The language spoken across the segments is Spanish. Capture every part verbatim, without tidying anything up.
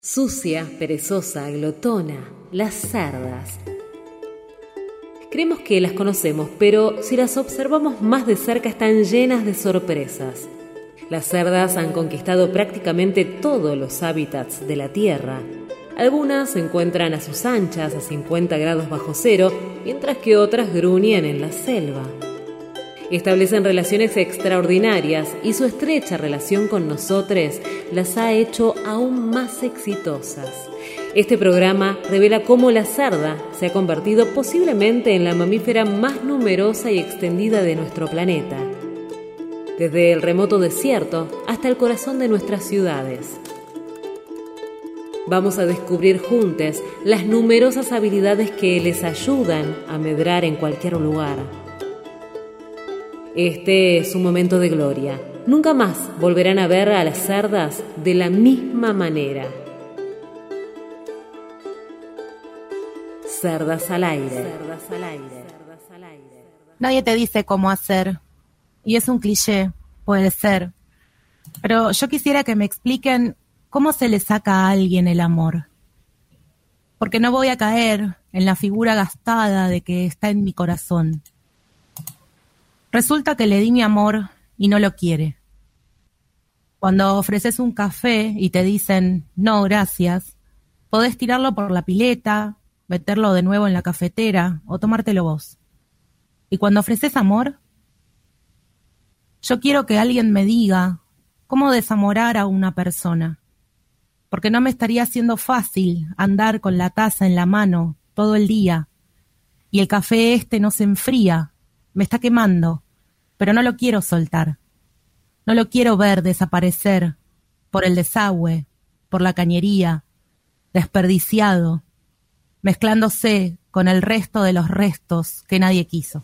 Sucia, perezosa, glotona, las cerdas. Creemos que las conocemos, pero si las observamos más de cerca están llenas de sorpresas. Las cerdas han conquistado prácticamente todos los hábitats de la Tierra. Algunas se encuentran a sus anchas a cincuenta grados bajo cero, mientras que otras gruñen en la selva. Establecen relaciones extraordinarias y su estrecha relación con nosotros las ha hecho aún más exitosas. Este programa revela cómo la cerda se ha convertido posiblemente en la mamífera más numerosa y extendida de nuestro planeta, desde el remoto desierto hasta el corazón de nuestras ciudades. Vamos a descubrir juntos las numerosas habilidades que les ayudan a medrar en cualquier lugar. Este es un momento de gloria. Nunca más volverán a ver a las cerdas de la misma manera. Cerdas al aire. Cerdas al aire. Nadie te dice cómo hacer. Y es un cliché, puede ser. Pero yo quisiera que me expliquen cómo se le saca a alguien el amor. Porque no voy a caer en la figura gastada de que está en mi corazón. Resulta que le di mi amor y no lo quiere. Cuando ofreces un café y te dicen no, gracias, podés tirarlo por la pileta, meterlo de nuevo en la cafetera o tomártelo vos. Y cuando ofreces amor, yo quiero que alguien me diga cómo desamorar a una persona, porque no me estaría haciendo fácil andar con la taza en la mano todo el día y el café este no se enfría. Me está quemando, pero no lo quiero soltar. No lo quiero ver desaparecer por el desagüe, por la cañería, desperdiciado, mezclándose con el resto de los restos que nadie quiso.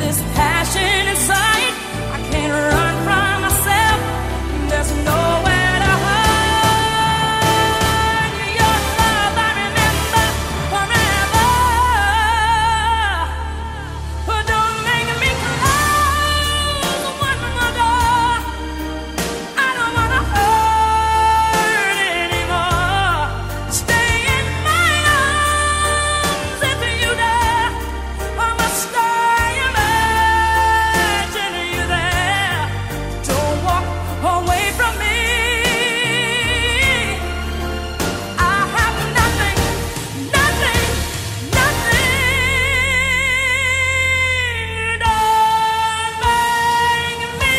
this passion inside. I can't run from myself. There's nowhere to hide. Your love I remember forever. But don't make me close one more door. I don't wanna hurt anymore. Stay in my arms if you dare. I must stay imagine you there. Don't walk away from me. I have nothing, nothing, nothing. Don't make me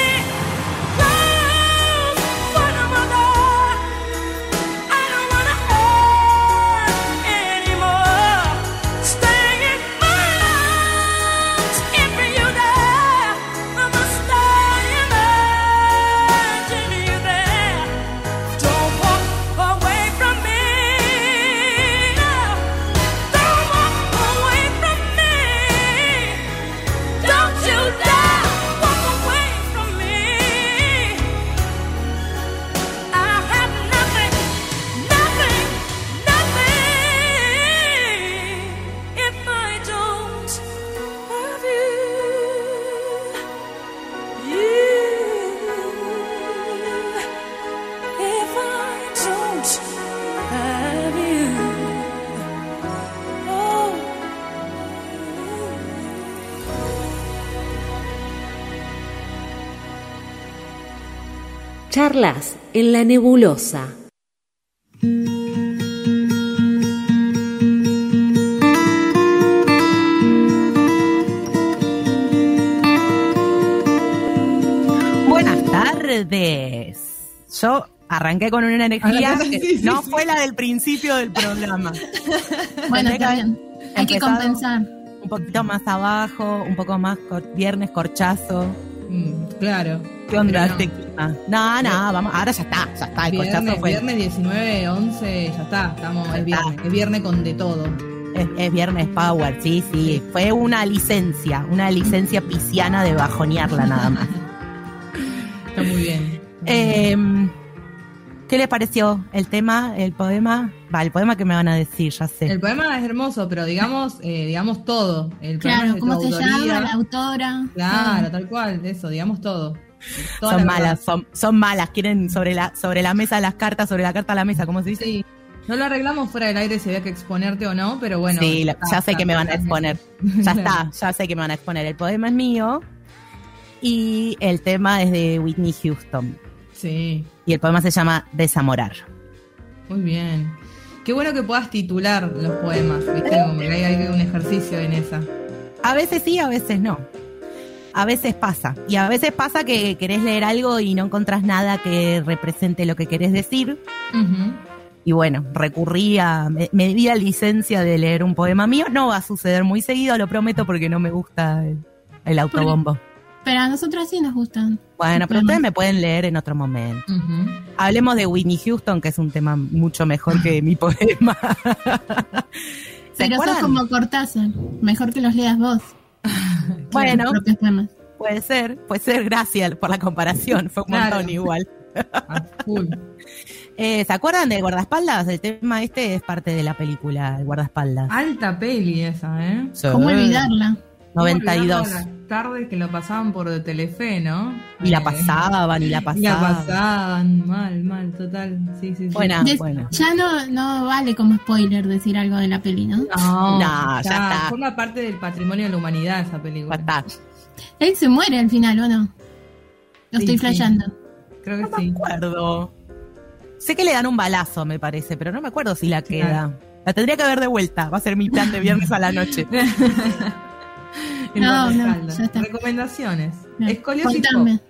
close one more door. I don't wanna hurt anymore. Stay in my arms if you dare. I must stay imagine you there. Don't walk away from me. No. Don't walk away from me. Don't you dare walk away from me. I have nothing, nothing, nothing if I don't have you. You, if I don't have you. Oh. Charlas en la nebulosa. Buenas tardes. Yo arranqué con una energía Arrancaste, que sí, sí, no sí. fue la del principio del programa. Bueno, Tendría está que bien. Hay que empezado compensar. Un poquito más abajo, un poco más cor- viernes corchazo. Mm, claro. ¿Qué onda Pero este clima? No, no, vamos, ahora ya está, ya está, el corchazo Viernes, fue. viernes diecinueve, once, ya está, estamos, Ya es está. viernes, es viernes con de todo. Es, es viernes power, sí, sí. Fue una licencia, una licencia pisciana de bajonearla nada más. Está muy bien. Eh, ¿Qué les pareció el tema, el poema? Va, el poema que me van a decir, ya sé. El poema es hermoso, pero digamos, eh, digamos todo. El poema es Claro, de ¿cómo tu se autoría. llama? La autora. Claro, tal cual, eso, digamos todo. Toda Son la malas, verdad. son, son malas, quieren sobre la, sobre la mesa las cartas, sobre la carta a la mesa, ¿cómo se dice? Sí. No lo arreglamos fuera del aire si había que exponerte o no, pero bueno. Sí, la- está, ya sé está, que me van a está. exponer. Ya está, ya sé que me van a exponer. El poema es mío y el tema es de Whitney Houston. Sí, Y el poema se llama Desamorar. muy bien. Qué bueno que puedas titular los poemas, ¿viste? Como que hay, hay un ejercicio en esa. A veces sí, a veces no. A veces pasa. Y a veces pasa que querés leer algo y no encontrás nada que represente lo que querés decir. Ujú. Y bueno, recurrí a... Me, me di la licencia de leer un poema mío. No va a suceder muy seguido, lo prometo, porque no me gusta el, el autobombo. Pero a nosotros sí nos gustan. Bueno, pero Ujú. ustedes me pueden leer en otro momento. Ujú. Hablemos de Whitney Houston, que es un tema mucho mejor que mi poema. ¿Se Pero sos acuerdan? como Cortázar. Mejor que los leas vos. Bueno, Tus propios poemas. puede ser, puede ser, gracias por la comparación, fue un Claro. montón igual. A full. Eh, ¿Se acuerdan de Guardaespaldas? El tema este es parte de la película, el Guardaespaldas. Alta peli esa, ¿eh? Sí. ¿Cómo olvidarla? noventa y dos. Las tardes que lo pasaban por Telefe, ¿no? Y la Eh, pasaban, y la Y la pasaban. pasaban, mal, mal, total. Sí, sí, sí. Buena, Des- buena. Ya no, no vale como spoiler decir algo de la peli, ¿no? No, No, ya está. Forma parte del patrimonio de la humanidad esa Ya película. está. Él se muere al final, ¿o no? Lo Sí, estoy sí. flasheando. Creo que No me sí. acuerdo. Sé que le dan un balazo, me parece, pero no me acuerdo si la queda. Claro. La tendría que ver de vuelta. Va a ser mi plan de viernes a la noche. En No, no, Guardaespaldas. ya está. Recomendaciones. No, Escoliosis contame.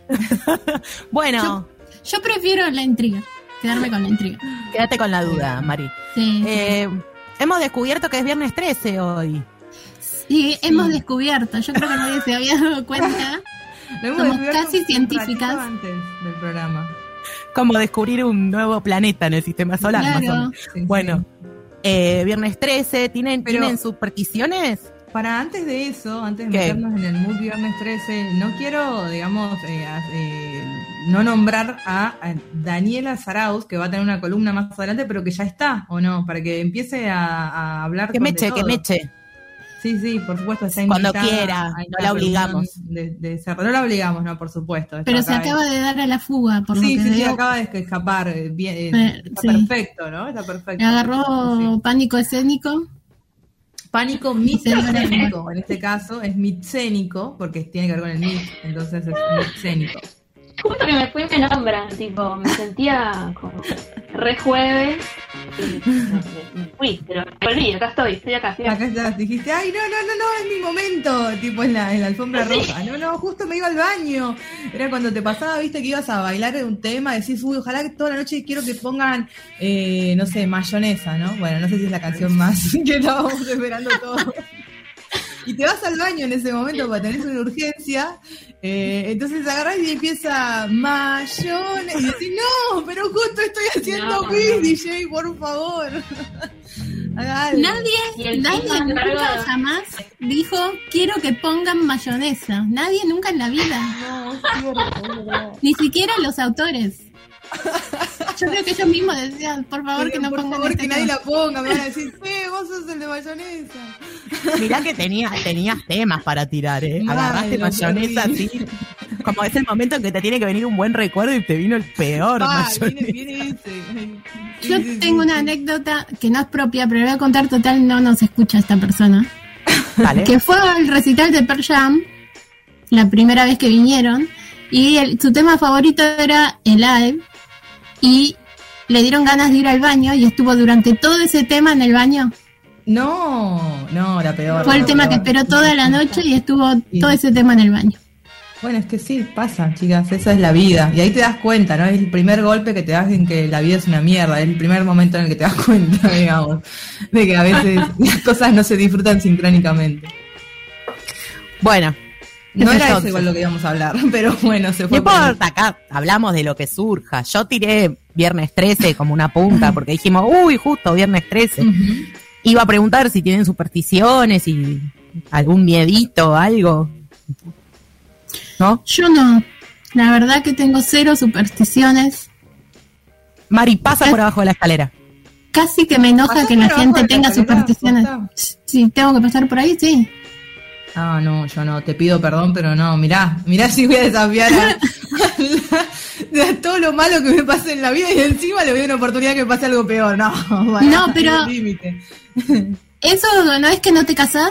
Bueno, Yo prefiero la intriga. Quedarme con la intriga. quédate con la duda, Mari. Sí. Eh, hemos descubierto que es viernes trece hoy. Sí, hemos descubierto. Yo creo que nadie se había dado cuenta. Lo hemos Somos descubierto casi un científicas. ratito antes del programa. Como descubrir un nuevo planeta en el sistema solar, más o Claro. menos. Sí, Bueno, sí. eh, viernes trece, ¿tienen, Pero- ¿tienen supersticiones? para antes de eso, antes de ¿Qué? meternos en el mood viernes trece, no quiero, digamos, eh, a- eh, no nombrar a, a Daniela Zarauz, que va a tener una columna más adelante, pero que ya está, ¿o no? Para que empiece a, a hablar Que con me de eche, que todo. me eche. Sí, sí, por supuesto, está Cuando invitada quiera, a no esta la obligamos. reunión De, de cerrar. No la obligamos, no, por supuesto. Esto Pero se acaba acaba de dar a la fuga, por Sí, lo que sí, sí, veo. acaba de escapar. eh, Bien, eh, Eh, está sí. perfecto, ¿no? Está perfecto. Le agarró Sí. pánico escénico. Pánico micénico, en este caso es micénico, porque tiene que ver con el mic, entonces es micénico. Justo que me fui me nombran, tipo, me sentía como re jueves y no sé, me fui, pero volví, acá estoy, estoy acá, estoy acá. Acá estás, dijiste, ay, no, no, no, no, es mi momento, tipo en la, en la alfombra roja. No, no, justo me iba al baño. Era cuando te pasaba, viste, que ibas a bailar un tema, decís, uy, ojalá que toda la noche quiero que pongan, eh, no sé, mayonesa, ¿no? Bueno, no sé si es la canción más que estábamos esperando todos. Y te vas al baño en ese momento para tener una urgencia, eh, entonces agarrás y empieza mayonesa, y decís, no, pero justo estoy haciendo No, pis, no. D J, por favor. Haga algo. Y Nadie, el nadie clima nunca cargado. jamás dijo quiero que pongan mayonesa. Nadie nunca en la vida. No, es cierto, es verdad. Ni siquiera los autores. Yo creo que ellos mismos decían, por favor, que no por pongan favor, este que nadie tema. la ponga, me van a decir, sí, vos sos el de mayonesa. Mirá que tenía, tenías temas para tirar, ¿eh? Mal, Agarraste lo mayonesa perdí. así. Como es el momento en que te tiene que venir un buen recuerdo y te vino el peor Ah, mayonesa. viene, viene ese. Sí, Yo sí, tengo sí, una sí. anécdota que no es propia, pero voy a contar total, no nos escucha esta persona. Vale. Que fue al recital de Pearl Jam, la primera vez que vinieron, y el- su tema favorito era el Live, y le dieron ganas de ir al baño, y estuvo durante todo ese tema en el baño. No, no, la peor. Fue el la tema que peor. esperó toda la noche y estuvo Sí. todo ese tema en el baño. Bueno, es que sí, pasa, chicas, esa es la vida. Y ahí te das cuenta, ¿no? Es el primer golpe que te das en que la vida es una mierda. Es el primer momento en el que te das cuenta, digamos, de que a veces las cosas no se disfrutan sincrónicamente. Bueno, No era eso entonces, igual lo que íbamos a hablar, pero bueno, se no fue. por ahí. importa, acá hablamos de lo que surja. Yo tiré viernes trece como una punta porque dijimos, uy, justo viernes trece. Ujú. Iba a preguntar si tienen supersticiones y algún miedito, algo. ¿No? Yo no. La verdad que tengo cero supersticiones. Mari, pasa por abajo de la escalera. Casi que me enoja ¿Pasás que la por abajo gente de la tenga escalera? supersticiones. ¿Posta? Sí, tengo que pasar por ahí, sí. Ah, no, yo no, te pido perdón, pero no, mirá, mirá si voy a desafiar a, a, a todo lo malo que me pase en la vida y encima le doy una oportunidad que pase algo peor, no, bueno, No, pero- hay un límite. ¿Eso no es que no te casás?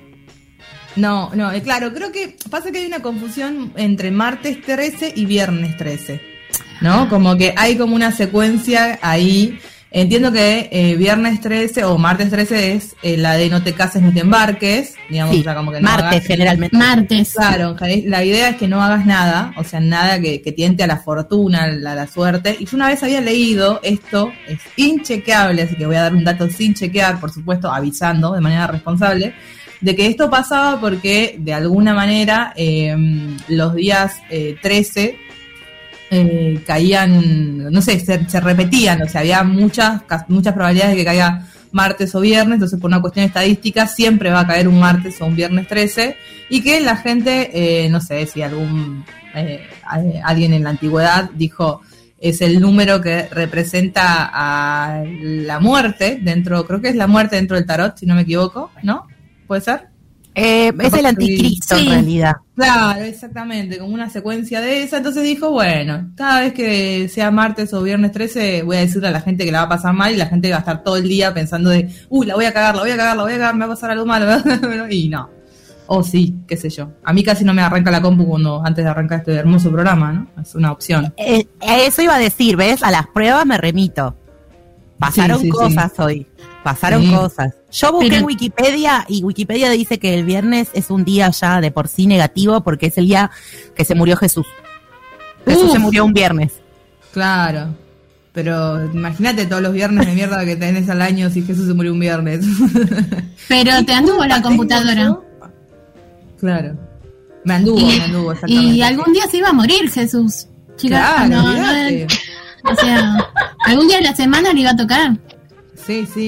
No, no, eh, claro, creo que pasa que hay una confusión entre martes trece y viernes trece, ¿no? Como que hay como una secuencia ahí. Entiendo que eh, viernes trece o martes trece es eh, la de no te cases ni te embarques, digamos, Sí, o sea, como que no martes hagas- generalmente. Martes. Claro, la idea es que no hagas nada, o sea, nada que, que tiente a la fortuna, a la, la suerte. Y yo una vez había leído, esto es inchequeable, así que voy a dar un dato sin chequear, por supuesto, avisando de manera responsable, de que esto pasaba porque de alguna manera eh, los días eh, trece eh, caían, no sé, se, se repetían, o sea, había muchas, ca- muchas probabilidades de que caiga martes o viernes, entonces por una cuestión estadística siempre va a caer un martes o un viernes trece, y que la gente, eh, no sé si algún eh, a- alguien en la antigüedad dijo, es el número que representa a la muerte dentro, creo que es la muerte dentro del tarot, si no me equivoco, ¿no? ¿Puede ser? Eh, es el anticristo Sí. en realidad. Claro, exactamente, como una secuencia de esa. Entonces dijo, bueno, cada vez que sea martes o viernes trece, voy a decirle a la gente que la va a pasar mal y la gente va a estar todo el día pensando de, uy, la voy a cagar, la voy a cagar, la voy a cagar, me va a pasar algo malo. Y no. O sí, qué sé yo. A mí casi no me arranca la compu cuando antes de arrancar este hermoso programa, ¿no? Es una opción. Eh, eso iba a decir, ¿ves? A las pruebas me remito. Pasaron Sí, sí, cosas hoy. Pasaron Sí. cosas. Yo busqué Pero- en Wikipedia y Wikipedia dice que el viernes es un día ya de por sí negativo porque es el día que se murió Jesús. Jesús Uf. se murió un viernes. Claro. Pero imagínate todos los viernes de mierda que tenés al año si Jesús se murió un viernes. Pero te anduvo la Tengo computadora. yo- Claro. Me anduvo, Y, me anduvo, exactamente. y algún día se iba a morir Jesús. Chicas, Claro, no, no, olvidate. o sea, algún día de la semana le iba a tocar. Sí, sí.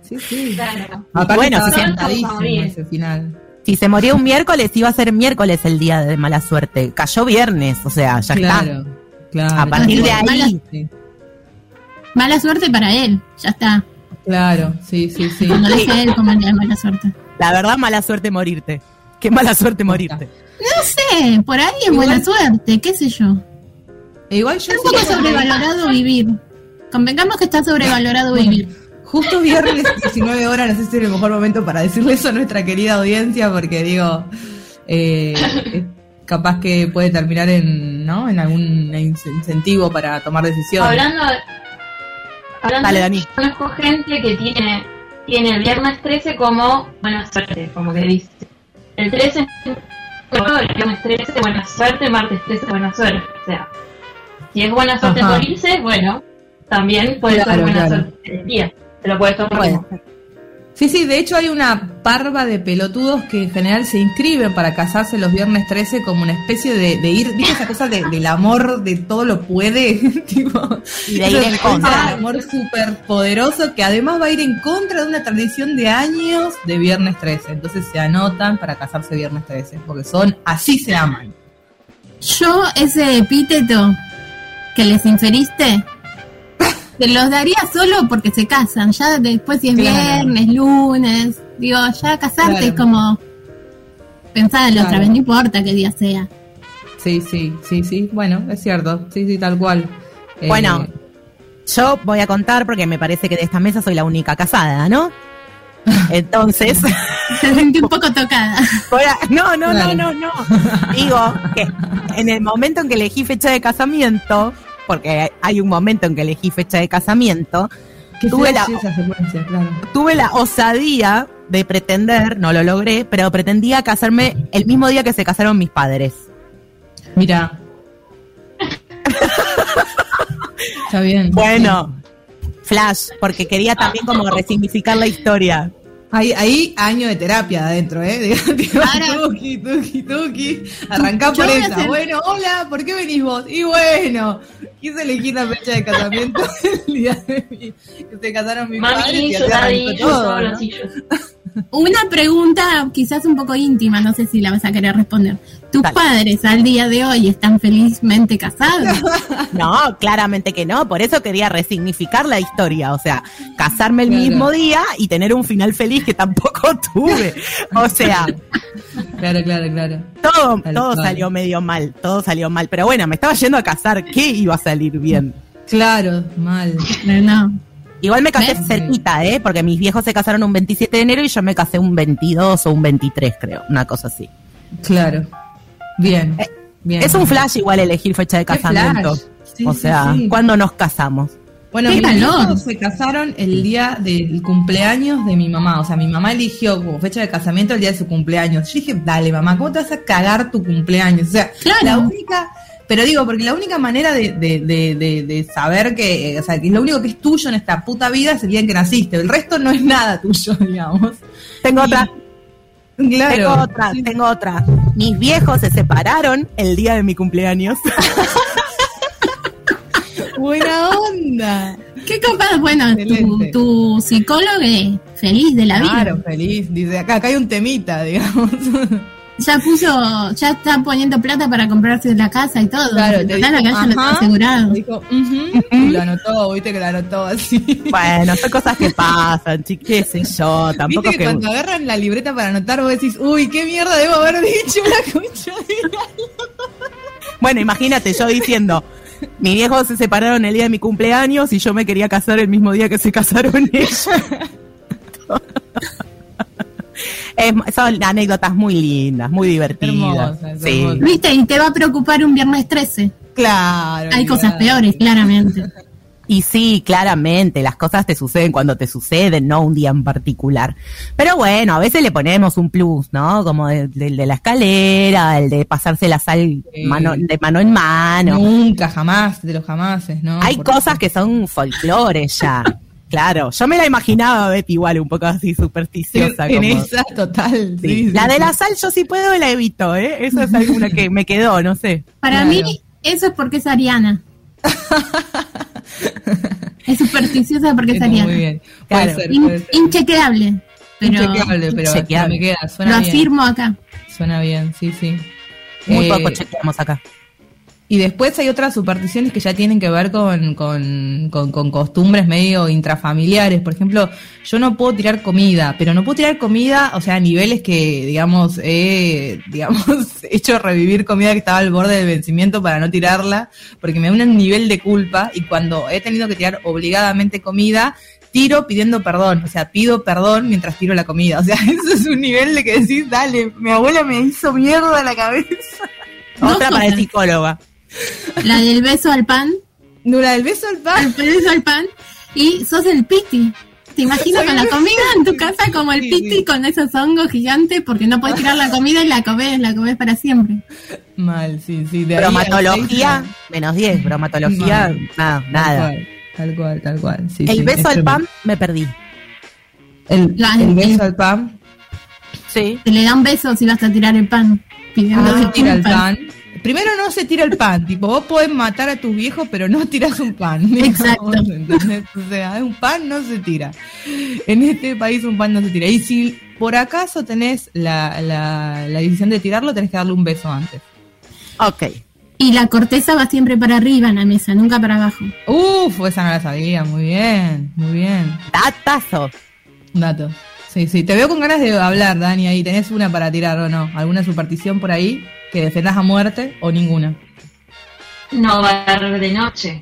Sí, sí. Claro. Aparte Bueno, estaba si se- cantadísimo ese final. Si se moría un miércoles, iba a ser miércoles el día de mala suerte. Cayó viernes, o sea, ya Claro, está. claro. A partir de Mala- ahí, Sí, Mala suerte para él, ya está. claro, sí, sí, sí. Cuando dice él como el día de mala suerte. la verdad, mala suerte morirte. Qué mala suerte morirte. No sé, por ahí es Igual- buena suerte, qué sé yo. E igual yo Está un poco sí- sobrevalorado vivir. Convengamos que está sobrevalorado vivir. Justo viernes diecinueve horas, no sé si es el mejor momento para decirle eso a nuestra querida audiencia, porque digo, eh, es capaz que puede terminar en, ¿no? En algún in- incentivo para tomar decisiones. Hablando de, hablando Dale, de- Dani. conozco gente que tiene, tiene el viernes trece como buena suerte, como que dice. El trece el viernes trece, buena suerte, martes trece, buena suerte. O sea, si es buena suerte Ajá. morirse, bueno, también puede Claro, ser buena claro. suerte el día. Te lo puedes tomar Puede como. Sí, sí, de hecho hay una parva de pelotudos que en general se inscriben para casarse los viernes trece como una especie de, de ir, ¿viste esa cosa de- del amor de todo lo puede? tipo, Y de ir esa en cosa contra. de amor súper poderoso que además va a ir en contra de una tradición de años de viernes trece. Entonces se anotan para casarse viernes trece, porque son, así se aman. Yo ese epíteto que les inferiste, te los daría solo porque se casan. Ya después si es Claro. viernes, lunes, digo, ya casarte Claro. es como pensar la otra Claro. vez, no importa qué día sea. Sí, sí, sí, sí, bueno, es cierto, sí, sí, tal cual. Eh, Bueno, yo voy a contar porque me parece que de esta mesa soy la única casada, ¿no? Entonces, Se sentí un poco tocada. voy a- no, no, Claro. no, no, no. Digo que en el momento en que elegí fecha de casamiento, porque hay un momento en que elegí fecha de casamiento, qué tuve flash la- esa secuencia, claro. tuve la osadía de pretender, no lo logré, pero pretendía casarme el mismo día que se casaron mis padres. Mira. Está bien. Bueno, flash, porque quería también como resignificar la historia. Ahí, ahí año de terapia adentro, ¿eh? Tipo, Ahora- tuki, tuki, tuki. Arrancá Yo por voy a esa. hacer- Bueno, hola, ¿por qué venís vos? Y bueno, quise elegir la fecha de casamiento el día de mi, que se casaron mis padres Mami, y yo, así daddy, arrancó yo, todo, todos ¿no? los hijos. Una pregunta quizás un poco íntima, no sé si la vas a querer responder. ¿Tus Dale. padres al día de hoy están felizmente casados? No, claramente que no, por eso quería resignificar la historia, o sea, casarme el Claro. mismo día y tener un final feliz que tampoco tuve. O sea, Claro, claro, claro. todo, Tal todo cual. salió medio mal, todo salió mal, pero bueno, me estaba yendo a casar, ¿qué iba a salir bien? Claro, mal. No, no. Igual me casé ¿Ves? cerquita, ¿eh? Porque mis viejos se casaron un veintisiete de enero y yo me casé un veintidós o un veintitrés, creo, una cosa así. Claro. Bien. Eh, bien. Es un flash igual elegir fecha de Qué casamiento. flash. Sí, o sí, sea, sí. ¿cuándo nos casamos? Bueno, ¡Qué mis calor! hijos se casaron el día del cumpleaños de mi mamá. O sea, mi mamá eligió como fecha de casamiento el día de su cumpleaños. Yo dije, dale, mamá, ¿cómo te vas a cagar tu cumpleaños? O sea, Claro. la única... Pero digo, porque la única manera de, de, de, de, de saber que, eh, o sea, que lo único que es tuyo en esta puta vida es el día en que naciste. El resto no es nada tuyo, digamos. Tengo Y- otra. Claro. Tengo otra, Sí. tengo otra. Mis viejos se separaron el día de mi cumpleaños. Buena onda. ¿Qué capaz? Bueno, tu, Excelente. tu psicólogo es feliz de la Claro, vida. feliz. Dice, acá, acá hay un temita, digamos. Ya puso, ya está poniendo plata para comprarse la casa y todo. Claro, te Total, dijo, acá ya lo está ajá. asegurado. Dijo, ujú, y lo anotó, viste que lo anotó así. Bueno, son cosas que pasan, chi- qué sé yo, tampoco Viste que, que... cuando agarran la libreta para anotar vos decís, uy, qué mierda debo haber dicho la concha de la-". Bueno, imagínate yo diciendo, mis viejos se separaron el día de mi cumpleaños y yo me quería casar el mismo día que se casaron ellos. Es- son anécdotas muy lindas, muy divertidas. Hermosas, Sí. hermosas. Viste, y te va a preocupar un viernes trece. Claro. Hay cosas olvidate. peores, claramente. Y sí, claramente, las cosas te suceden cuando te suceden, no un día en particular. Pero bueno, a veces le ponemos un plus, ¿no? Como el de, de la escalera, el de pasarse la sal Sí. mano, de mano en mano. Nunca, jamás, de los jamases, ¿no? Hay Porque- cosas que son folclore ya. Claro, yo me la imaginaba, Betty, igual, un poco así supersticiosa. En como- esa, total. Sí. sí, La sí, de sí. la sal yo sí puedo y la evito, ¿eh? Esa es alguna que me quedó, no sé. Para Claro. mí, eso es porque es Ariana. Es supersticiosa porque es Está muy ariana. bien. Puede Claro. ser, In- puede ser. inchequeable. Pero Inchequeable, pero Inchequeable. me queda, suena lo bien. afirmo acá. Suena bien, sí, sí. Muy Eh, poco chequeamos acá. Y después hay otras supersticiones que ya tienen que ver con, con, con, con costumbres medio intrafamiliares. Por ejemplo, yo no puedo tirar comida, pero no puedo tirar comida, o sea, a niveles que, digamos, he, digamos, hecho revivir comida que estaba al borde del vencimiento para no tirarla, porque me da un nivel de culpa, y cuando he tenido que tirar obligadamente comida, tiro pidiendo perdón, o sea, pido perdón mientras tiro la comida. O sea, eso es un nivel de que decís, dale, mi abuela me hizo mierda la cabeza. Dos Otra para el cosas. psicóloga. La del beso al pan, No, la del beso al pan. el beso al pan, y sos el piti. Te imagino Soy con la el comida en tu casa como el Sí, piti sí. con esos hongos gigantes porque no puedes tirar la comida y la comes, la comes para siempre. Mal, sí, sí. De ahí al Bromatología, seis, menos diez. Bromatología, Mal. nada, tal nada. cual, Tal cual, tal cual. Sí, El sí, beso es al tremendo. pan, me perdí. El, La- el beso el- al pan. Sí. Se le da un beso si vas a tirar el pan. Pidiendo No se tira el disculpas. pan. Primero no se tira el pan, tipo, vos podés matar a tus viejos, pero no tirás un pan. Exacto. digamos, ¿entendés? O sea, un pan no se tira. En este país un pan no se tira. Y si por acaso tenés la, la, la decisión de tirarlo, tenés que darle un beso antes. Ok. Y la corteza va siempre para arriba en la mesa, nunca para abajo. Uf, esa no la sabía. Muy bien, muy bien. Datazo. Dato. Sí, sí. Te veo con ganas de hablar, Dani, ahí. ¿Tenés una para tirar o no? ¿Alguna superstición por ahí que defendas a muerte o ninguna? No barrer de noche.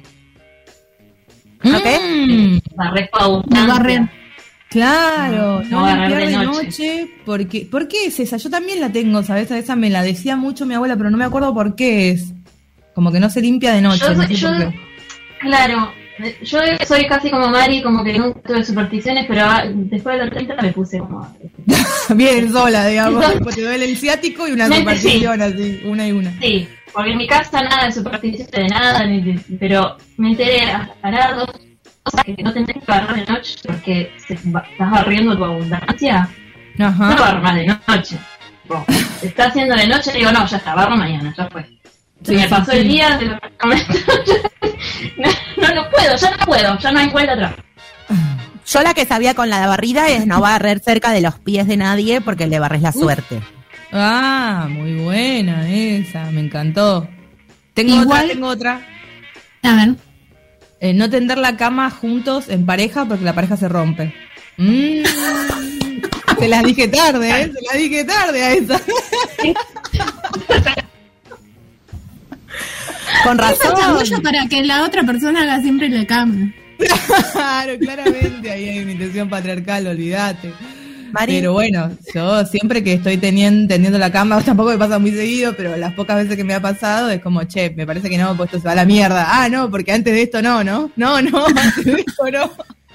¿Ok? Mm, Barrer con No barrer. claro, No no, barrer limpiar de de noche. noche. porque, ¿Por qué es esa? Yo también la tengo, ¿sabes? Esa me la decía mucho mi abuela, pero no me acuerdo por qué es. Como que no se limpia de noche. Yo, no sé yo- por qué. claro, eh, yo soy casi como Mari, como que nunca tuve supersticiones, pero ah, después de los treinta me puse como... Bien sola, digamos. Tipo, te duele el ciático y una Sí, superstición así, una y una. Sí, porque en mi casa nada de supersticiones de nada, ni de- pero me enteré a a dos cosas que no tenés que barrer de noche porque se, va- estás barriendo tu abundancia. No Ajá. barro más de noche. Tipo, se está haciendo de noche, digo, no, ya está, barro mañana, ya fue. Se Sí, me sí, pasó sí. el día, de lo- no, no, no puedo, ya no puedo, ya no hay vuelta atrás. Yo la que sabía con la barrida es no barrer cerca de los pies de nadie porque le barres la suerte. Ah, muy buena esa, me encantó. Tengo Igual- otra, tengo otra. A ver, Eh, no tender la cama juntos en pareja porque la pareja se rompe. Mm. Se las dije tarde, ¿eh? Se las dije tarde a esa. Con esa razón. chamulla para que la otra persona haga siempre la cama. Claro, claramente, ahí hay una intención patriarcal, olvídate. Mari. Pero bueno, yo siempre que estoy teniendo, tendiendo la cama, tampoco me pasa muy seguido, pero las pocas veces que me ha pasado es como, che, me parece que no, pues esto se va a la mierda. Ah, no, porque antes de esto no, ¿no? No, no, antes de esto no.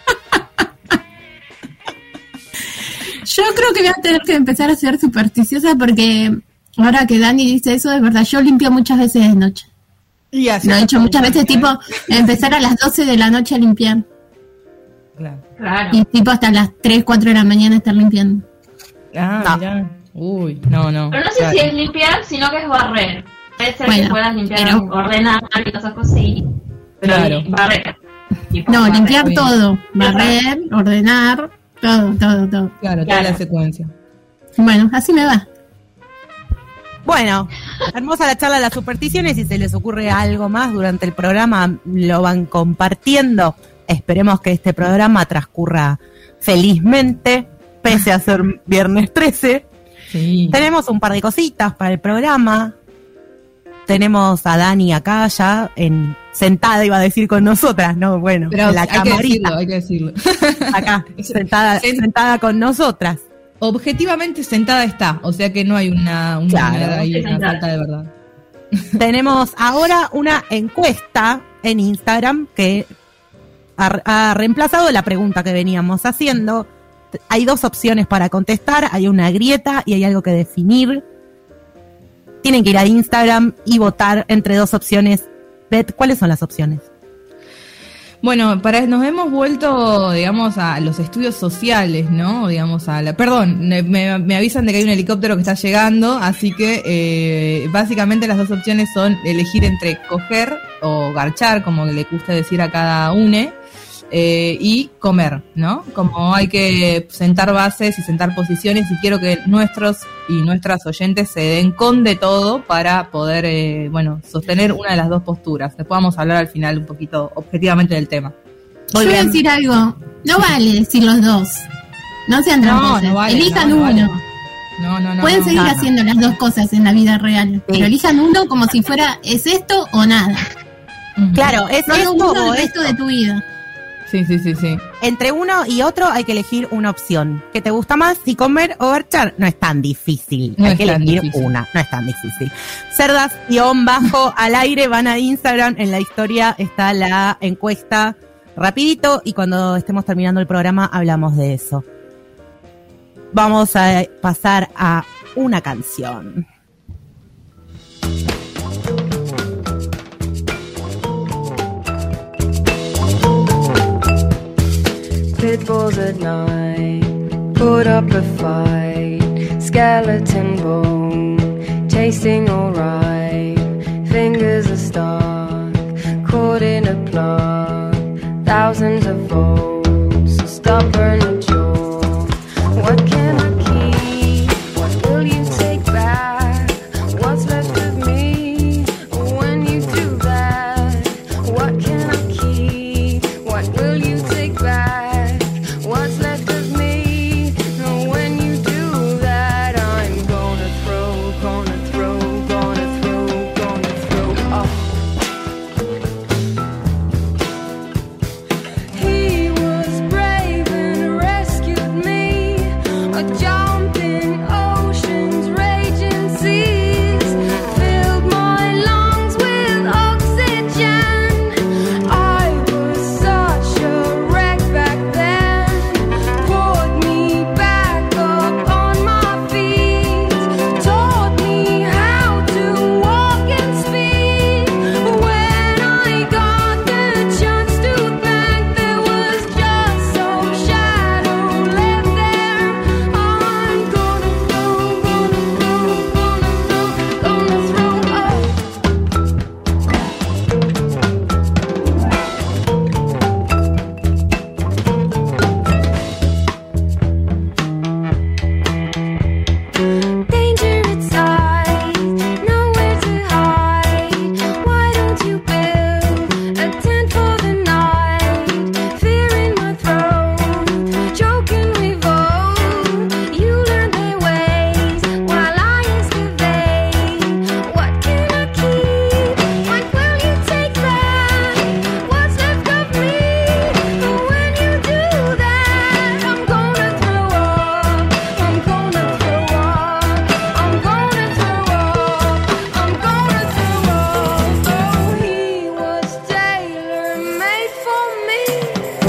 Yo creo que voy a tener que empezar a ser supersticiosa porque ahora que Dani dice eso, es verdad, yo limpio muchas veces de noche. Y así Lo he hecho muchas veces, tipo, empezar a las doce de la noche a limpiar. Claro. Claro. Y tipo hasta las tres, cuatro de la mañana estar limpiando. Ah, No. mirá. Uy, no, no. Pero no sé Claro. si es limpiar, sino que es barrer. Puede ser Bueno, que puedas limpiar, pero- ordenar y esas cosas así. Pero Claro. barrer. Tipo, No, barrer. limpiar bien. todo. Barrer, ordenar, todo, todo, todo. Claro, toda Claro. la secuencia. Bueno, así me va. Bueno, hermosa la charla de las supersticiones. Si se les ocurre algo más durante el programa, lo van compartiendo. Esperemos que este programa transcurra felizmente, pese a ser viernes trece. Sí. Tenemos un par de cositas para el programa. Tenemos a Dani acá ya, en, sentada, iba a decir con nosotras, ¿no? Bueno, Pero en la hay que decirlo, camarita, hay que decirlo. acá, sentada, Sen- sentada con nosotras. Objetivamente sentada está, o sea que no hay una, una, Claro, ahí, que una sentada. falta de verdad. Tenemos ahora una encuesta en Instagram que ha, ha reemplazado la pregunta que veníamos haciendo. Hay dos opciones para contestar, hay una grieta y hay algo que definir. Tienen que ir a Instagram y votar entre dos opciones. Bet, ¿cuáles son las opciones? Bueno, para nos hemos vuelto, digamos, a los estudios sociales, ¿no? Digamos, a la... Perdón, me, me avisan de que hay un helicóptero que está llegando, así que eh, básicamente las dos opciones son elegir entre coger o garchar, como le gusta decir a cada une, eh, y comer, ¿no? Como hay que sentar bases y sentar posiciones, y quiero que nuestros y nuestras oyentes se den con de todo para poder, eh, bueno, sostener una de las dos posturas. Después vamos a hablar al final un poquito objetivamente del tema. Yo voy a decir algo, no vale decir los dos, no sean tramposos, no vale, elijan no, no uno. vale. No, no, no. Pueden no, seguir no, no. haciendo las dos cosas en la vida real, sí. Pero elijan uno como si fuera, es esto o nada. Uh-huh. Claro, es Solo esto uno o el resto esto. de tu vida. Sí, sí, sí, sí. Entre uno y otro hay que elegir una opción. ¿Qué te gusta más, si comer o garchar? No es tan difícil. No hay es que tan elegir difícil. una. No es tan difícil. Cerdas guión bajo al aire, van a Instagram. En la historia está la encuesta rapidito y cuando estemos terminando el programa hablamos de eso. Vamos a pasar a una canción. Pit bulls at night, put up a fight, skeleton bone, tasting alright, fingers are stuck, caught in a plug, thousands of volts, stubborn and jaw. What can I keep? What will you take back? What's left of me when you do that? What can I keep? What will you take back? What's left of me when you do that? I'm gonna throw, gonna throw, gonna throw, gonna throw up. He was brave and rescued me, a jump in oceans, raging seas, filled my lungs with oxygen. I was such a wreck back then, pulled me back up on my feet, taught me how to walk and speak. When I got the chance to thank, there was just some shadow left there. I'm gonna throw, gonna throw, gonna throw, gonna throw up. Danger inside, nowhere to hide. Why don't you build a tent for the night? Fear in my throat, choke and revolt. You learn their ways while I excavate. What can I keep? What will you take back? What's left of me when you do that? I'm gonna throw up. I'm gonna throw up. I'm gonna throw up. I'm gonna throw up. Oh, he was tailor-made for me.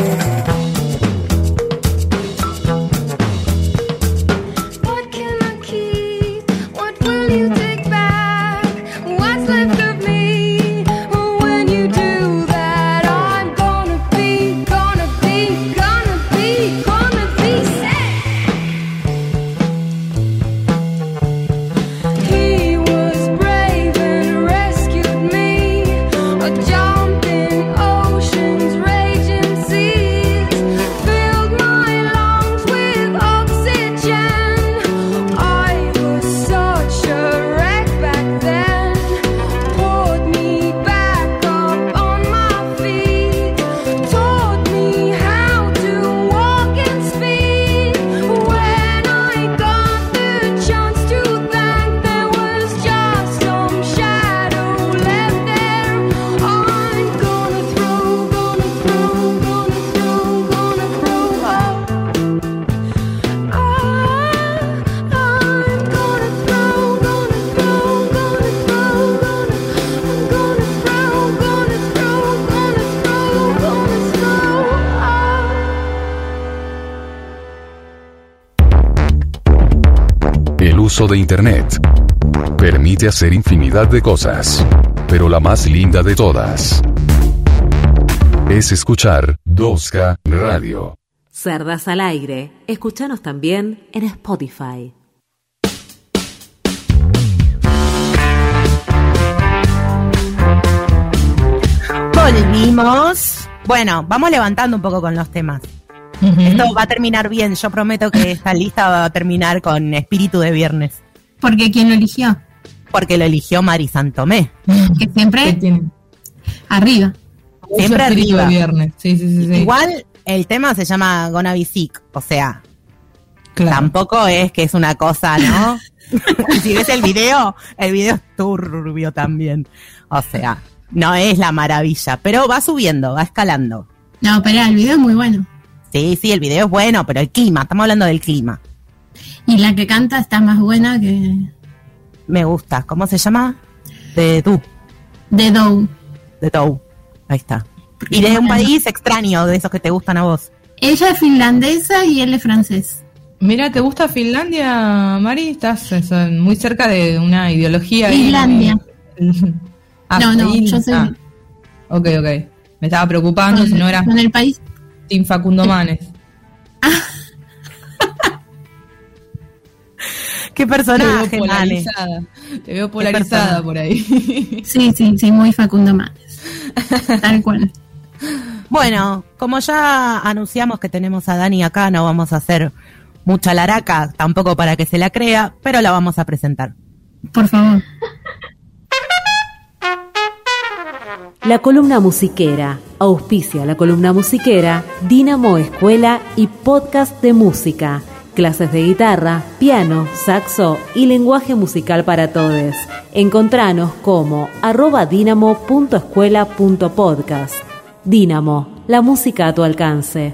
What can I keep? What will you take back? What's left of me when you do that? I'm gonna be, gonna be, gonna be, gonna be sad. He was brave and rescued me, a jump in oceans, raging seas, filled my lungs with oxygen. I was such a wreck back then, pulled me back up on my feet, taught me how to walk and speak. When I got the chance to thank, there was just some shadow left there. I'm gonna throw, gonna throw, gonna throw, gonna throw up. Ah, I'm gonna throw, gonna throw, gonna throw, gonna, I'm gonna throw, gonna throw, gonna throw, gonna throw up. El uso de Internet permite hacer infinidad de cosas, pero la más linda de todas es escuchar dos K Radio. Cerdas al aire. Escúchanos también en Spotify. Volvimos. Bueno, vamos levantando un poco con los temas. Ujú. Esto va a terminar bien. Yo prometo que esta lista va a terminar con espíritu de viernes. Porque ¿quién lo eligió? Porque lo eligió Mari Santomé. Que ¿Qué siempre tiene? arriba. Siempre Mucho espíritu arriba. de viernes. Sí, sí, sí, sí. Igual el tema se llama Gonna Be Sick. O sea, Claro. tampoco es que es una cosa, ¿no? Si ves el video, el video es turbio también. O sea, no es la maravilla. Pero va subiendo, va escalando. No, pero el video es muy bueno. Sí, sí, el video es bueno, pero el clima, estamos hablando del clima. Y la que canta está más buena que Me gusta. ¿Cómo se llama? De tú, The Dow. de Tou. Ahí está. Y de un país extraño, de esos que te gustan a vos. Ella es finlandesa y él es francés. Mira, ¿te gusta Finlandia, Mari? Estás eso, muy cerca de una ideología. ahí. Islandia. Ah, No, no, Isla- yo soy- ah. Ok, ok. Me estaba preocupando si no eras Con el país. Team Facundo Manes. Qué Te veo personaje, Mane. polarizada. Te veo polarizada por ahí. Sí, sí, sí, muy Facundo Manes. Tal cual. Bueno, como ya anunciamos que tenemos a Dani acá, no vamos a hacer mucha laraca, tampoco para que se la crea, pero la vamos a presentar. Por favor. La columna musiquera. Auspicia la columna musiquera Dínamo Escuela y Podcast de Música. Clases de guitarra, piano, saxo y lenguaje musical para todes. Encontranos como arroba dinamo punto escuela punto podcast. Dínamo, la música a tu alcance.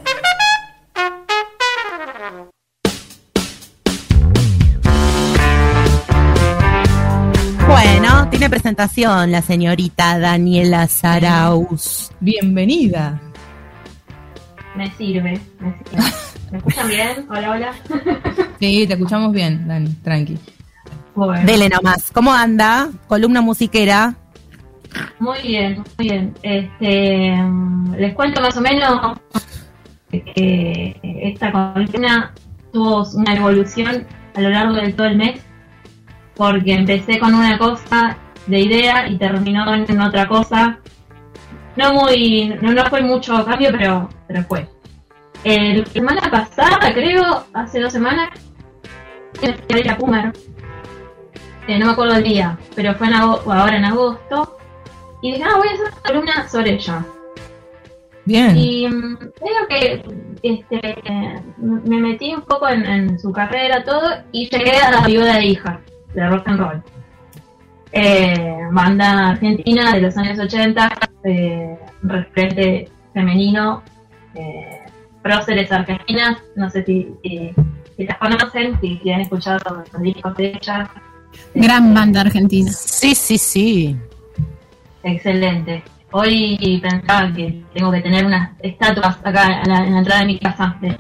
Bueno, tiene presentación la señorita Daniela Zarauz. Bienvenida. Me sirve, me sirve. ¿Me escuchan bien? Hola, hola. Sí, te escuchamos bien, Dani, tranqui. Bueno, Dele nomás. ¿Cómo anda? Columna musiquera. muy bien, muy bien. Este, mm, les cuento más o menos que esta columna tuvo una evolución a lo largo de todo el mes, porque empecé con una cosa de idea y terminó en otra cosa. No muy, no, no fue mucho cambio, pero, pero fue. Eh, la semana pasada, creo, hace dos semanas, fui a ir a Pumer. Eh, no me acuerdo el día, pero fue en ago- ahora en agosto. Y dije, ah, voy a hacer una columna sobre ella. Bien. Y mm, creo que este, eh, me metí un poco en, en su carrera, todo, y llegué a la viuda de hija de rock and roll. Eh, banda argentina de los años ochenta, eh, referente femenino, eh, próceres argentinas, no sé si, si, si las conocen, si, si han escuchado los discos de ella. Gran banda argentina. Sí, sí, sí. Excelente. Hoy pensaba que tengo que tener unas estatuas acá en la, en la entrada de mi casa de-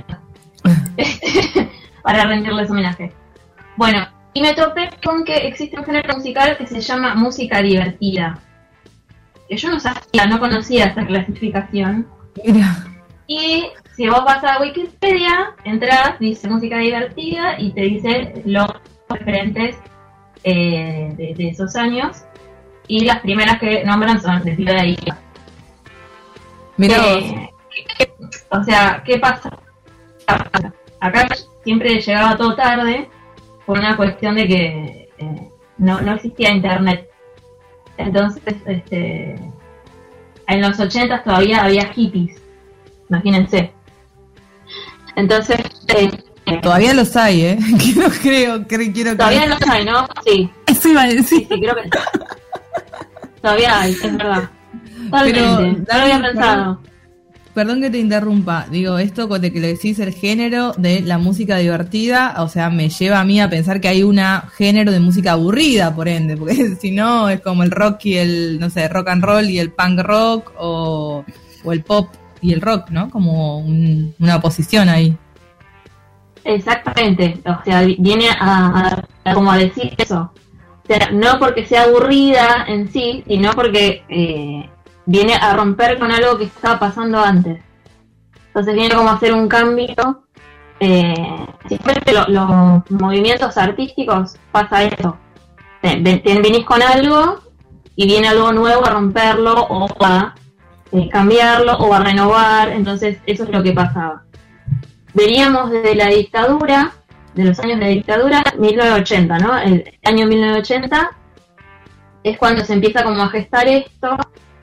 para rendirles homenaje. Bueno, y me topé con que existe un género musical que se llama música divertida. Que yo no sabía, no conocía esta clasificación. Mira. Y si vos vas a Wikipedia, entras, dice música divertida y te dice los referentes eh, de, de esos años. Y las primeras que nombran son de Viuda de Hija. Mira vos. Eh, ¿qué- o sea, ¿qué pasa? Acá siempre llegaba todo tarde por una cuestión de que eh, no, no existía internet. Entonces, este, en los ochentas todavía había hippies, imagínense. Entonces, eh, eh, Todavía los hay, ¿eh? Que no creo, que quiero todavía que... no hay, ¿no? Sí, Eso iba a sí, decir. sí, creo que todavía hay, es verdad. Totalmente, Pero, no lo había Dani, pensado. Perdón que te interrumpa, digo, esto con de que le decís el género de la música divertida, o sea, me lleva a mí a pensar que hay un género de música aburrida, por ende, porque si no es como el rock y el, no sé, rock and roll y el punk rock, o, o el pop y el rock, ¿no? Como un- una oposición ahí. Exactamente, o sea, vi- viene a, a- a como a decir eso. O sea, no porque sea aburrida en sí, sino porque eh, viene a romper con algo que estaba pasando antes. Entonces viene como a hacer un cambio. Eh, siempre lo- los movimientos artísticos pasa eso. Te, ven- te venís con algo y viene algo nuevo a romperlo o a eh, cambiarlo o a renovar, entonces eso es lo que pasaba. Veníamos de la dictadura, de los años de dictadura, mil novecientos ochenta, ¿no? El año mil novecientos ochenta es cuando se empieza como a gestar esto,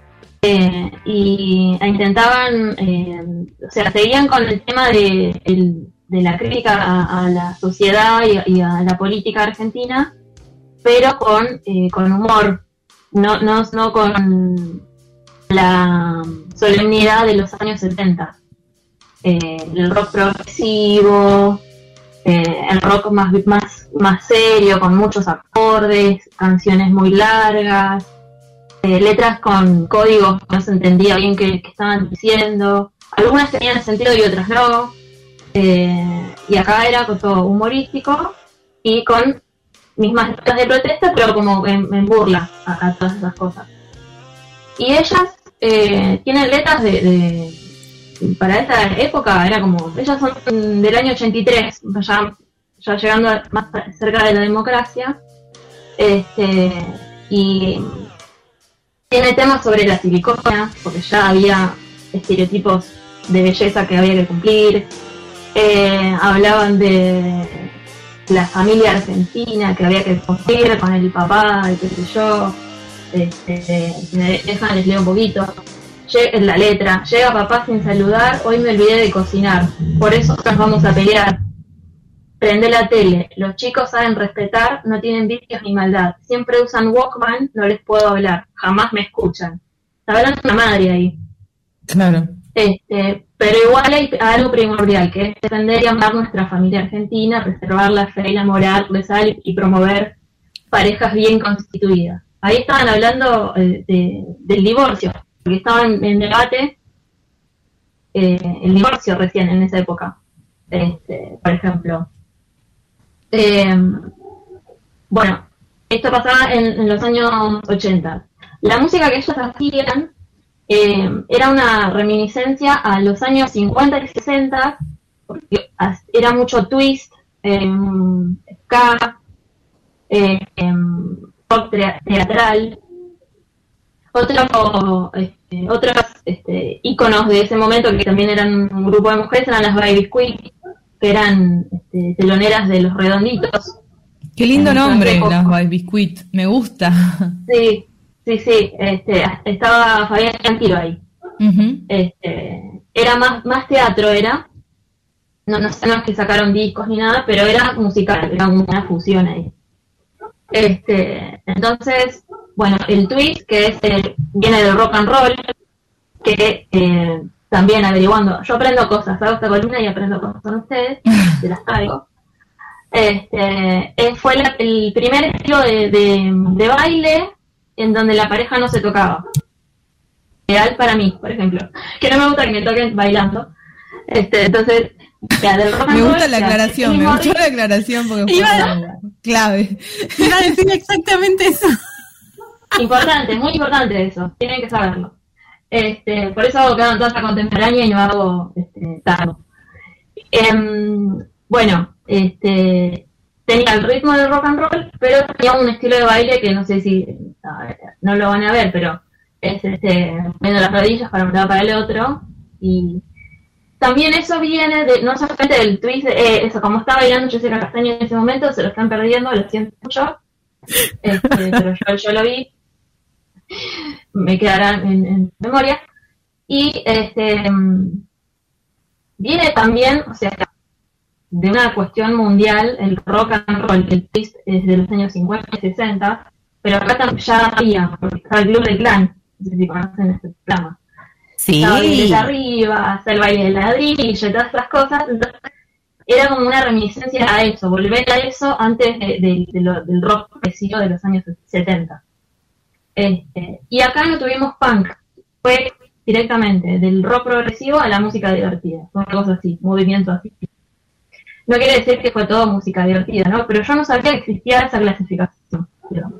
eh, y intentaban, eh, o sea, seguían con el tema de, el, de la crítica a, a la sociedad y, y a la política argentina, pero con, eh, con humor, no, no, no con la solemnidad de los años setenta. Eh, el rock progresivo, eh, el rock más, más, más serio, con muchos acordes, canciones muy largas, eh, letras con códigos que no se entendía bien qué, qué estaban diciendo. Algunas tenían sentido y otras no. Eh, y acá era todo humorístico y con mismas letras de protesta, pero como en, en burla a, a todas esas cosas. Y ellas eh, tienen letras de, de para esa época, era como, ellas son del año ochenta y tres, ya, ya llegando a, más cerca de la democracia, este, y tiene temas sobre la silicona, porque ya había estereotipos de belleza que había que cumplir, eh, hablaban de la familia argentina que había que cumplir con el papá, y qué sé yo, este, me dejan, les leo un poquito. En la letra, llega papá sin saludar, hoy me olvidé de cocinar, por eso nos vamos a pelear. Prende la tele, los chicos saben respetar, no tienen vicios ni maldad, siempre usan Walkman, no les puedo hablar, jamás me escuchan. Está hablando una madre ahí. Claro. Este, pero igual hay algo primordial, que es defender y amar nuestra familia argentina, preservar la fe y la moral, rezar y promover parejas bien constituidas. Ahí estaban hablando eh, de, del divorcio, porque estaba en, en debate eh, el divorcio recién en esa época, este, por ejemplo. Eh, bueno, esto pasaba en, en los años ochenta. La música que ellos hacían eh, era una reminiscencia a los años cincuenta y sesenta, porque era mucho twist, eh, ska, eh, eh, rock teatral. Otro, este, otros este, íconos de ese momento, que también eran un grupo de mujeres, eran las Baby Biscuit, que eran este, teloneras de Los Redonditos. Qué lindo en nombre, las Baby Biscuit, me gusta. Sí, sí, sí, este, estaba Fabián Cantilo ahí. Uh-huh. Este, era más, más teatro, era. No, no sé, no es que sacaron discos ni nada, pero era musical, era una fusión ahí. Este, entonces, bueno, el twist, que es el, viene del rock and roll, que eh, también averiguando, yo aprendo cosas, hago esta columna y aprendo cosas con ustedes, se las traigo. Este, eh, fue la, el primer estilo de, de, de baile en donde la pareja no se tocaba. Ideal para mí, por ejemplo, que no me gusta que me toquen bailando. Este, entonces, ya, del rock and me gusta roll, la ya, aclaración, me gustó la aclaración porque fue Iba- clave. Iba a decir exactamente eso. Importante, muy importante eso, tienen que saberlo. Este, por eso hago danza contemporánea y no hago este, tango. Em, bueno, este, tenía el ritmo del rock and roll, pero tenía un estilo de baile que no sé si a, no lo van a ver, pero es este, moviendo las rodillas para un lado para el otro. Y también eso viene de, no solamente del twist, eh, eso, como estaba bailando Jessica Castaño en ese momento, se lo están perdiendo, lo siento mucho, este, pero yo, yo lo vi, me quedará en, en memoria. Y este viene también, o sea, de una cuestión mundial, el rock and roll, el twist es de los años cincuenta y sesenta, pero acá tam- ya había, porque está el Club del Clan, no sé si conocen este programa. Sí. Estaba el baile de arriba, hasta el baile del ladrillo y todas estas cosas. Entonces, era como una reminiscencia a eso, volver a eso antes de, de, de lo, del rock progresivo de los años setenta. Este, y acá no tuvimos punk, fue directamente del rock progresivo a la música divertida, una cosa así, movimiento así. No quiere decir que fue todo música divertida, ¿no? Pero yo no sabía que existía esa clasificación. Digamos.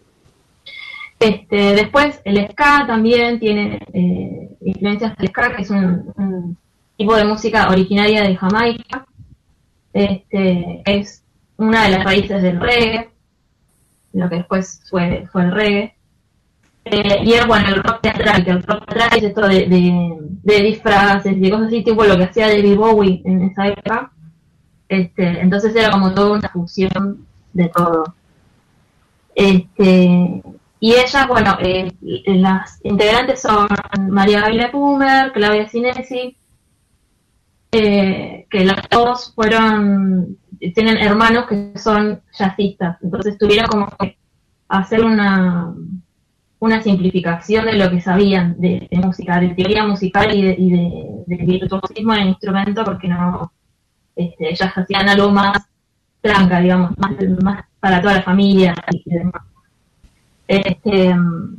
Este, después el ska también tiene eh, influencias del ska, que es un, un tipo de música originaria de Jamaica. Este, es una de las raíces del reggae, lo que después fue, fue el reggae. Eh, y era, bueno, el rock teatral, que el rock teatral es esto de, de, de disfraces y cosas así, tipo lo que hacía David Bowie en esa época. Este, entonces era como toda una fusión de todo. Este, y ellas, bueno, eh, las integrantes son María Gabriela Pumer, Claudia Sinesi, eh, que las dos fueron, tienen hermanos que son jazzistas, entonces tuvieron como que hacer una una simplificación de lo que sabían de, de música, de teoría musical y de, y de, de virtuosismo en el instrumento, porque no, este, ellas hacían algo más tranca, digamos, más, más para toda la familia y demás. Este,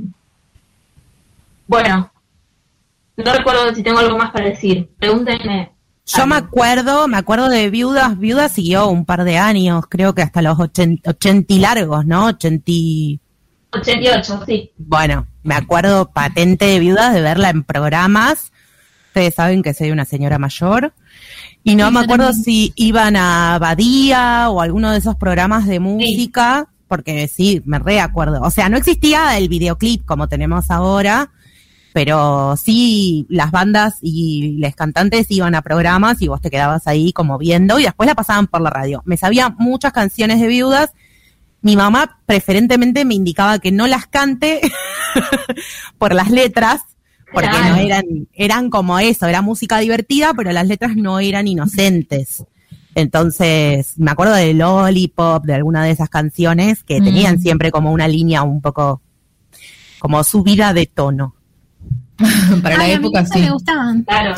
bueno, no recuerdo si tengo algo más para decir. Pregúntenme. Yo me acuerdo, me acuerdo de Viudas. Viudas siguió un par de años, creo que hasta los ochenta, ochenta y largos, ¿no? ochenta ochenta y ocho, sí. Bueno, me acuerdo patente de Viudas de verla en programas. Ustedes saben que soy una señora mayor. Y no Sí, me yo acuerdo también. si iban a Badía o alguno de esos programas de música, porque sí, me reacuerdo. O sea, no existía el videoclip como tenemos ahora, pero sí las bandas y los cantantes iban a programas y vos te quedabas ahí como viendo y después la pasaban por la radio. Me sabía muchas canciones de Viudas. Mi mamá preferentemente me indicaba que no las cante por las letras, porque Claro. no eran, eran como eso, era música divertida, pero las letras no eran inocentes. Entonces, me acuerdo de Lollipop, de alguna de esas canciones que Mm. tenían siempre como una línea un poco como subida de tono. Para la Ay, a mi época hija sí. le gustaban. Claro.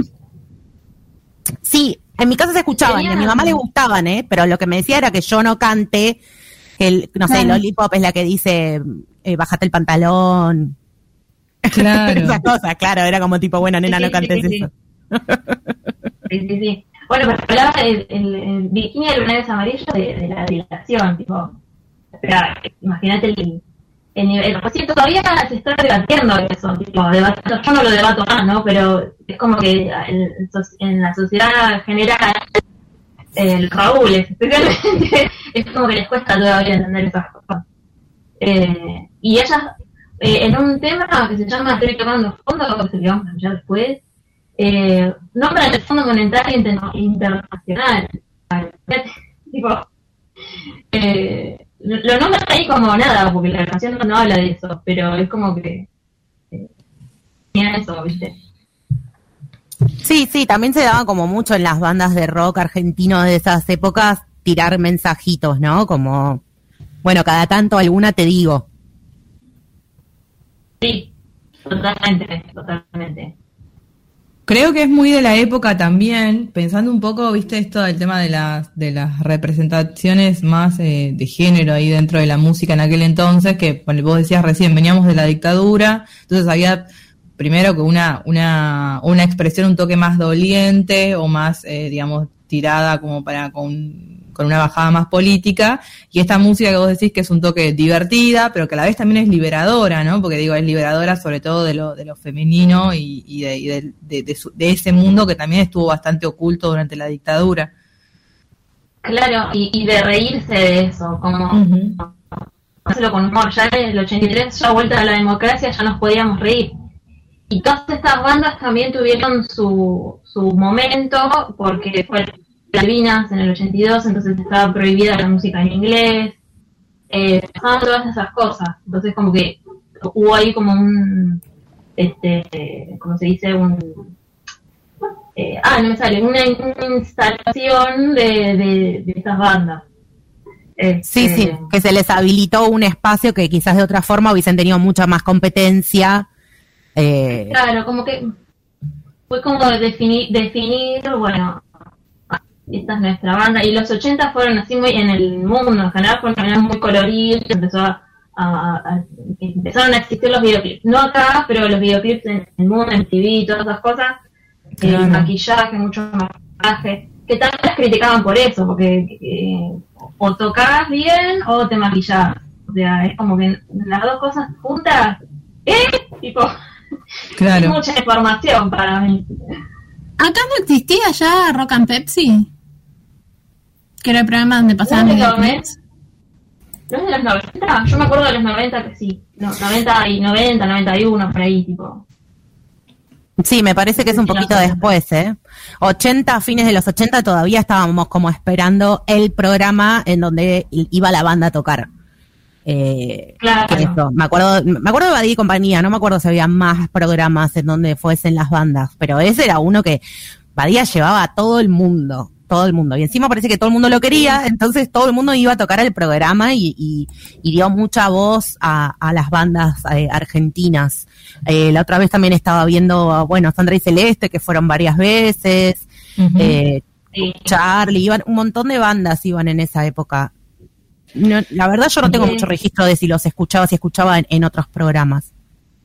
Sí, en mi casa se escuchaban y a mi mamá le gustaban, ¿eh? Pero lo que me decía era que yo no cante, que el, no sé, Claro. Lollipop es la que dice, eh, bájate el pantalón. Claro. Esas cosas, claro, era como tipo, bueno, nena, Sí, no sí, cantes sí, sí. eso. Sí, sí, sí. Bueno, pero hablaba el, el, el bikini de lunares amarillos de, de la dilación, tipo. Espera, imagínate el, el nivel. Por cierto, todavía se está debatiendo eso, tipo, debatiendo, yo no lo debato más, ¿no? Pero es como que el- en la sociedad general, el Raúl especialmente, es como que les cuesta todavía entender esas cosas. Eh, y ellas, eh, en un tema que se llama Estoy tocando fondo, que vamos a escuchar después, eh, nombran el Fondo Monetario Inter- Internacional. Tipo, eh, lo nombran ahí como nada, porque la canción no, no habla de eso, pero es como que eh, tiene eso, ¿viste? Sí, sí, también se daba como mucho en las bandas de rock argentino de esas épocas tirar mensajitos, ¿no? Como, bueno, cada tanto alguna te digo. Sí, totalmente, totalmente. Creo que es muy de la época también, pensando un poco, viste, esto del tema de las de las representaciones más eh, de género ahí dentro de la música en aquel entonces, que bueno, vos decías recién, veníamos de la dictadura, entonces había primero que una una una expresión un toque más doliente o más, eh, digamos, tirada como para con con una bajada más política, y esta música que vos decís que es un toque divertida, pero que a la vez también es liberadora, ¿no? Porque digo, es liberadora sobre todo de lo de lo femenino y, y, de, y de, de, de, su- de ese mundo que también estuvo bastante oculto durante la dictadura. Claro, y, y de reírse de eso, como Ujú. hacerlo con humor. Ya en el ochenta y tres, ya vuelta a la democracia, ya nos podíamos reír. Y todas estas bandas también tuvieron su, su momento, porque fue Malvinas en el ochenta y dos, entonces estaba prohibida la música en inglés, eh, pasaban todas esas cosas. Entonces como que hubo ahí como un, este, ¿cómo se dice? Un, eh, ah, no me sale, una, una instalación de, de, de estas bandas. Sí, Este, sí, que se les habilitó un espacio que quizás de otra forma hubiesen tenido mucha más competencia. Eh, Claro, como que fue como definir, definir, bueno, esta es nuestra banda. Y los ochenta fueron así muy en el mundo, en general fueron muy coloridos, empezó a, a- a- empezaron a existir los videoclips. No acá, pero los videoclips en el mundo, en T V, todas esas cosas, Claro. el maquillaje, mucho maquillaje, que también las criticaban por eso, porque eh, o tocabas bien o te maquillabas. O sea, es como que las dos cosas juntas, ¿eh? Tipo... Claro. Es mucha información para mí. Acá no existía ya Rock and Pepsi, que era el programa donde pasaban No, videoclips. ¿No es de los noventa? Yo me acuerdo de los noventa que sí. No, noventa y noventa, noventa y uno, por ahí, tipo. Sí, me parece que es un poquito después, ¿eh? ochenta, fines de los ochenta, todavía estábamos como esperando el programa en donde iba la banda a tocar. Eh, Claro. que eso, me acuerdo, me acuerdo de Badía y compañía, no me acuerdo si había más programas en donde fuesen las bandas, pero ese era uno que Badía llevaba a todo el mundo, todo el mundo, y encima parece que todo el mundo lo quería, entonces todo el mundo iba a tocar el programa y, y, y dio mucha voz a, a las bandas eh, argentinas. Eh, la otra vez también estaba viendo, bueno, Sandra y Celeste, que fueron varias veces, Ujú. eh, Sí. Charlie, iban, un montón de bandas iban en esa época. No, la verdad yo no tengo Sí. mucho registro de si los escuchaba, si escuchaba en, en otros programas.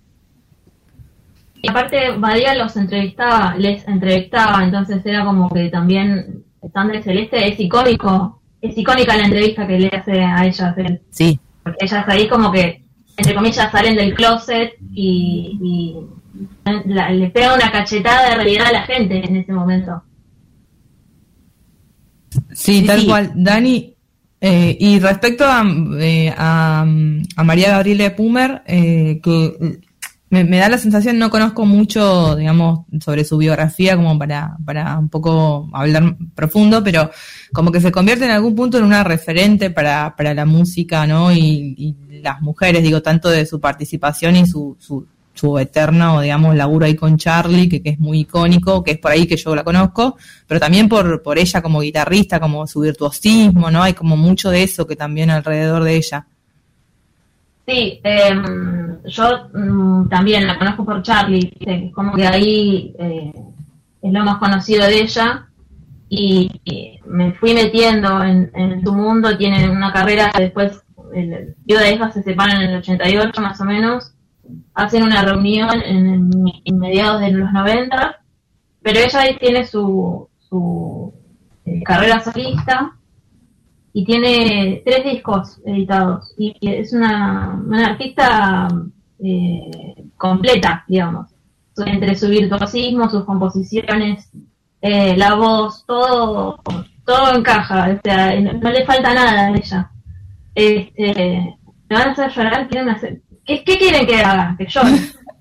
Y aparte, Badía los entrevistaba, les entrevistaba, entonces era como que también Sandra y Celeste es icónico, es icónica la entrevista que le hace a ellas él. Sí, Porque ellas ahí como que, entre comillas, salen del closet y, y la- le pega una cachetada de realidad a la gente en ese momento. Sí, Sí, tal sí. cual. Dani, eh, y respecto a, eh, a, a María Gabriela Pumer, eh, que me, me da la sensación, no conozco mucho, digamos, sobre su biografía como para, para un poco hablar profundo, pero como que se convierte en algún punto en una referente para, para la música, ¿no? Y, y las mujeres, digo, tanto de su participación y su, su, su eterno, digamos, laburo ahí con Charlie, que, que es muy icónico, que es por ahí que yo la conozco, pero también por, por ella como guitarrista, como su virtuosismo, ¿no? Hay como mucho de eso que también alrededor de ella. Sí, eh, yo mm, también la conozco por Charlie, ¿viste? Como que ahí eh, es lo más conocido de ella y, y me fui metiendo en, en su mundo. Tiene una carrera que después, el Viuda de Hijas se separan en el ochenta y ocho más o menos, hacen una reunión en, en mediados de los noventa, pero ella ahí tiene su, su eh, carrera solista y tiene tres discos editados y es una, una artista eh, completa, digamos, entre su virtuosismo, sus composiciones, eh, la voz, todo todo encaja, o sea, no, no le falta nada a ella. Este, me van a hacer llorar, quieren hacer, ¿qué, qué quieren que haga? Que llore.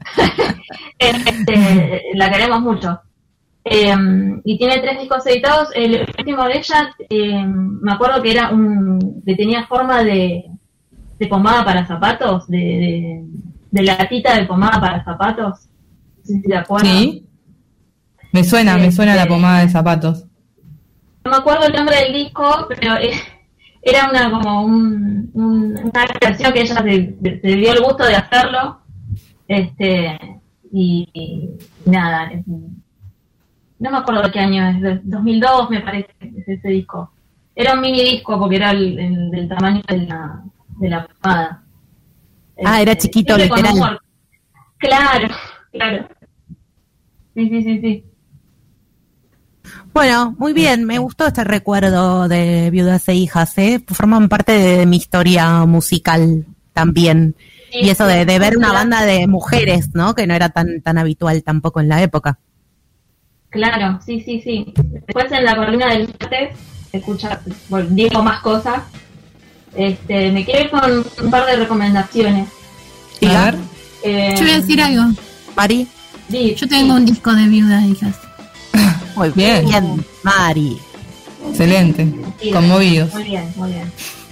este, la queremos mucho. Eh, y tiene tres discos editados. El último de ella, eh, me acuerdo que era un, que tenía forma de, de pomada para zapatos, de, de, de latita de pomada para zapatos. No sé si te acuerdas. Sí. Me suena, me suena la pomada de zapatos. No me acuerdo el nombre del disco, pero eh, era una como un, un, una versión que ella se, se dio el gusto de hacerlo. Este, y, y nada. eh, No me acuerdo de qué año es, del dos mil dos me parece que es ese disco. Era un mini disco porque era el, el del tamaño de la, de la pomada. Ah, era chiquito, siempre con literal. humor. Claro, claro. Sí, sí, sí, sí. bueno, muy bien, me gustó este recuerdo de Viudas e Hijas, ¿eh? Forman parte de mi historia musical también. Sí, Y eso sí, de, de ver una claro. banda de mujeres, ¿no? Que no era tan tan habitual tampoco en la época. Claro, sí, sí, sí. Después en la columna del martes, escucha, bueno, digo más cosas. Este, me quiero ir con un par de recomendaciones. A ver. Eh, Yo voy a decir algo. Mari, di- Yo tengo un disco de Viudas e Hijas. muy Bien. bien, Mari. Excelente. sí, Conmovidos. Muy bien, muy bien.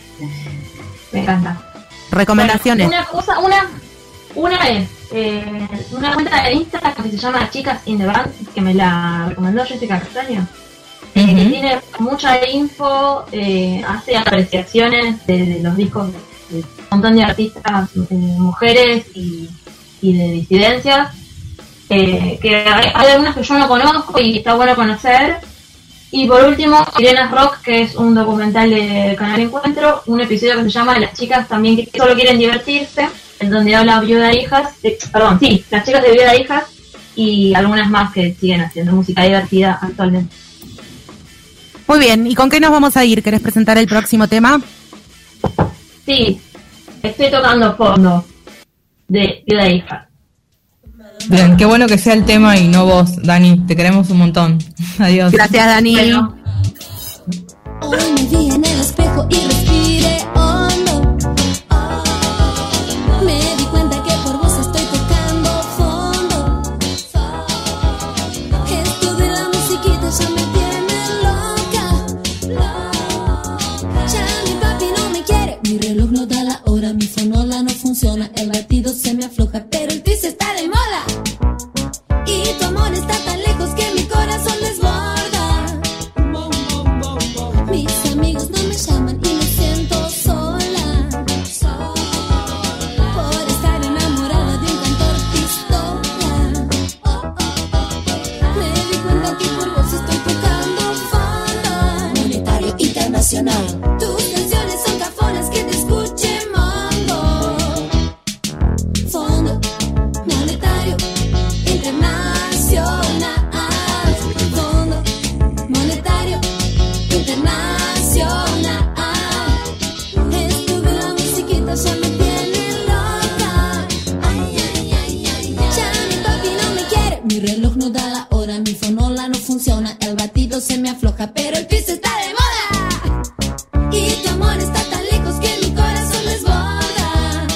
Me encanta. Recomendaciones. Bueno, una cosa, una, una es eh, una cuenta de Instagram que se llama Chicas in the Band, que me la recomendó Jessica Castaño. Eh, que Ujú. tiene mucha info, eh, hace apreciaciones de, de los discos de, de un montón de artistas, eh, mujeres y, y de disidencias, eh, que hay, hay algunas que yo no conozco y está bueno conocer. Y por último, Sirenas Rock, que es un documental de Canal Encuentro, un episodio que se llama Las chicas también que solo quieren divertirse, en donde habla Viuda e Hijas, eh, perdón, sí, las chicas de Viuda e Hijas y algunas más que siguen haciendo música divertida actualmente. Muy bien, ¿y con qué nos vamos a ir? ¿Querés presentar el próximo tema? Sí, estoy tocando fondo de Viuda e Hijas. Bien, qué bueno que sea el tema y no vos, Dani. Te queremos un montón. Adiós. Gracias, Dani. Bueno, Hoy me vi en el espejo y respiré hondo. funciona, el latido se me afloja, pero el twist está de moda. Y tu amor está tan lejos que mi corazón desborda. Mis amigos no me llaman y me siento sola, sola, por estar enamorada de un cantor pistola. Me di cuenta que por vos estoy tocando fondo. Monetario internacional. Tus canciones son cafonas, que te escuche mongo. Fondo monetario internacional. Fondo monetario internacional. Estuve en la musiquita, ya me tiene loca. Ay, ay, ay, ay, ay. Ya mi papi no me quiere, mi reloj no da la hora, mi fonola no funciona, el batido se me afloja, pero el piso está de moda. Y tu amor está tan lejos que mi corazón desborda.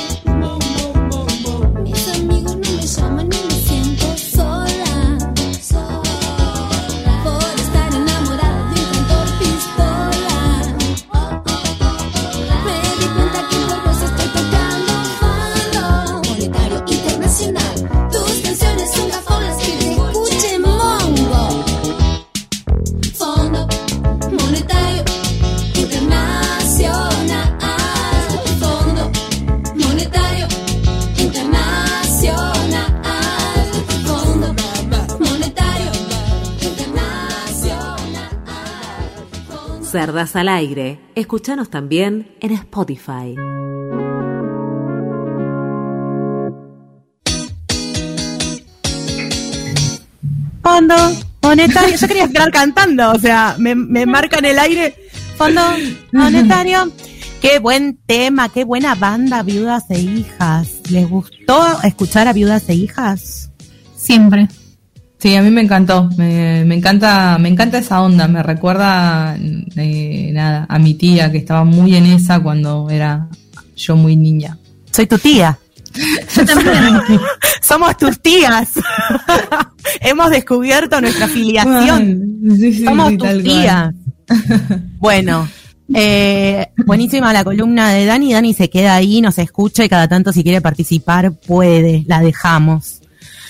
Mis amigos no me llaman y me siento sola, sola, por estar enamorada de un cantor pistola. Me di cuenta que por vos estoy tocando fondo. Monetario internacional. Tus canciones son cafonas, que te escuche mongo. Fondo monetario internacional. Fondo monetario internacional. Fondo monetario internacional. Cerdas al aire. Escúchanos también en Spotify. Fondo monetario. Yo quería quedar cantando, o sea, me, me marcan el aire. Fondo monetario. Qué buen tema, qué buena banda, Viudas e Hijas. ¿Les gustó escuchar a Viudas e Hijas? Siempre. Sí, a mí me encantó, me, me encanta, me encanta esa onda, me recuerda eh, nada, a mi tía que estaba muy en esa cuando era yo muy niña. Soy tu tía. Yo también. Somos tus tías. Hemos descubierto nuestra filiación. Sí, sí, Somos sí, tus tal tías. Bueno, eh, buenísima la columna de Dani. Dani se queda ahí, nos escucha y cada tanto si quiere participar puede, la dejamos.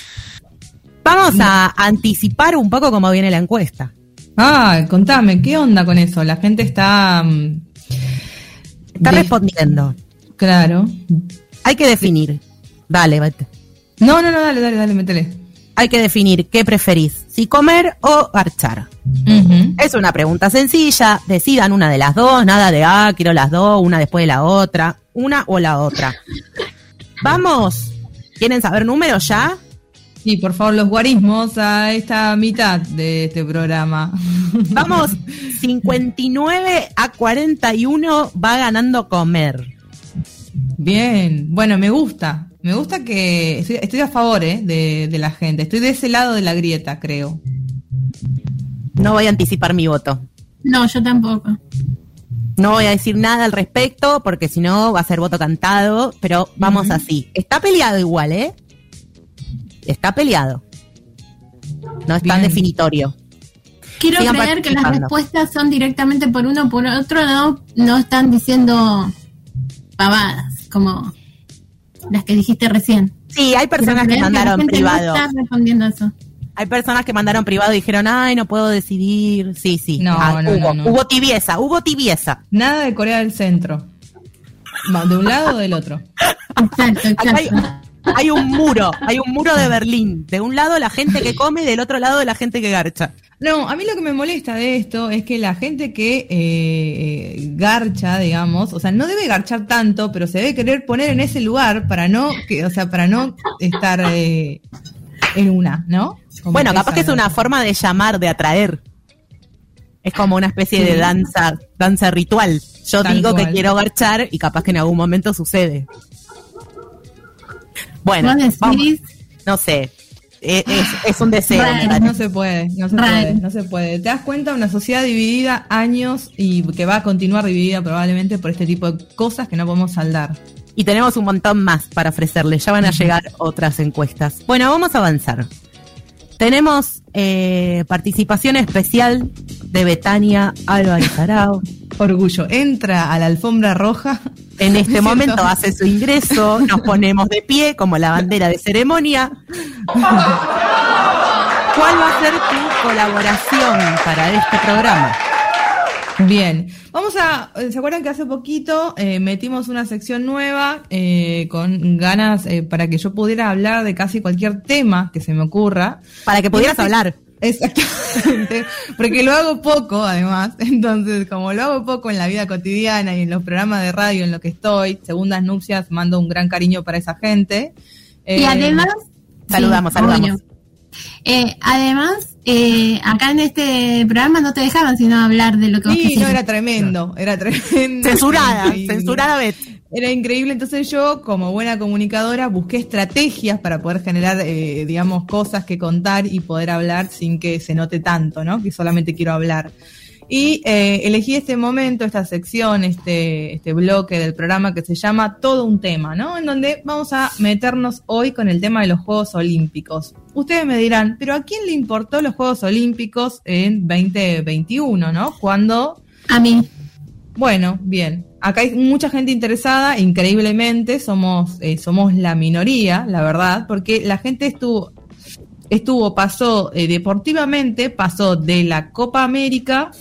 Vamos a anticipar un poco cómo viene la encuesta. Ah, contame, ¿qué onda con eso? La gente está... mm, Está de- respondiendo. Claro. Hay que definir. Dale, vete. No, no, no, dale, dale, dale, métele. Hay que definir qué preferís, si comer o garchar. Ujú. Es una pregunta sencilla, decidan una de las dos, nada de, ah, quiero las dos, una después de la otra, una o la otra. Vamos, ¿quieren saber números ya? Sí, por favor, los guarismos a esta mitad de este programa. Vamos, cincuenta y nueve a cuarenta y uno va ganando comer. Bien, bueno, me gusta. Me gusta que estoy, estoy a favor eh, de, de la gente. Estoy de ese lado de la grieta, creo. No voy a anticipar mi voto. No, yo tampoco. No voy a decir nada al respecto porque si no va a ser voto cantado, pero vamos Ujú. así. Está peleado igual, ¿eh? Está peleado. No es tan Bien. definitorio. Quiero Sigan creer que las participando. respuestas son directamente por uno o por otro, no, no están diciendo pavadas, como las que dijiste recién. Sí, hay personas Quiero que creer mandaron la gente privado. No está respondiendo eso. Hay personas que mandaron privado y dijeron, ay, no puedo decidir. Sí, sí. No, Ah, no, hubo, no, no. hubo tibieza, hubo tibieza. Nada de Corea del Centro. Va, ¿de un lado o del otro? Exacto, Acá hay, exacto. hay un muro, hay un muro de Berlín. De un lado la gente que come y del otro lado la gente que garcha. No, a mí lo que me molesta de esto es que la gente que eh, garcha, digamos, o sea, no debe garchar tanto, pero se debe querer poner en ese lugar para no, que, o sea, para no estar eh, en una, ¿no? Como Bueno, capaz esa- que es una forma de llamar, de atraer. Es como una especie de Sí. danza, danza ritual. Yo Tal digo cual. que quiero garchar y capaz que en algún momento sucede. Bueno, Vos vamos. decís, No sé. Es, es, es un deseo. Bueno, me parece. No se puede, no se Right. puede, no se puede. Te das cuenta, una sociedad dividida años y que va a continuar dividida probablemente por este tipo de cosas que no podemos saldar. Y tenemos un montón más para ofrecerles. Ya van a llegar otras encuestas. Bueno, vamos a avanzar. Tenemos eh, participación especial de Betania Álvarez Arau. orgullo. Entra a la alfombra roja. En este Siento- momento hace su ingreso, nos ponemos de pie como la bandera de ceremonia. ¿Cuál va a ser tu colaboración para este programa? Bien, vamos a, ¿se acuerdan que hace poquito eh, metimos una sección nueva eh, con ganas eh, para que yo pudiera hablar de casi cualquier tema que se me ocurra? Para que pudieras Y ese- hablar. Exactamente, porque lo hago poco además, entonces como lo hago poco en la vida cotidiana y en los programas de radio en los que estoy, Segundas Nupcias, mando un gran cariño para esa gente. Y Eh, además... Saludamos, sí, saludamos. obvio. Eh, además, eh, acá en este programa no te dejaban sino hablar de lo que vos Sí, quisieras. no, era tremendo, era tremendo. Censurada, Increíble. censurada Bet. Era increíble, entonces yo, como buena comunicadora, busqué estrategias para poder generar, eh, digamos, cosas que contar y poder hablar sin que se note tanto, ¿no? Que solamente quiero hablar. Y eh, elegí este momento, esta sección, este, este bloque del programa que se llama Todo un tema, ¿no? En donde vamos a meternos hoy con el tema de los Juegos Olímpicos. Ustedes me dirán, ¿pero a quién le importó los Juegos Olímpicos en veinte veintiuno, ¿no? Cuando... A mí. Bueno, bien. Acá hay mucha gente interesada, increíblemente, somos, eh, somos la minoría, la verdad, porque la gente estuvo, estuvo, pasó, eh, deportivamente, pasó de la Copa América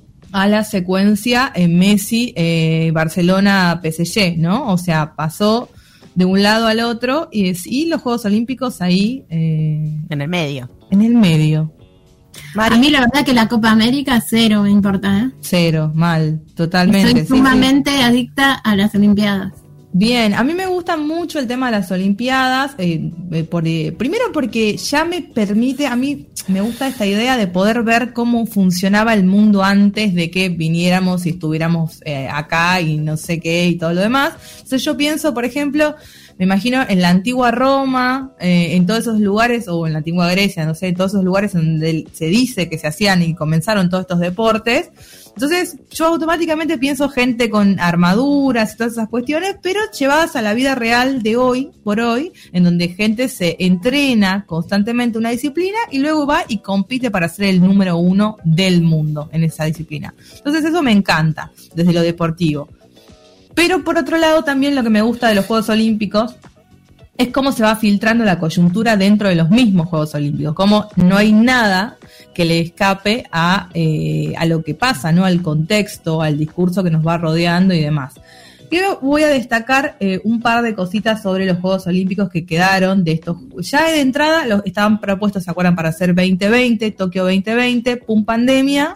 a la secuencia en Messi, eh, Barcelona, P S G, ¿no? O sea, pasó de un lado al otro y, es, y los Juegos Olímpicos ahí, eh, En el medio. en el medio. A mí la verdad que la Copa América cero me importa, ¿eh? Cero, mal, totalmente. Soy sí, sí. sumamente adicta a las Olimpiadas. Bien, a mí me gusta mucho el tema de las Olimpiadas, eh, eh, por, eh, primero porque ya me permite, a mí me gusta esta idea de poder ver cómo funcionaba el mundo antes de que viniéramos y estuviéramos eh, acá y no sé qué y todo lo demás. Entonces yo pienso, por ejemplo, me imagino en la antigua Roma, eh, en todos esos lugares, o en la antigua Grecia, no sé, en todos esos lugares donde se dice que se hacían y comenzaron todos estos deportes. Entonces yo automáticamente pienso gente con armaduras y todas esas cuestiones, pero llevadas a la vida real de hoy, por hoy, en donde gente se entrena constantemente una disciplina y luego va y compite para ser el número uno del mundo en esa disciplina. Entonces eso me encanta, desde lo deportivo. Pero por otro lado también lo que me gusta de los Juegos Olímpicos es cómo se va filtrando la coyuntura dentro de los mismos Juegos Olímpicos, cómo no hay nada que le escape a, eh, a lo que pasa, ¿no? Al contexto, al discurso que nos va rodeando y demás. Yo voy a destacar eh, un par de cositas sobre los Juegos Olímpicos que quedaron de estos. Ya de entrada los estaban propuestos, ¿se acuerdan? Para hacer veinte veinte, Tokio veinte veinte, pum pandemia.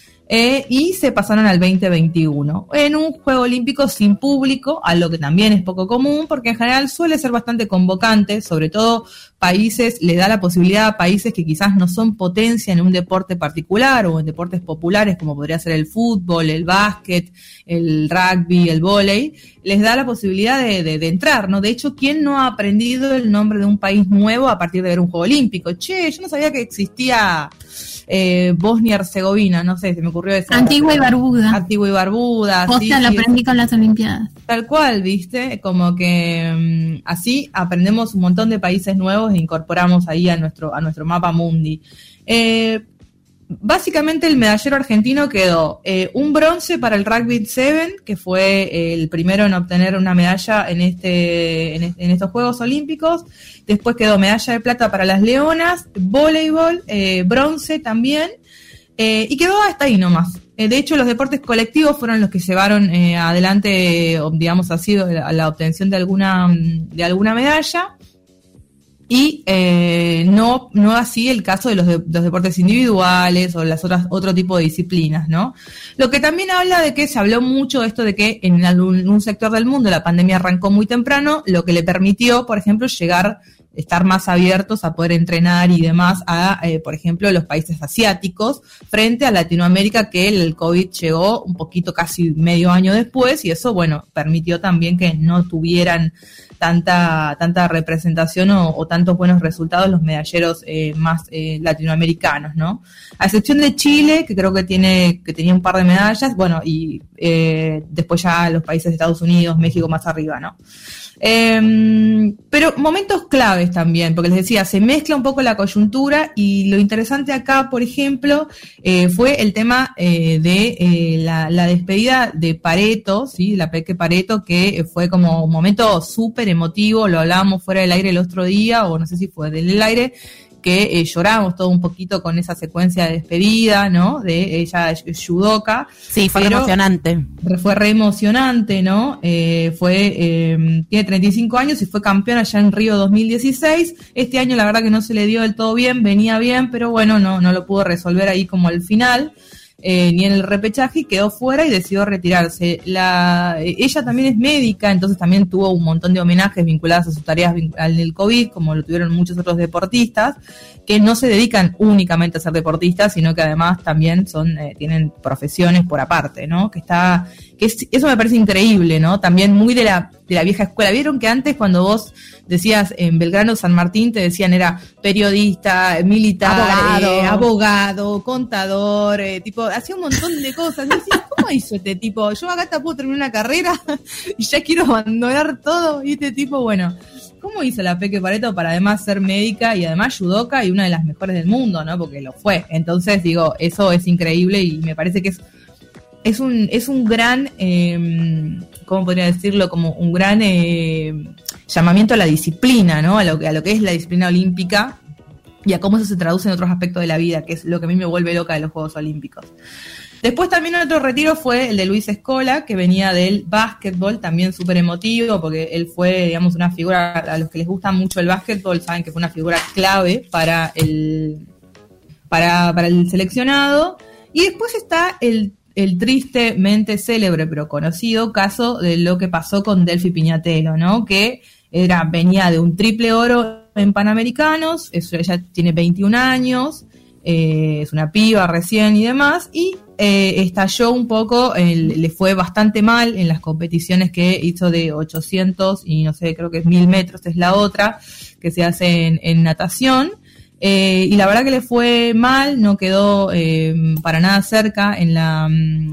Eh, y se pasaron al veinte veintiuno en un Juego Olímpico sin público, a lo que también es poco común, porque en general suele ser bastante convocante, sobre todo países, le da la posibilidad a países que quizás no son potencia en un deporte particular o en deportes populares como podría ser el fútbol, el básquet, el rugby, el vóley, les da la posibilidad de, de, de entrar, ¿no? De hecho, ¿quién no ha aprendido el nombre de un país nuevo a partir de ver un Juego Olímpico? Che, yo no sabía que existía eh, Bosnia-Herzegovina, no sé, se me ocurrió eso. Antigua y Barbuda. Antigua y Barbuda. Posta, sí, lo sí, aprendí con las Olimpiadas. tal cual, ¿viste? Como que mm, así aprendemos un montón de países nuevos e incorporamos ahí a nuestro, a nuestro mapa mundi. Eh, básicamente el medallero argentino quedó eh, un bronce para el Rugby siete, que fue el primero en obtener una medalla en, este, en, en estos Juegos Olímpicos. Después quedó medalla de plata para las Leonas, voleibol, eh, bronce también. Eh, y quedó hasta ahí nomás. Eh, de hecho, los deportes colectivos fueron los que llevaron eh, adelante, o, digamos así, la, la obtención de alguna, de alguna medalla. Y eh, no, no así el caso de los, de los deportes individuales o las otras otro tipo de disciplinas, ¿no? Lo que también habla de que se habló mucho de esto de que en algún, en un sector del mundo la pandemia arrancó muy temprano, lo que le permitió, por ejemplo, llegar, estar más abiertos a poder entrenar y demás a, eh, por ejemplo, los países asiáticos frente a Latinoamérica, que el, el COVID llegó un poquito casi medio año después y eso, bueno, permitió también que no tuvieran tanta tanta representación o, o tantos buenos resultados los medalleros eh, más eh, latinoamericanos, ¿no? A excepción de Chile, que creo que tiene que tenía un par de medallas, bueno, y eh, después ya los países de Estados Unidos, México más arriba, ¿no? Eh, pero momentos claves también, porque les decía, se mezcla un poco la coyuntura y lo interesante acá, por ejemplo, eh, fue el tema eh, de eh, la, la despedida de Pareto, ¿sí? La Peque Pareto, que fue como un momento súper emotivo, lo hablábamos fuera del aire el otro día, o no sé si fue del aire, que eh, lloramos todo un poquito con esa secuencia de despedida, ¿no? De ella judoka. Sí, fue re emocionante. Fue re emocionante, ¿no? Eh, fue, eh, tiene treinta y cinco años y fue campeona ya en Río dos mil dieciséis. Este año la verdad que no se le dio del todo bien, venía bien, pero bueno, no, no lo pudo resolver ahí como al final. Eh, ni en el repechaje, y quedó fuera y decidió retirarse. La, ella también es médica, entonces también tuvo un montón de homenajes vinculados a sus tareas al del COVID, como lo tuvieron muchos otros deportistas, que no se dedican únicamente a ser deportistas, sino que además también son eh, tienen profesiones por aparte, ¿no? Que está, que es, eso me parece increíble, ¿no? También muy de la, de la vieja escuela. ¿Vieron que antes cuando vos decías en Belgrano San Martín te decían era periodista, militar, abogado, eh, abogado contador, eh, tipo, hacía un montón de cosas? Y decías, ¿cómo hizo este tipo? Yo acá te puedo terminar una carrera y ya quiero abandonar todo. Y este tipo, bueno, ¿cómo hizo la Peque Pareto para además ser médica y además judoka y una de las mejores del mundo, ¿no? Porque lo fue. Entonces, digo, eso es increíble y me parece que es es un es un gran, eh, ¿cómo podría decirlo? Como un gran eh, llamamiento a la disciplina, ¿no? A lo, a lo que es la disciplina olímpica y a cómo eso se traduce en otros aspectos de la vida, que es lo que a mí me vuelve loca de los Juegos Olímpicos. Después también otro retiro fue el de Luis Scola, que venía del básquetbol, también súper emotivo, porque él fue, digamos, una figura, a los que les gusta mucho el básquetbol, saben que fue una figura clave para el, para, para el seleccionado. Y después está el, el tristemente célebre, pero conocido caso de lo que pasó con Delphi Piñatelo, ¿no? Que era, venía de un triple oro en Panamericanos, eso, ella tiene veintiún años, eh, es una piba recién y demás, y Eh, estalló un poco, eh, le fue bastante mal en las competiciones que hizo de ochocientos y no sé, creo que es mil metros es la otra, que se hace en, en natación, eh, y la verdad que le fue mal, no quedó eh, para nada cerca en, la,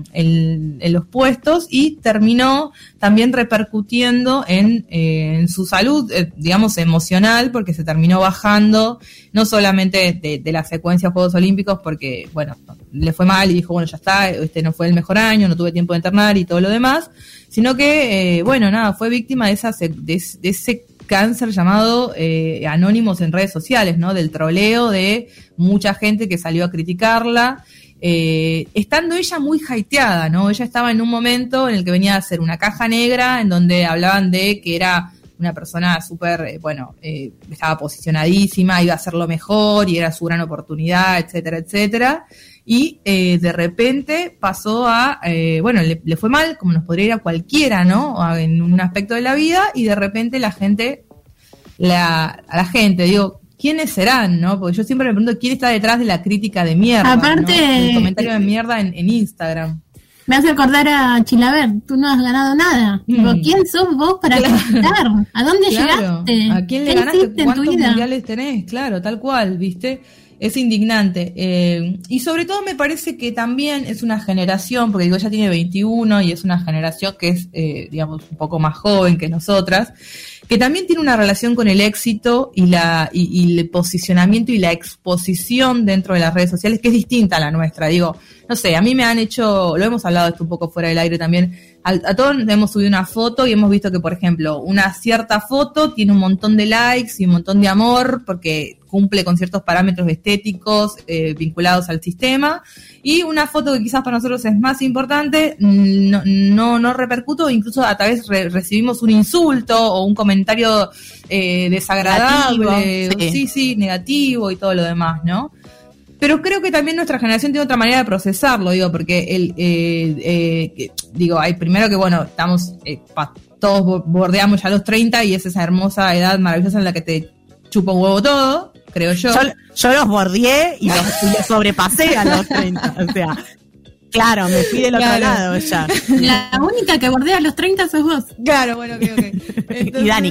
en, en los puestos y terminó también repercutiendo en, eh, en su salud, eh, digamos, emocional, porque se terminó bajando, no solamente de, de la secuencia de Juegos Olímpicos, porque, bueno, le fue mal y dijo, bueno, ya está, este no fue el mejor año, no tuve tiempo de entrenar y todo lo demás, sino que, eh, bueno, nada, fue víctima de, esa, de, de ese cáncer llamado eh, anónimos en redes sociales, ¿no? Del troleo de mucha gente que salió a criticarla, eh, estando ella muy hateada, ¿no? Ella estaba en un momento en el que venía a hacer una caja negra, en donde hablaban de que era una persona súper, eh, bueno, eh, estaba posicionadísima, iba a hacerlo mejor y era su gran oportunidad, etcétera, etcétera. Y eh, de repente pasó a, eh, bueno, le, le fue mal, como nos podría ir a cualquiera, ¿no? A, en un aspecto de la vida, y de repente la gente, la, a la gente, digo, ¿quiénes serán, no? Porque yo siempre me pregunto quién está detrás de la crítica de mierda, Aparte, ¿no? El comentario de mierda en, en Instagram. Me hace acordar a Chilaver, tú no has ganado nada. Mm. Digo, ¿quién sos vos para Claro. criticar? ¿A dónde Claro. llegaste? ¿A quién le ¿Qué ganaste? hiciste en tu ¿Cuántos vida? mundiales tenés? Claro, tal cual, ¿viste? Es indignante. Eh, y sobre todo me parece que también es una generación, porque digo, ella tiene veintiuno y es una generación que es, eh, digamos, un poco más joven que nosotras, que también tiene una relación con el éxito y la y, y el posicionamiento y la exposición dentro de las redes sociales que es distinta a la nuestra. Digo, no sé, a mí me han hecho, lo hemos hablado esto un poco fuera del aire también, a, a todos hemos subido una foto y hemos visto que, por ejemplo, una cierta foto tiene un montón de likes y un montón de amor porque cumple con ciertos parámetros estéticos eh, vinculados al sistema, y una foto que quizás para nosotros es más importante no no, no repercute, o incluso a través re, recibimos un insulto o un comentario eh, desagradable, Negativo, sí. sí, sí, negativo y todo lo demás, ¿no? Pero creo que también nuestra generación tiene otra manera de procesarlo, digo, porque el eh, eh, que, digo, hay primero que, bueno, estamos, eh, pa, todos bordeamos ya los treinta y es esa hermosa edad maravillosa en la que te chupa un huevo todo, creo yo. Yo, yo los bordeé y los, y los sobrepasé a los treinta, o sea, Claro, me fui del otro Claro. lado ya. La única que bordea los treinta sos vos. Claro, bueno, ok, ok. Entonces, Y Dani.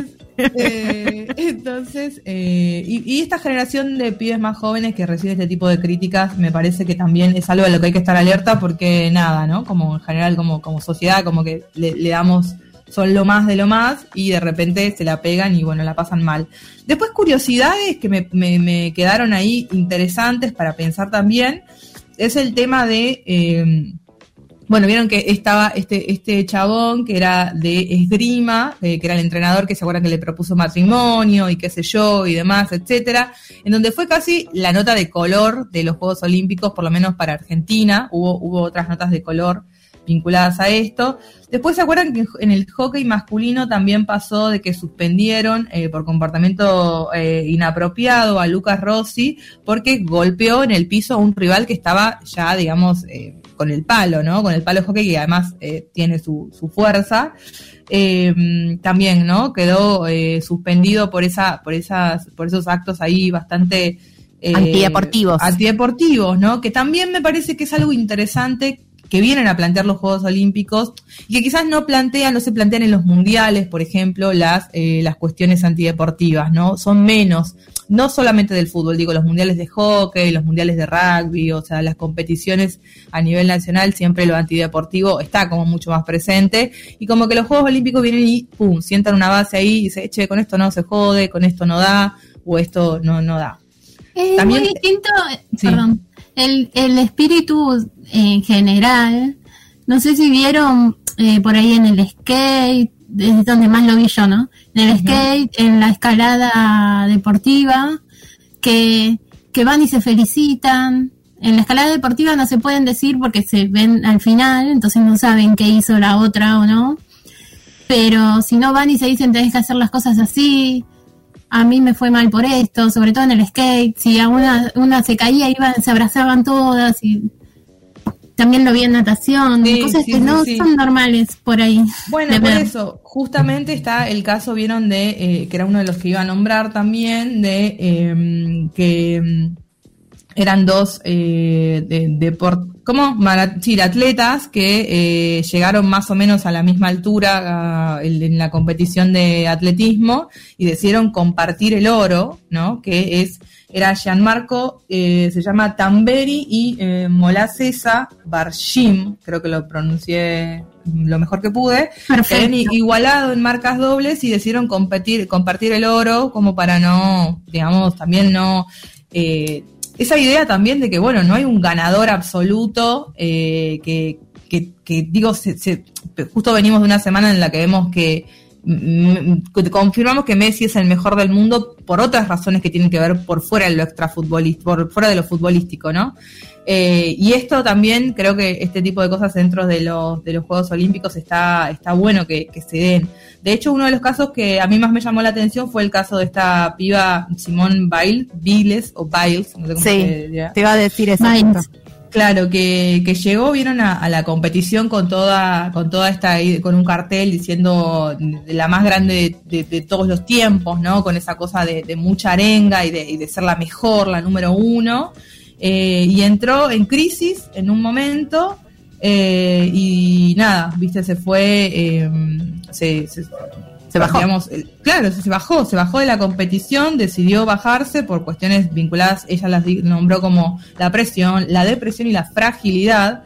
eh, entonces, eh, y, y esta generación de pibes más jóvenes que recibe este tipo de críticas, me parece que también es algo a lo que hay que estar alerta, porque nada, ¿no? Como en general, como, como sociedad, como que le, le damos, son lo más de lo más, y de repente se la pegan y bueno, la pasan mal. Después, curiosidades que me, me, me quedaron ahí interesantes para pensar también, es el tema de... Eh, Bueno, vieron que estaba este este chabón que era de esgrima, eh, que era el entrenador que se acuerdan que le propuso matrimonio y qué sé yo y demás, etcétera, en donde fue casi la nota de color de los Juegos Olímpicos, por lo menos para Argentina. Hubo hubo otras notas de color vinculadas a esto. Después se acuerdan que en el hockey masculino también pasó de que suspendieron eh, por comportamiento eh, inapropiado a Lucas Rossi porque golpeó en el piso a un rival que estaba ya, digamos, eh, con el palo, ¿no? Con el palo de hockey, que además eh, tiene su, su fuerza. Eh, también, ¿no? Quedó eh, suspendido por esa, por esas, por esos actos ahí bastante eh, Antideportivos. Antideportivos, ¿no? Que también me parece que es algo interesante que vienen a plantear los Juegos Olímpicos y que quizás no plantean, no se plantean en los mundiales, por ejemplo, las eh, las cuestiones antideportivas, ¿no? Son menos, no solamente del fútbol, digo, los mundiales de hockey, los mundiales de rugby, o sea, las competiciones a nivel nacional, siempre lo antideportivo está como mucho más presente, y como que los Juegos Olímpicos vienen y pum, sientan una base ahí y dicen, che, con esto no se jode, con esto no da, o esto no, no da. Es También- muy distinto, Sí. perdón, el, el espíritu en general. No sé si vieron eh, por ahí en el skate, es donde más lo vi yo, ¿no? En el skate, en la escalada deportiva, que, que van y se felicitan. En la escalada deportiva no se pueden decir porque se ven al final, entonces no saben qué hizo la otra o no. Pero si no van y se dicen tenés que hacer las cosas así, a mí me fue mal por esto, sobre todo en el skate, si a una, una se caía, iban, se abrazaban todas, y también lo vi en natación, Sí, cosas sí, que sí, no sí. son normales por ahí. Bueno, de por ver. eso, justamente está el caso, vieron, de, eh, que era uno de los que iba a nombrar también, de eh, que mm, eran dos eh, de, de por, ¿cómo? Mara- sí, de atletas que eh, llegaron más o menos a la misma altura ah, en, en la competición de atletismo y decidieron compartir el oro, ¿no? Que es era Gianmarco, eh, se llama Tamberi y eh, Molasesa Barshim, creo que lo pronuncié lo mejor que pude, Perfecto. que habían i- igualado en marcas dobles y decidieron competir, compartir el oro como para no, digamos, también no... Eh, esa idea también de que, bueno, no hay un ganador absoluto, eh, que, que, que digo, se, se, justo venimos de una semana en la que vemos que mm, confirmamos que Messi es el mejor del mundo por otras razones que tienen que ver por fuera de lo extrafutbolístico, por fuera de lo futbolístico, ¿no? Eh, y esto también, creo que este tipo de cosas dentro de los, de los Juegos Olímpicos está, está bueno que, que se den. De hecho, uno de los casos que a mí más me llamó la atención fue el caso de esta piba Simone Biles, Biles o Biles, no sé cómo Sí, se dirá. te iba a decir eso. Biles. justo. Claro, que, que llegó, vieron a, a la competición con toda, con toda esta, con un cartel diciendo de la más grande de, de, de todos los tiempos, ¿no? Con esa cosa de, de mucha arenga y de, y de ser la mejor, la número uno. Eh, y entró en crisis en un momento, eh, y nada, viste, se fue, eh, se, se, Se bajó. digamos, el- claro, se, se bajó, se bajó de la competición, decidió bajarse por cuestiones vinculadas, ella las di- nombró como la presión, la depresión y la fragilidad,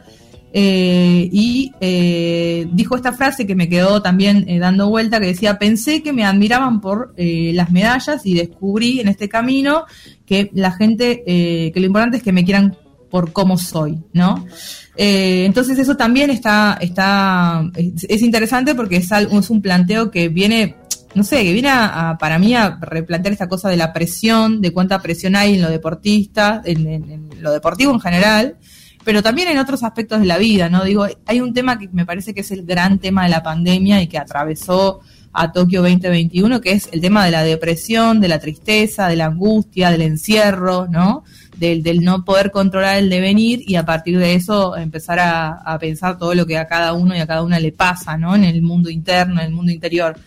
eh, y eh, dijo esta frase que me quedó también eh, dando vuelta, que decía, pensé que me admiraban por eh, las medallas y descubrí en este camino que la gente, eh, que lo importante es que me quieran por cómo soy, ¿no? Eh, entonces eso también está, está, es, es interesante porque es, algo, es un planteo que viene, no sé, que viene a, a, para mí a replantear esta cosa de la presión, de cuánta presión hay en lo deportista, en, en, en lo deportivo en general, pero también en otros aspectos de la vida, ¿no? Digo, hay un tema que me parece que es el gran tema de la pandemia y que atravesó a Tokio veinte veintiuno, que es el tema de la depresión, de la tristeza, de la angustia, del encierro, ¿no? Del, del no poder controlar el devenir y a partir de eso empezar a, a pensar todo lo que a cada uno y a cada una le pasa, ¿no? En el mundo interno, en el mundo interior.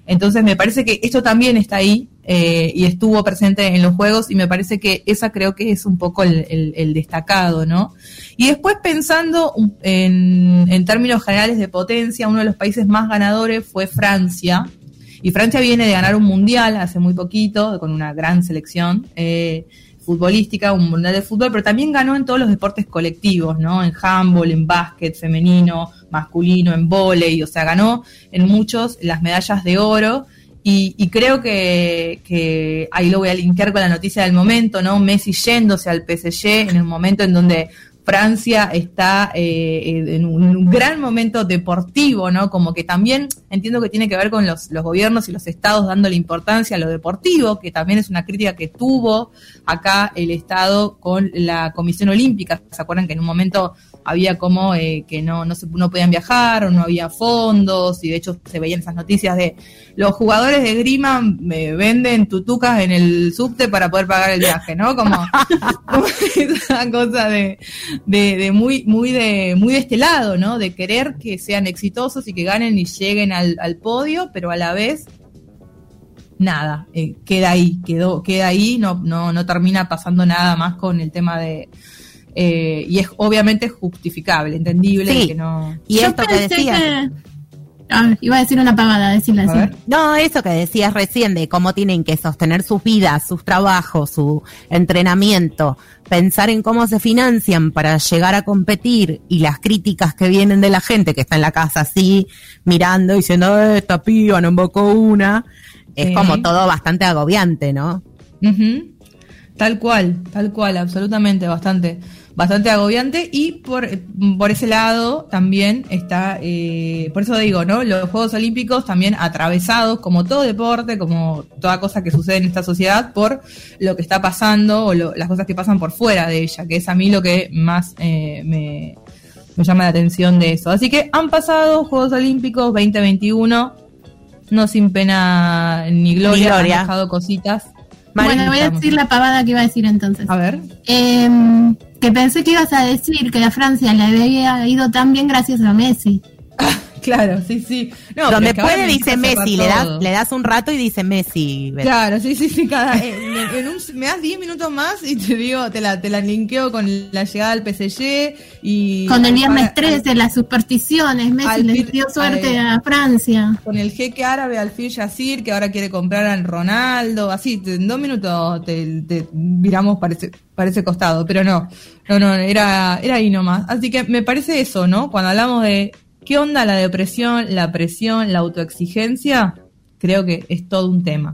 Entonces me parece que esto también está ahí eh, y estuvo presente en los Juegos, y me parece que esa creo que es un poco el, el, el destacado, ¿no? Y después pensando en, en términos generales de potencia, uno de los países más ganadores fue Francia, y Francia viene de ganar un mundial hace muy poquito, con una gran selección eh, futbolística, un mundial de fútbol, pero también ganó en todos los deportes colectivos, ¿no? En handball, en básquet femenino, masculino, en vóley, o sea, ganó en muchos las medallas de oro, y, y creo que, que ahí lo voy a linkear con la noticia del momento, ¿no? Messi yéndose al P S G en el momento en donde Francia está eh, en un, un gran momento deportivo, ¿no? Como que también entiendo que tiene que ver con los, los gobiernos y los estados dándole importancia a lo deportivo, que también es una crítica que tuvo acá el Estado con la Comisión Olímpica. ¿Se acuerdan que en un momento había como eh, que no no, se, no podían viajar o no había fondos? Y de hecho se veían esas noticias de los jugadores de esgrima eh, venden tutucas en el subte para poder pagar el viaje, ¿no? Como, como esa cosa de, de, de muy muy de muy de este lado, ¿no? De querer que sean exitosos y que ganen y lleguen al, al podio, pero a la vez nada, eh, queda ahí, quedó, queda ahí, no, no, no termina pasando nada más con el tema de Eh, y es obviamente justificable, entendible, sí. que no. Y Yo esto que pensé decías. que- Ah, iba a decir una pavada, decirla A así. ver. No, eso que decías recién de cómo tienen que sostener sus vidas, sus trabajos, su entrenamiento, pensar en cómo se financian para llegar a competir, y las críticas que vienen de la gente que está en la casa así, mirando, diciendo, eh, esta piba no invocó una, es Sí. como todo bastante agobiante, ¿no? Uh-huh. Tal cual, tal cual, absolutamente, bastante, bastante agobiante. Y por, por ese lado también está, eh, por eso digo, ¿no? Los Juegos Olímpicos también atravesados, como todo deporte, como toda cosa que sucede en esta sociedad, por lo que está pasando o lo, las cosas que pasan por fuera de ella, que es a mí lo que más eh, me, me llama la atención de eso. Así que han pasado Juegos Olímpicos veinte veintiuno, no sin pena ni gloria, Ni gloria. han dejado cositas. Bueno, voy a Estamos. decir la pavada que iba a decir entonces. A ver. Eh, que pensé que ibas a decir que a Francia le había ido tan bien gracias a Messi. Claro, sí, sí. No, pero Donde es que ahora puede me dice empieza a Messi, separar le das, todo. le das un rato y dice Messi. Claro, sí, sí, sí. Cada, en, en un, me das diez minutos más y te digo, te la, te la linkeo con la llegada al P S G y. Con el viernes para- trece, las supersticiones, Messi al le fil- dio suerte al- a Francia. Con el jeque árabe Al-Fil Yassir, que ahora quiere comprar a Ronaldo, así, te- en dos minutos te, te viramos para ese, para ese costado, pero no, no, no, era, era ahí nomás. Así que me parece eso, ¿no? Cuando hablamos de qué onda la depresión, la presión, la autoexigencia, creo que es todo un tema.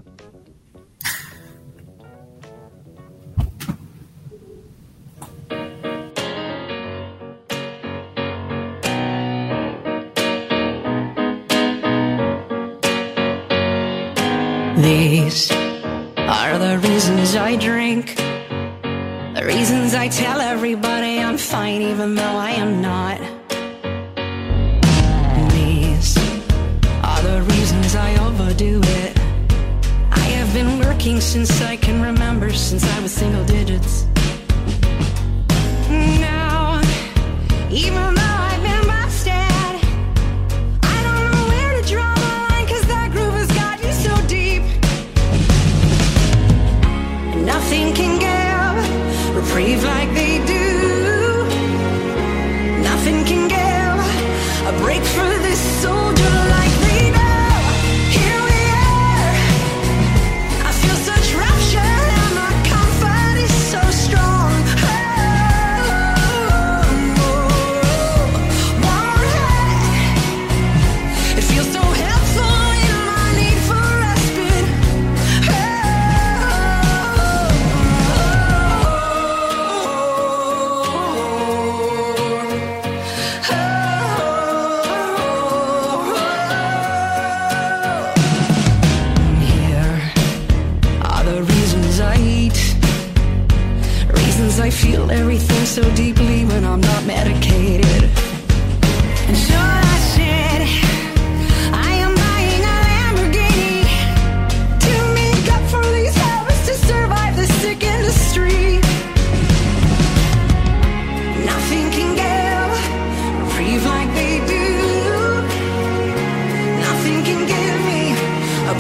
These are the reasons I drink, the reasons I tell everybody I'm fine even though I am not. These are the reasons I overdo it. I have been working since I can remember, since I was single digits. Now, even though I've been busted, I don't know where to draw the line, 'cause that groove has gotten so deep. Nothing can give reprieve like they do. Nothing can give a break for this soldier like they do. Here we are. I feel such rapture and my comfort is so strong. Oh, won't hurt. It feels so helpful in my need for respite. Here are the reasons I eat, reasons I feel everything so deeply when I'm not medicated. And so I said, I am buying a Lamborghini to make up for these habits, to survive this sick industry. Nothing can give reprieve like they do. Nothing can give me a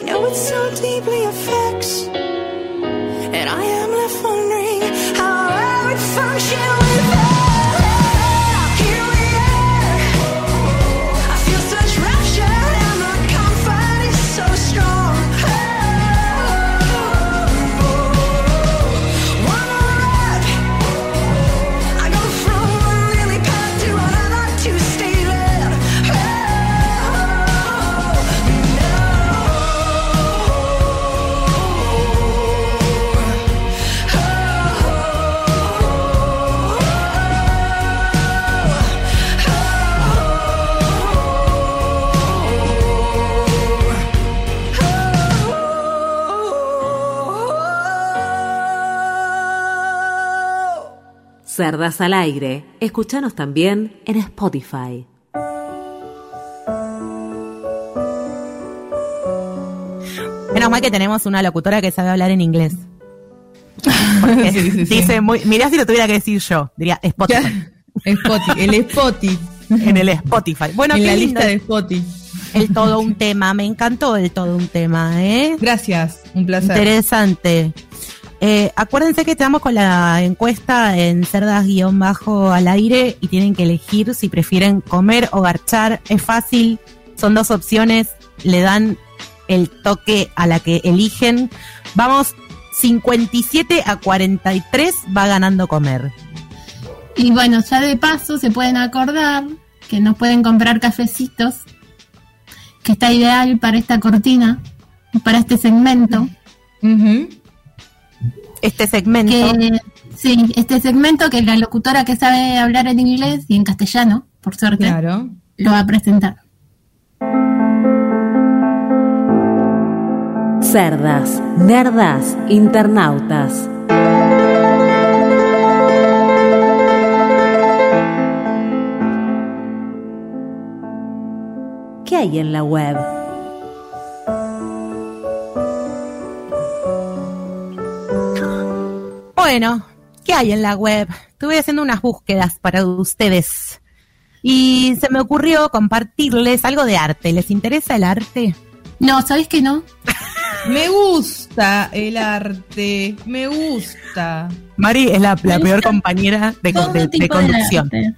know it so deeply affects. And I am left wondering how I would function without her. Here we are. I feel such rapture and the comfort is so strong. One ride, I go from one lily pad to another to stay there. Cerdas al aire. Escúchanos también en Spotify. Menos mal que tenemos una locutora que sabe hablar en inglés. Porque Sí, sí, sí. dice muy, mirá si lo tuviera que decir yo, diría Spotify. Spotify, el Spotify. En el Spotify. Bueno, en qué la lindo. lista de Spotify. El todo un tema, me encantó el todo un tema, ¿eh? Gracias, un placer. Interesante. Eh, acuérdense que estamos con la encuesta en cerdas-al aire y tienen que elegir si prefieren comer o garchar. Es fácil, son dos opciones, le dan el toque a la que eligen. Vamos, cincuenta y siete a cuarenta y tres va ganando comer. Y bueno, ya de paso se pueden acordar que nos pueden comprar cafecitos, que está ideal para esta cortina, para este segmento. Ujú. Este segmento. Que, sí, este segmento que la locutora que sabe hablar en inglés y en castellano, por suerte, Claro. lo va a presentar. Cerdas, nerdas, internautas. ¿Qué hay en la web? Bueno, ¿qué hay en la web? Estuve haciendo unas búsquedas para ustedes y se me ocurrió compartirles algo de arte. ¿Les interesa el arte? No, ¿sabés que no? Me gusta el arte, me gusta. Mari es la, la Me peor gusta compañera de, Todo de- de tipo de conducción. arte.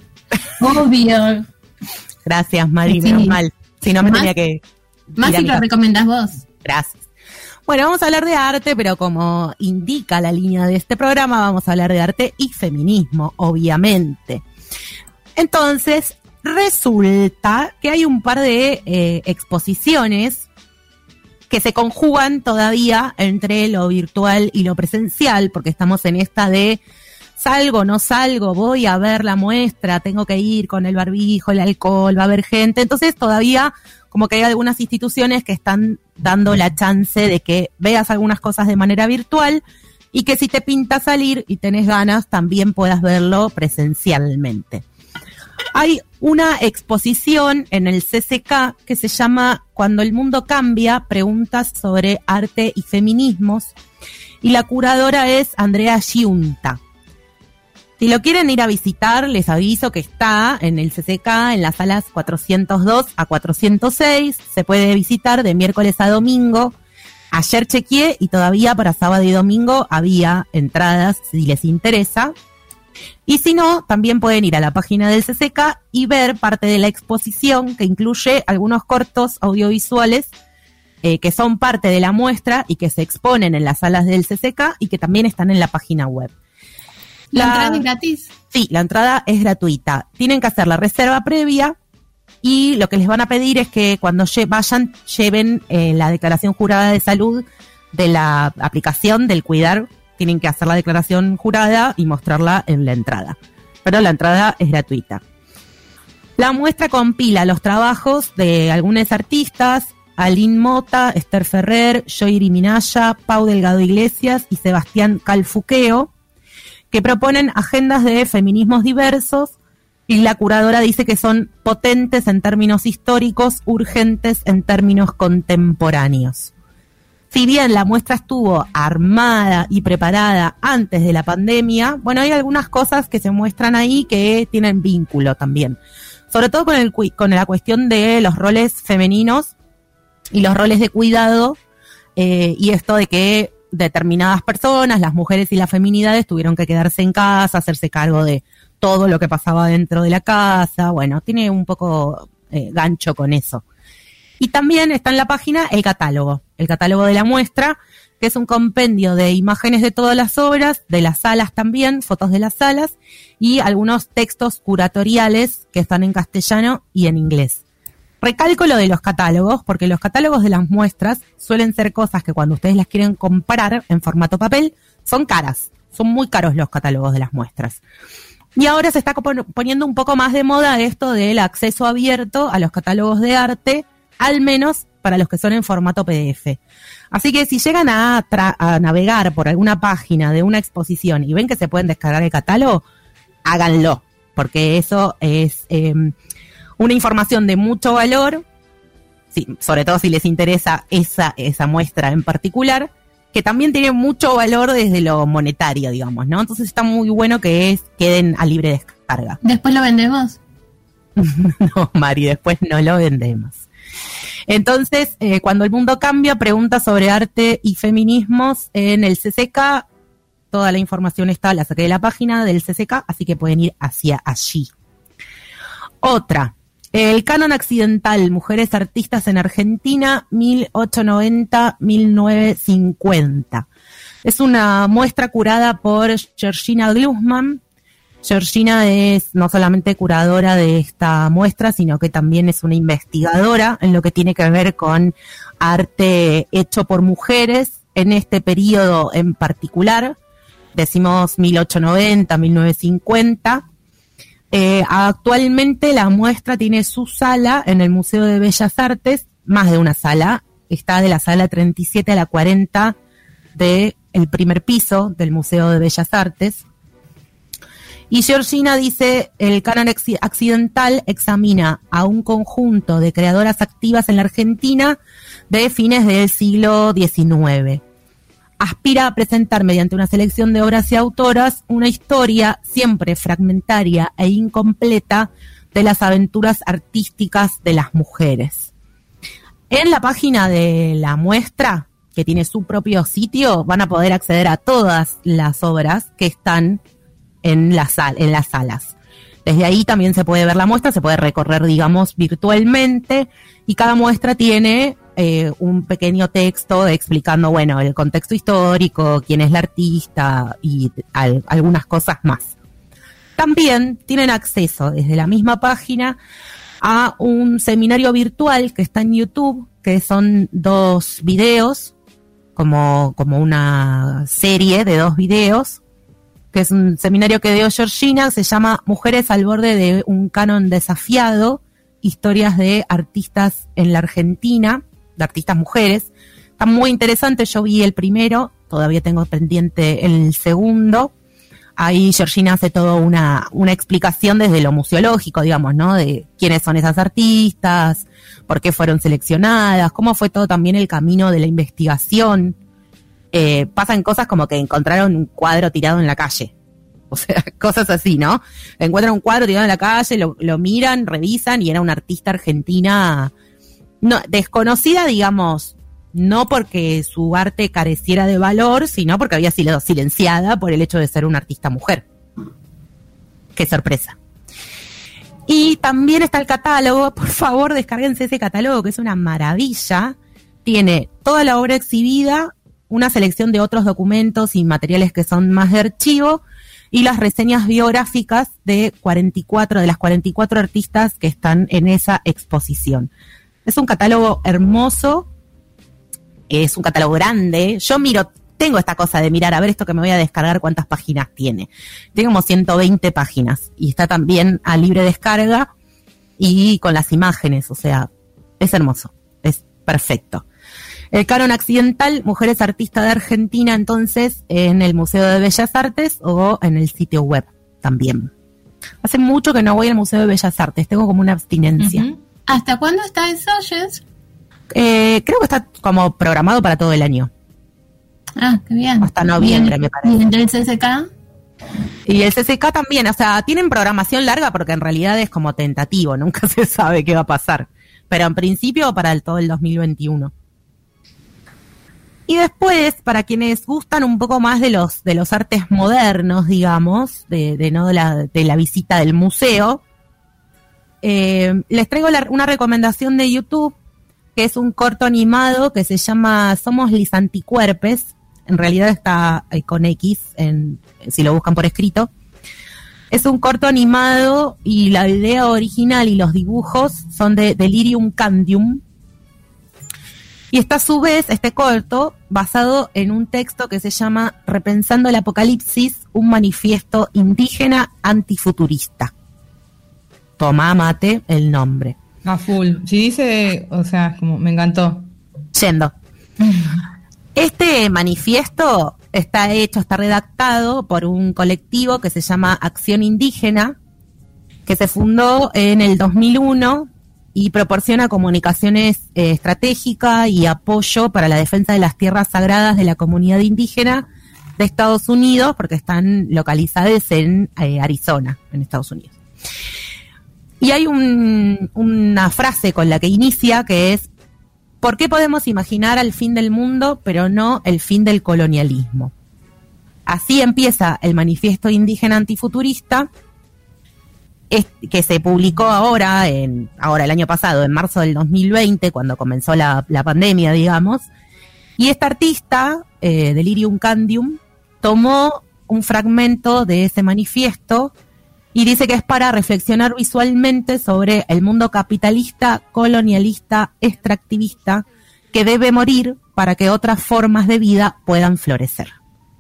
Obvio. Gracias, Mari, Sí. menos mal. Si no me Más- tenía que... Más ir a si mi lo casa. recomendás vos. Gracias. Bueno, vamos a hablar de arte, pero como indica la línea de este programa, vamos a hablar de arte y feminismo, obviamente. Entonces, resulta que hay un par de eh, exposiciones que se conjugan todavía entre lo virtual y lo presencial, porque estamos en esta de salgo, no salgo, voy a ver la muestra, tengo que ir con el barbijo, el alcohol, va a haber gente. Entonces todavía como que hay algunas instituciones que están dando la chance de que veas algunas cosas de manera virtual y que si te pinta salir y tenés ganas también puedas verlo presencialmente. Hay una exposición en el C C K que se llama Cuando el mundo cambia, preguntas sobre arte y feminismos, y la curadora es Andrea Giunta. Si lo quieren ir a visitar, les aviso que está en el C C K, en las salas cuatrocientos dos a cuatrocientos seis. Se puede visitar de miércoles a domingo. Ayer chequeé y todavía para sábado y domingo había entradas si les interesa. Y si no, también pueden ir a la página del C C K y ver parte de la exposición que incluye algunos cortos audiovisuales eh, que son parte de la muestra y que se exponen en las salas del C C K y que también están en la página web. ¿La, La- entrada es gratis? Sí, la entrada es gratuita. Tienen que hacer la reserva previa y lo que les van a pedir es que cuando lle- vayan lleven eh, la declaración jurada de salud de la aplicación del Cuidar. Tienen que hacer la declaración jurada y mostrarla en la entrada. Pero la entrada es gratuita. La muestra compila los trabajos de algunos artistas, Aline Mota, Esther Ferrer, Joyri Minaya, Pau Delgado Iglesias y Sebastián Calfuqueo, que proponen agendas de feminismos diversos, y la curadora dice que son potentes en términos históricos, urgentes en términos contemporáneos. Si bien la muestra estuvo armada y preparada antes de la pandemia, bueno, hay algunas cosas que se muestran ahí que tienen vínculo también. Sobre todo con, el, cu- con la cuestión de los roles femeninos y los roles de cuidado, eh, y esto de que determinadas personas, las mujeres y las feminidades, tuvieron que quedarse en casa, hacerse cargo de todo lo que pasaba dentro de la casa. Bueno, tiene un poco eh, gancho con eso. Y también está en la página el catálogo, el catálogo de la muestra, que es un compendio de imágenes de todas las obras, de las salas también, fotos de las salas, y algunos textos curatoriales que están en castellano y en inglés. Recalco lo de los catálogos, porque los catálogos de las muestras suelen ser cosas que cuando ustedes las quieren comprar en formato papel, son caras, son muy caros los catálogos de las muestras. Y ahora se está poniendo un poco más de moda esto del acceso abierto a los catálogos de arte, al menos para los que son en formato P D F. Así que si llegan a, tra- a navegar por alguna página de una exposición y ven que se pueden descargar el catálogo, háganlo, porque eso es eh, una información de mucho valor, sí, sobre todo si les interesa esa, esa muestra en particular, que también tiene mucho valor desde lo monetario, digamos, ¿no? Entonces está muy bueno que es, queden a libre descarga. ¿Después lo vendemos? No, Mari, después no lo vendemos. Entonces, eh, cuando el mundo cambia, pregunta sobre arte y feminismos en el C C K. Toda la información está, la saqué de la página del C C K, así que pueden ir hacia allí. Otra, el canon accidental, mujeres artistas en Argentina, mil ochocientos noventa a mil novecientos cincuenta. Es una muestra curada por Georgina Glusman. Georgina es no solamente curadora de esta muestra, sino que también es una investigadora en lo que tiene que ver con arte hecho por mujeres en este periodo en particular. Decimos mil ochocientos noventa a mil novecientos cincuenta. Eh, actualmente la muestra tiene su sala en el Museo de Bellas Artes, más de una sala. Está de la sala treinta y siete a la cuarenta del primer piso del Museo de Bellas Artes. Y Georgina dice, el canon accidental examina a un conjunto de creadoras activas en la Argentina de fines del siglo diecinueve. Aspira a presentar mediante una selección de obras y autoras una historia siempre fragmentaria e incompleta de las aventuras artísticas de las mujeres. En la página de la muestra, que tiene su propio sitio, van a poder acceder a todas las obras que están en, la sal, en las salas. Desde ahí también se puede ver la muestra, se puede recorrer, digamos, virtualmente, y cada muestra tiene eh, un pequeño texto explicando, bueno, el contexto histórico, quién es la artista y al, algunas cosas más. También tienen acceso desde la misma página a un seminario virtual que está en YouTube, que son dos videos, como, como una serie de dos videos, que es un seminario que dio Georgina, se llama Mujeres al borde de un canon desafiado, historias de artistas en la Argentina, de artistas mujeres. Está muy interesante, yo vi el primero, todavía tengo pendiente el segundo. Ahí Georgina hace toda una, una explicación desde lo museológico, digamos, ¿no? De quiénes son esas artistas, por qué fueron seleccionadas, cómo fue todo también el camino de la investigación. Eh, pasan cosas como que encontraron un cuadro tirado en la calle. O sea, cosas así, ¿no? Encuentran un cuadro tirado en la calle, lo, lo miran, revisan y era una artista argentina no, desconocida, digamos, no porque su arte careciera de valor, sino porque había sido silenciada por el hecho de ser una artista mujer. ¡Qué sorpresa! Y también está el catálogo, por favor descárguense ese catálogo que es una maravilla. Tiene toda la obra exhibida, una selección de otros documentos y materiales que son más de archivo, y las reseñas biográficas de cuarenta y cuatro de las cuarenta y cuatro artistas que están en esa exposición. Es un catálogo hermoso, es un catálogo grande. Yo miro, tengo esta cosa de mirar, a ver esto que me voy a descargar, cuántas páginas tiene. Tiene como ciento veinte páginas y está también a libre descarga y con las imágenes, o sea, es hermoso, es perfecto. El canon accidental, Mujeres Artistas de Argentina, entonces, en el Museo de Bellas Artes o en el sitio web también. Hace mucho que no voy al Museo de Bellas Artes, tengo como una abstinencia. Uh-huh. ¿Hasta cuándo está eso, Jess? Eh, creo que está como programado para todo el año. Ah, qué bien. Hasta noviembre, ¿Y me parece. ¿Y entre el C C K? Y el C C K también, o sea, tienen programación larga porque en realidad es como tentativo, nunca se sabe qué va a pasar. Pero en principio para el, todo el dos mil veintiuno. Y después, para quienes gustan un poco más de los de los artes modernos, digamos, de, de no de la, de la visita del museo, eh, les traigo la, una recomendación de YouTube, que es un corto animado que se llama Somos Lis Anticuerpes. En realidad está eh, con X, en, si lo buscan por escrito. Es un corto animado y la idea original y los dibujos son de Delirium Candium. Y está a su vez, este corto, basado en un texto que se llama Repensando el Apocalipsis, un manifiesto indígena antifuturista. Tomá, mate, el nombre. A full. Si dice, o sea, como me encantó. Yendo. Este manifiesto está hecho, está redactado por un colectivo que se llama Acción Indígena, que se fundó en el dos mil uno y proporciona comunicaciones eh, estratégicas y apoyo para la defensa de las tierras sagradas de la comunidad indígena de Estados Unidos, porque están localizadas en eh, Arizona, en Estados Unidos. Y hay un, una frase con la que inicia que es: ¿por qué podemos imaginar el fin del mundo, pero no el fin del colonialismo? Así empieza el manifiesto indígena antifuturista, que se publicó ahora, en, ahora el año pasado, en marzo del dos mil veinte, cuando comenzó la, la pandemia, digamos. Y esta artista, eh, Delirium Candium, tomó un fragmento de ese manifiesto y dice que es para reflexionar visualmente sobre el mundo capitalista, colonialista, extractivista, que debe morir para que otras formas de vida puedan florecer.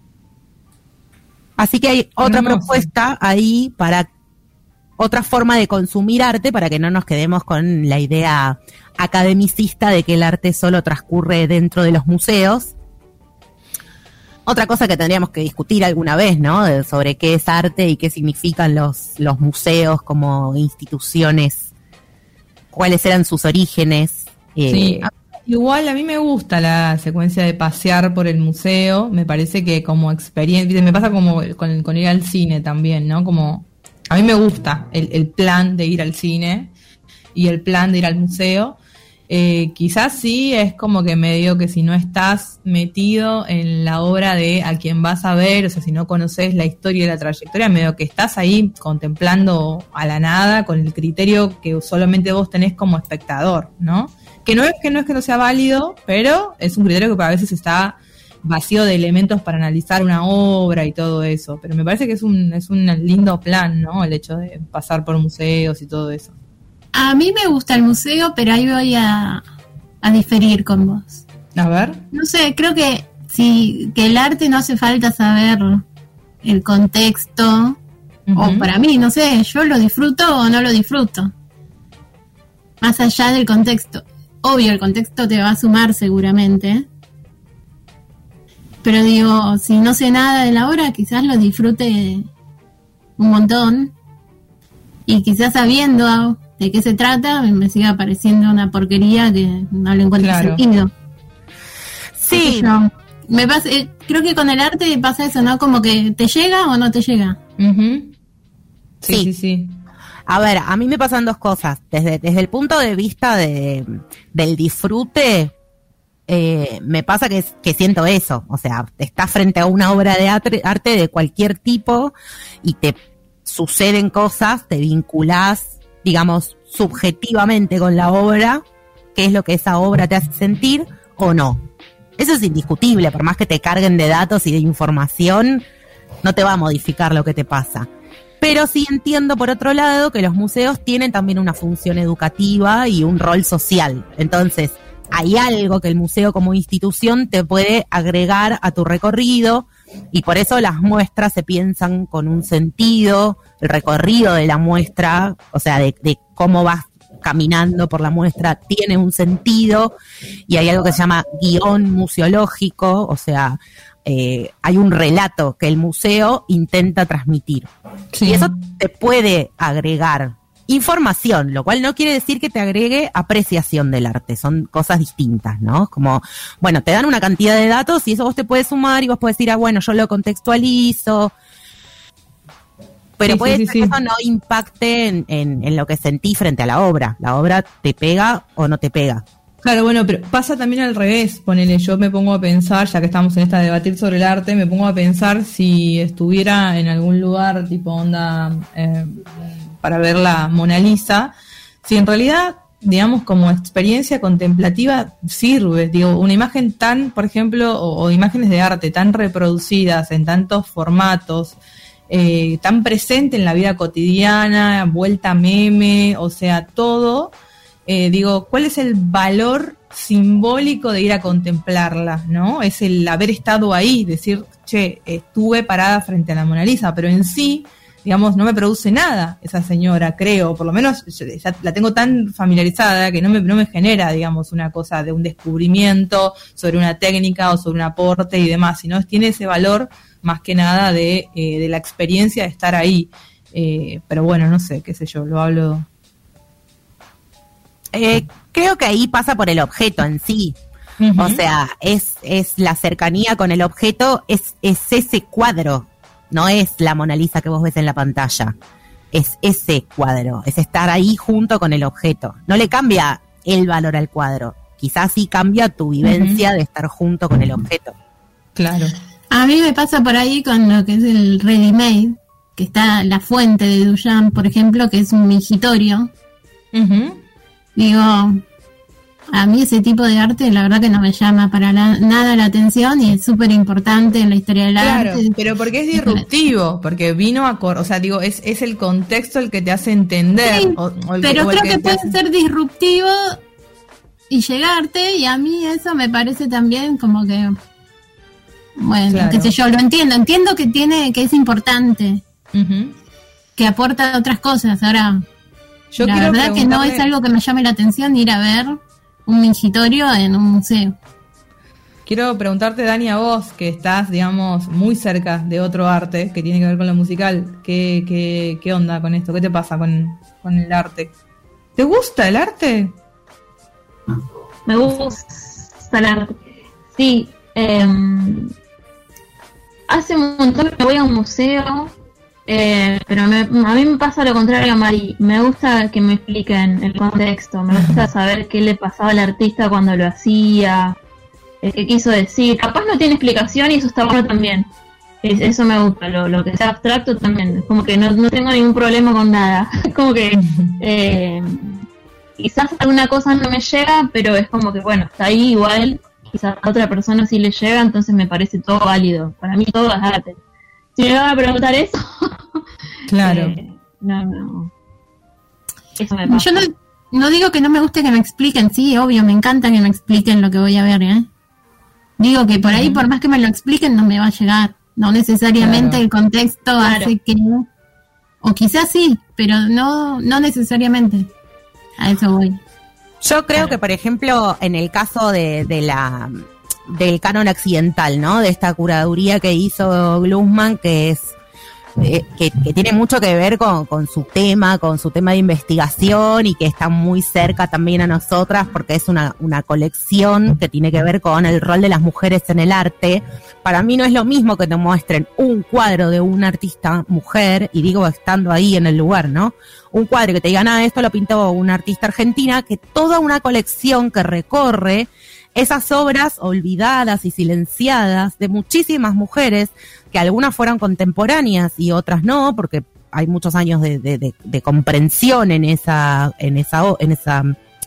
Así que hay otra Hermoso. propuesta ahí para otra forma de consumir arte, para que no nos quedemos con la idea academicista de que el arte solo transcurre dentro de los museos. Otra cosa que tendríamos que discutir alguna vez, ¿no? De- sobre qué es arte y qué significan los, los museos como instituciones, cuáles eran sus orígenes. eh, Sí, a- igual a mí me gusta la secuencia de pasear por el museo, me parece que como experiencia, me pasa como con, con ir al cine también, ¿no? Como a mí me gusta el, el plan de ir al cine y el plan de ir al museo. Eh, quizás sí es como que medio que si no estás metido en la obra de a quien vas a ver, o sea, si no conoces la historia y la trayectoria, medio que estás ahí contemplando a la nada con el criterio que solamente vos tenés como espectador, ¿no? Que no es que no es que no sea válido, pero es un criterio que a veces está vacío de elementos para analizar una obra y todo eso. Pero me parece que es un, es un lindo plan, ¿no? El hecho de pasar por museos y todo eso. A mí me gusta el museo, pero ahí voy a, a diferir con vos. A ver. No sé, creo que si que el arte no hace falta saber el contexto, Ujú. o para mí, no sé, yo lo disfruto o no lo disfruto. Más allá del contexto. Obvio, el contexto te va a sumar seguramente. Pero digo, si no sé nada de la obra, quizás lo disfrute un montón. Y quizás sabiendo de qué se trata, me siga pareciendo una porquería que no le encuentro Claro. sentido. sí, Qué sé yo. Me pasa, eh, creo que con el arte pasa eso, ¿no? Como que te llega o no te llega. Ujú. Sí, Sí. sí, sí. a ver, a mí me pasan dos cosas. Desde, desde el punto de vista de, del disfrute, eh, me pasa que, que siento eso. O sea, estás frente a una obra de arte, arte de cualquier tipo y te suceden cosas, te vinculás, digamos, subjetivamente con la obra, qué es lo que esa obra te hace sentir o no. Eso es indiscutible, por más que te carguen de datos y de información, no te va a modificar lo que te pasa. Pero sí entiendo, por otro lado, que los museos tienen también una función educativa y un rol social. Entonces, hay algo que el museo como institución te puede agregar a tu recorrido, y por eso las muestras se piensan con un sentido, el recorrido de la muestra, o sea, de, de cómo vas caminando por la muestra, tiene un sentido, y hay algo que se llama guión museológico, o sea, eh, hay un relato que el museo intenta transmitir. Sí. Y eso te puede agregar información, lo cual no quiere decir que te agregue apreciación del arte, son cosas distintas, ¿no? Como, bueno, te dan una cantidad de datos y eso vos te puedes sumar y vos puedes decir, ah, bueno, yo lo contextualizo, pero Sí, puede sí, ser sí, que sí. eso no impacte en, en, en lo que sentí frente a la obra. La obra te pega o no te pega. Claro, bueno, pero pasa también al revés, ponele, yo me pongo a pensar, ya que estamos en esta debatir sobre el arte, me pongo a pensar si estuviera en algún lugar tipo onda eh, para ver la Mona Lisa, si en realidad, digamos, como experiencia contemplativa sirve, digo, una imagen tan, por ejemplo, o, o imágenes de arte tan reproducidas en tantos formatos, eh, tan presente en la vida cotidiana, vuelta meme, o sea, todo... Eh, digo, ¿cuál es el valor simbólico de ir a contemplarla, ¿no? Es el haber estado ahí, decir, che, estuve parada frente a la Mona Lisa, pero en sí, digamos, no me produce nada esa señora, creo, por lo menos ya la tengo tan familiarizada que no me, no me genera, digamos, una cosa de un descubrimiento sobre una técnica o sobre un aporte y demás, sino tiene ese valor más que nada de, eh, de la experiencia de estar ahí. Eh, pero bueno, no sé, qué sé yo, lo hablo... Eh, creo que ahí pasa por el objeto en sí. Uh-huh. O sea, es, es la cercanía con el objeto, es, es ese cuadro, no es la Mona Lisa que vos ves en la pantalla. Es ese cuadro, es estar ahí junto con el objeto. No le cambia el valor al cuadro, quizás sí cambia tu vivencia uh-huh. de estar junto con el objeto. Claro. A mí me pasa por ahí con lo que es el ready-made, que está la fuente de Duchamp, por ejemplo, que es un mingitorio. Uh-huh. Digo, a mí ese tipo de arte la verdad que no me llama para la, nada la atención y es súper importante en la historia del claro, arte. Pero porque es disruptivo, porque vino a... Cor- o sea, digo, es, es el contexto el que te hace entender. Sí, o, o el pero que, creo que, que puede hace... ser disruptivo y llegarte, y a mí eso me parece también como que... Bueno, claro. qué sé yo, lo entiendo. Entiendo que tiene que es importante, uh-huh. que aporta otras cosas. Ahora... Yo la verdad que no es algo que me llame la atención ir a ver un mingitorio en un museo. Quiero preguntarte, Dani, a vos, que estás, digamos, muy cerca de otro arte que tiene que ver con lo musical. ¿Qué, qué, qué onda con esto? ¿Qué te pasa con, con el arte? ¿Te gusta el arte? Me gusta el arte. Sí. Eh, hace un montón que me voy a un museo... Eh, pero me, a mí me pasa lo contrario a Mari. Me gusta que me expliquen el contexto, me gusta saber qué le pasaba al artista cuando lo hacía, eh, qué quiso decir. Capaz no tiene explicación y eso está bueno también. Es, eso me gusta, lo, lo que sea abstracto también. Como que no, no tengo ningún problema con nada. Como que eh, quizás alguna cosa no me llega, pero es como que bueno, está ahí igual. Quizás a otra persona sí le llega, entonces me parece todo válido. Para mí todo es arte. Si me van a preguntar eso, claro. Eh, no, no. Eso me pasa. Yo no, no digo que no me guste que me expliquen, sí, obvio, me encanta que me expliquen lo que voy a ver, ¿eh? Digo que por ahí, uh-huh. por más que me lo expliquen, no me va a llegar. No necesariamente claro. el contexto claro. hace que... O quizás sí, pero no, no necesariamente. A eso voy. Yo creo claro. que, por ejemplo, en el caso de, de la... del canon occidental, ¿no? De esta curaduría que hizo Glusman, que es eh, que, que tiene mucho que ver con, con su tema, con su tema de investigación y que está muy cerca también a nosotras porque es una, una colección que tiene que ver con el rol de las mujeres en el arte. Para mí no es lo mismo que te muestren un cuadro de una artista mujer, y digo estando ahí en el lugar, ¿no? Un cuadro que te digan, ah, esto lo pintó una artista argentina, que toda una colección que recorre esas obras olvidadas y silenciadas de muchísimas mujeres, que algunas fueron contemporáneas y otras no, porque hay muchos años de, de, de, de comprensión en esa, en esa, en esa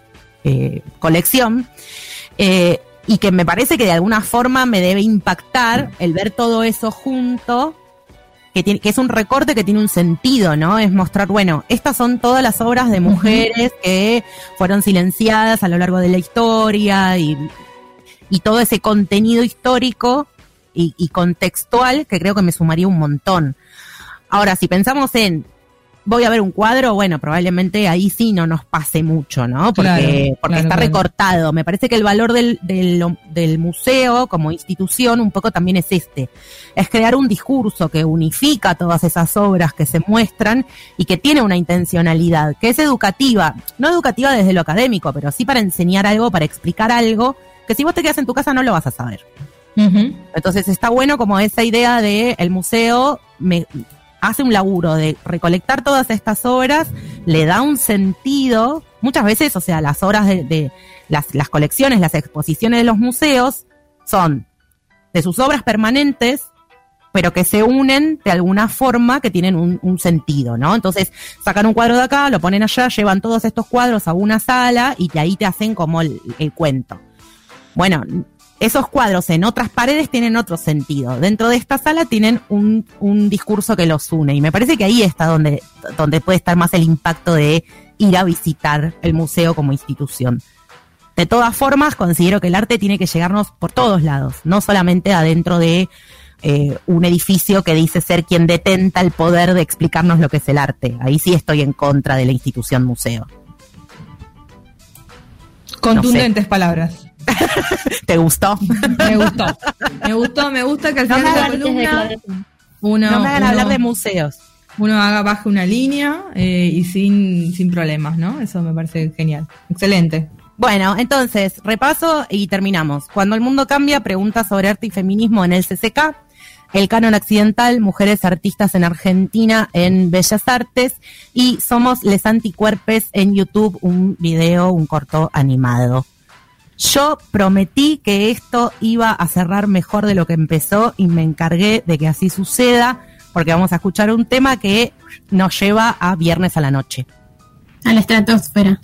eh, colección, eh, y que me parece que de alguna forma me debe impactar el ver todo eso junto, que, tiene, que es un recorte que tiene un sentido, ¿no? Es mostrar, bueno, estas son todas las obras de mujeres uh-huh. que fueron silenciadas a lo largo de la historia y, y todo ese contenido histórico y, y contextual que creo que me sumaría un montón. Ahora, si pensamos en voy a ver un cuadro, bueno, probablemente ahí sí no nos pase mucho, ¿no? Porque, claro, porque claro, está claro. recortado. Me parece que el valor del, del, del museo como institución un poco también es este. Es crear un discurso que unifica todas esas obras que se muestran y que tiene una intencionalidad, que es educativa. No educativa desde lo académico, pero sí para enseñar algo, para explicar algo, que si vos te quedas en tu casa no lo vas a saber. Uh-huh. Entonces está bueno como esa idea de el museo me... hace un laburo de recolectar todas estas obras, le da un sentido muchas veces, o sea, las obras de, de las, las colecciones, las exposiciones de los museos son de sus obras permanentes, pero que se unen de alguna forma, que tienen un, un sentido, ¿no? Entonces, sacan un cuadro de acá, lo ponen allá, llevan todos estos cuadros a una sala y de ahí te hacen como el, el cuento. Bueno, esos cuadros en otras paredes tienen otro sentido. Dentro de esta sala tienen un, un discurso que los une. Y me parece que ahí está donde, donde puede estar más el impacto de ir a visitar el museo como institución. De todas formas, considero que el arte tiene que llegarnos por todos lados, no solamente adentro de eh, un edificio que dice ser quien detenta el poder de explicarnos lo que es el arte. Ahí sí estoy en contra de la institución museo. Contundentes no sé. Palabras. ¿Te gustó? Me gustó. Me gustó, me gusta que al final no de la columna uno, no me hagan uno, hablar de museos. Uno haga, baje una línea eh, y sin, sin problemas, ¿no? Eso me parece genial. Excelente. Bueno, entonces, repaso y terminamos. Cuando el mundo cambia, preguntas sobre arte y feminismo en el C C K. El canon accidental, mujeres artistas en Argentina en Bellas Artes. Y Somos les Anticuerpes en YouTube, un video, un corto animado. Yo prometí que esto iba a cerrar mejor de lo que empezó y me encargué de que así suceda, porque vamos a escuchar un tema que nos lleva a viernes a la noche. A la estratosfera.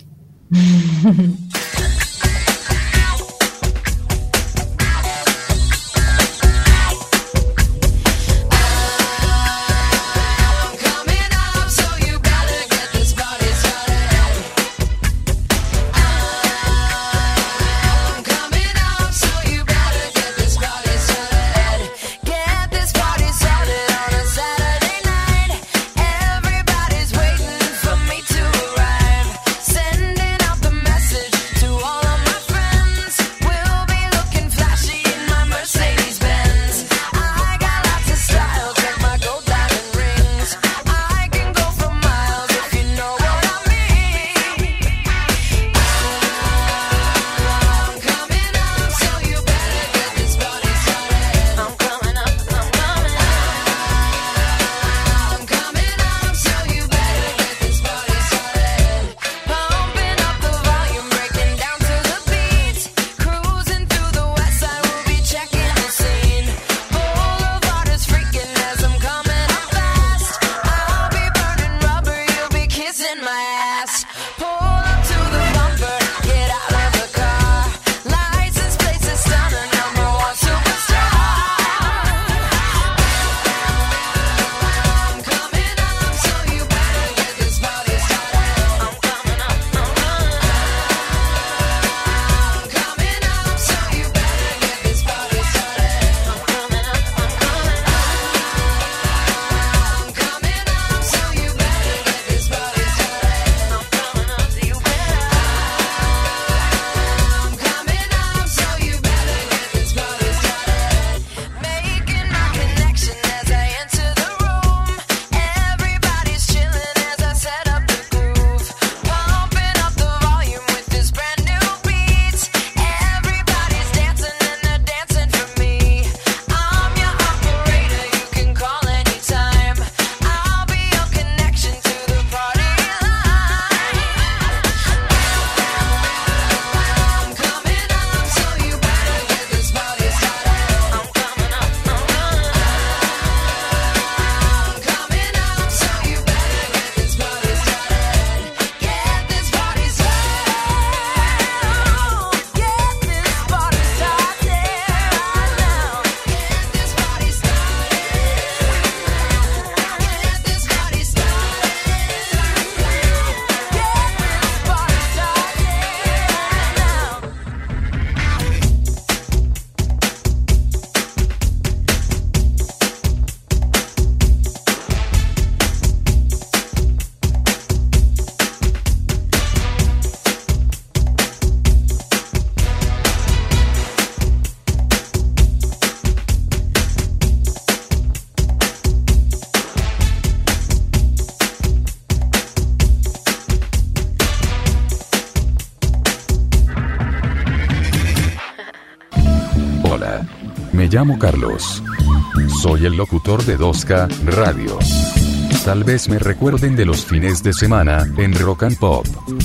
Me llamo Carlos. Soy el locutor de dos K Radio. tal vez me recuerden de los fines de semana en Rock and Pop.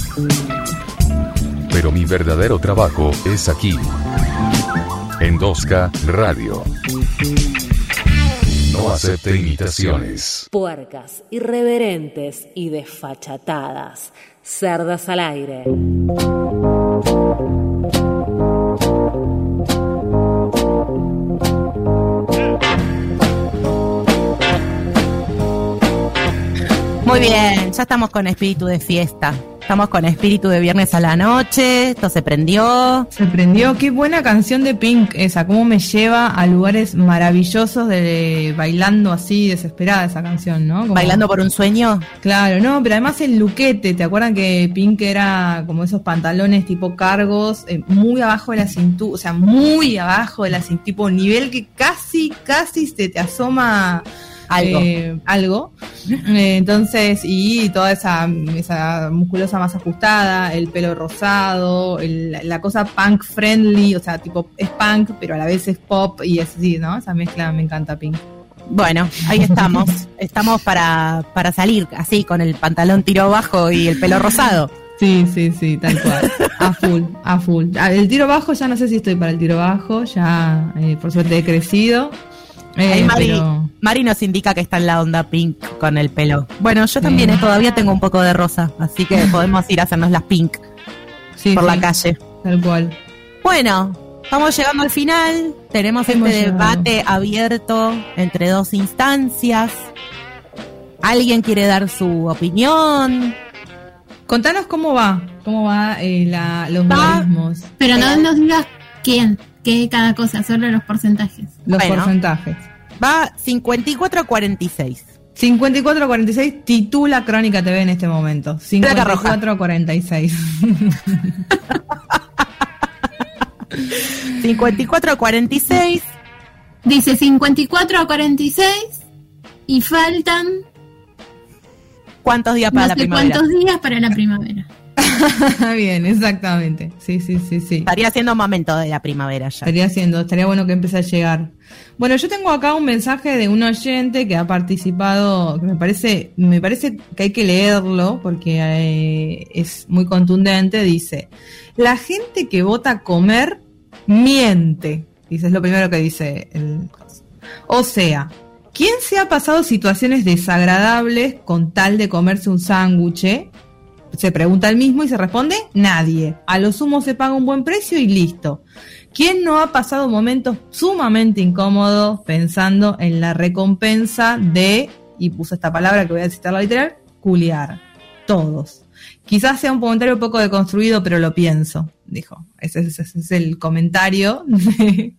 Pero mi verdadero trabajo es aquí, en dos K Radio. No acepte imitaciones. Puercas, irreverentes y desfachatadas. Cerdas al aire. Muy bien, ya estamos con espíritu de fiesta. Estamos con espíritu de viernes a la noche. Esto se prendió. Se prendió. Qué buena canción de Pink esa. Cómo me lleva a lugares maravillosos de bailando así, desesperada esa canción, ¿no? Como, Bailando por un sueño. Claro, no, pero además el luquete. ¿Te acuerdan que Pink era como esos pantalones tipo cargos, eh, muy abajo de la cintura? O sea, muy abajo de la cintura, tipo nivel que casi, casi se te asoma... Algo. Eh, algo. Eh, entonces, y toda esa, esa musculosa más ajustada, el pelo rosado, el, la cosa punk friendly, o sea, tipo, es punk, pero a la vez es pop y es así, ¿no? Esa mezcla me encanta, Pink. Bueno, ahí estamos. Estamos para, para salir así, con el pantalón tiro bajo y el pelo rosado. Sí, sí, sí, tal cual. A full, a full. El tiro bajo, ya no sé si estoy para el tiro bajo, ya eh, por suerte he crecido. Eh, Ahí Mari, pero... Mari nos indica que está en la onda Pink con el pelo. Bueno, yo también eh, todavía tengo un poco de rosa, así que podemos ir a hacernos las Pink sí, por sí, la calle. Tal cual. Bueno, estamos llegando al final. Tenemos Hemos este llegado. debate abierto entre dos instancias. ¿Alguien quiere dar su opinión? Contanos cómo va, cómo va eh, la, los Va, logaritmos. Pero no nos digas quién, qué cada cosa, solo los porcentajes. Los Bueno. porcentajes. Va cincuenta y cuatro a cuarenta y seis. cincuenta y cuatro a cuarenta y seis titula Crónica T V en este momento. cincuenta y cuatro a cuarenta y seis. cincuenta y cuatro a cuarenta y seis. Dice cincuenta y cuatro a cuarenta y seis y faltan ¿Cuántos días para no la sé primavera? cuántos días para la primavera. Bien, exactamente. Sí, sí, sí, sí. Estaría siendo momento de la primavera ya. Estaría haciendo, estaría bueno que empiece a llegar. Bueno, yo tengo acá un mensaje de un oyente que ha participado, que me parece, me parece que hay que leerlo porque eh, es muy contundente. Dice: la gente que vota comer miente. Dice, es lo primero que dice el caso. O sea, ¿quién se ha pasado situaciones desagradables con tal de comerse un sándwich? Se pregunta el mismo y se responde: nadie. A lo sumo se paga un buen precio y listo. ¿Quién no ha pasado momentos sumamente incómodos pensando en la recompensa de, y puso esta palabra que voy a citarla literal, culiar? Todos. Quizás sea un comentario un poco deconstruido, pero lo pienso, dijo. Ese, ese- ese es el comentario de...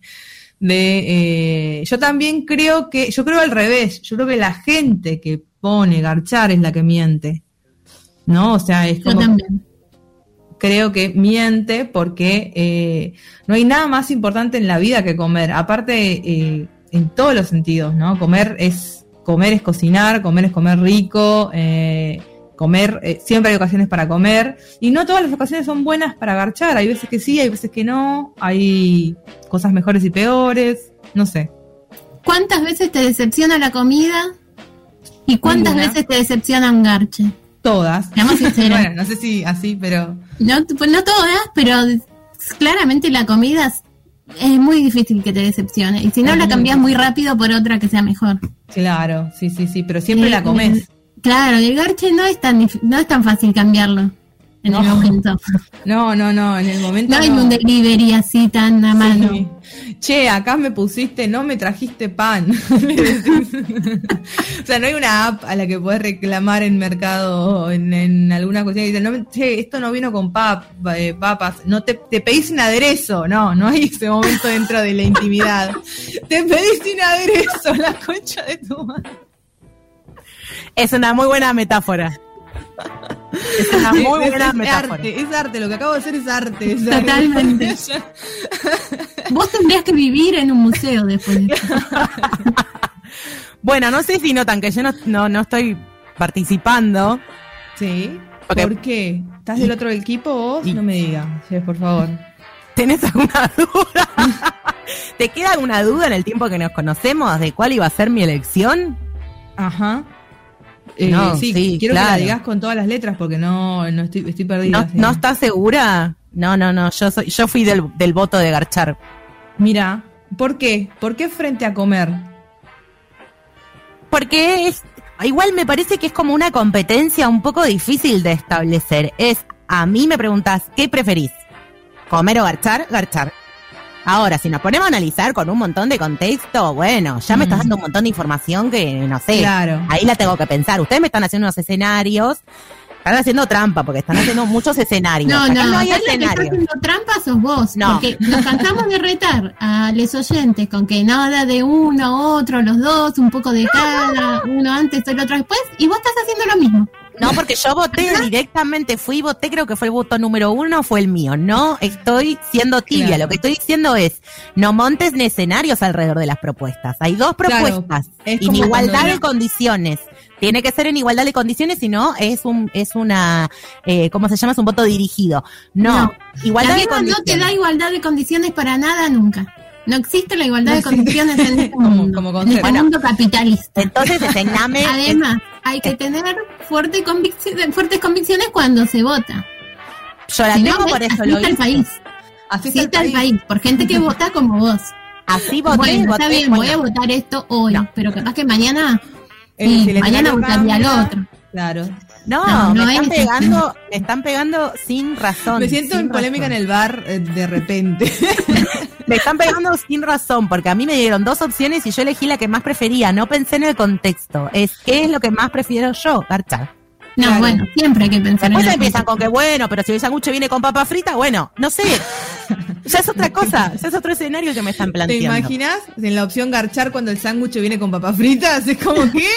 de, eh, yo también creo que, yo creo al revés, yo creo que la gente que pone garchar es la que miente. ¿No? O sea, es Yo como... también. Creo que miente porque eh, no hay nada más importante en la vida que comer. Aparte, eh, en todos los sentidos, ¿no? Comer es comer es cocinar, comer es comer rico, eh, comer, eh, siempre hay ocasiones para comer. Y no todas las ocasiones son buenas para garchar. Hay veces que sí, hay veces que no. Hay cosas mejores y peores. No sé. ¿Cuántas veces te decepciona la comida? ¿Y cuántas Ninguna. veces te decepciona un garche? Todas. Seamos sinceros. Bueno, no sé si así, pero... No, pues no todas, pero claramente la comida es, es muy difícil que te decepcione. Y si no, Es la muy cambias difícil. muy rápido por otra que sea mejor. Claro, sí, sí, sí. Pero siempre Eh, la comes. eh, Claro, y el garche no es tan dif- no es tan fácil cambiarlo en No. el momento. No, no, no. En el momento No hay no. un delivery así tan a mano. Sí. Che, acá me pusiste, no me trajiste pan. Le decís. O sea, no hay una app a la que podés reclamar en mercado o en, en alguna cuestión y dicen, no, me- che, esto no vino con pap, eh, papas, no te, te pedí sin aderezo. No, no hay ese momento dentro de la intimidad. Te pedí sin aderezo, la concha de tu madre. Es una muy buena metáfora. Es una muy Es- buena es, metáfora. arte, es arte, lo que acabo de hacer es arte. es arte. Totalmente. Vos tendrías que vivir en un museo después de esto. Bueno, no sé si notan que yo no, no, no estoy participando. Sí. Ok. ¿Por qué? ¿Estás del otro equipo vos? Y- No me digas, Jess, por favor. ¿Tenés alguna duda? ¿Te queda alguna duda en el tiempo que nos conocemos de cuál iba a ser mi elección? Ajá. Eh, No, sí, sí, quiero que claro. la digas con todas las letras porque no, no estoy, estoy perdida. ¿No, sí. ¿No estás segura? No, no, no, yo soy, yo fui del, del voto de Garchar. Mira, ¿por qué? ¿Por qué frente a comer? Porque es, igual me parece que es como una competencia un poco difícil de establecer. Es, a mí me preguntás, ¿qué preferís? ¿Comer o garchar? Garchar. Ahora, si nos ponemos a analizar con un montón de contexto, bueno, ya me estás dando un montón de información que, no sé, Claro. ahí la tengo que pensar. Ustedes me están haciendo unos escenarios, están haciendo trampa porque están haciendo muchos escenarios. No, Acá no, no hay acá la que está escenario. haciendo trampa sos vos. No. Porque nos cansamos de retar a los oyentes con que nada de uno, otro, los dos, un poco de cada, uno antes, el otro después, y vos estás haciendo lo mismo. No, porque yo voté directamente, fui, voté, creo que fue el voto número uno, fue el mío. No estoy siendo tibia, Claro. lo que estoy diciendo es, no montes ni escenarios alrededor de las propuestas. Hay dos Claro, propuestas, es en como igualdad cuando- de condiciones. Tiene que ser en igualdad de condiciones, si no, es un, es una, eh, ¿cómo se llama? Es un voto dirigido. No, No. igualdad La de vida no condiciones. te da igualdad de condiciones para nada nunca. No existe la igualdad No de existe. condiciones en este Como- mundo, como en concepto. este Bueno, mundo capitalista. Entonces, designame. Además, hay que tener fuerte convic- fuertes convicciones cuando se vota. Yo la Si no, tengo, por ves, eso así lo está el hice. país. Así Así está el país, por gente que vota como vos. Así voté, Bueno, voté, está bien, bueno. voy a votar esto hoy, No. pero capaz que mañana, El sí, silencio mañana no votaría lo cambia. otro. Claro. No, No, me no están es- pegando, me están pegando sin razón. Me siento sin en polémica razón. en el bar eh, de repente. Me están pegando sin razón, porque a mí me dieron dos opciones y yo elegí la que más prefería. No pensé en el contexto. Es qué es lo que más prefiero yo, garchar. No, Claro. bueno, siempre hay que pensar Después en el empiezan con contexto. que bueno, pero si el sándwich viene con papa frita, bueno, no sé. Ya es otra cosa, ya es otro escenario que me están ¿Te planteando. imaginas en la opción garchar cuando el sándwich viene con papas fritas? Es como que...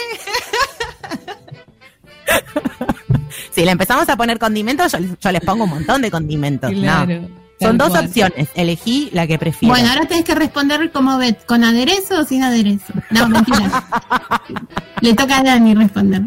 Si le empezamos a poner condimentos, yo, yo les pongo un montón de condimentos. Claro, no. tal Son dos cual. opciones, elegí la que prefiero. Bueno, ahora tenés que responder como Bet, ¿con aderezo o sin aderezo? No, mentira. Le toca a Dani responder.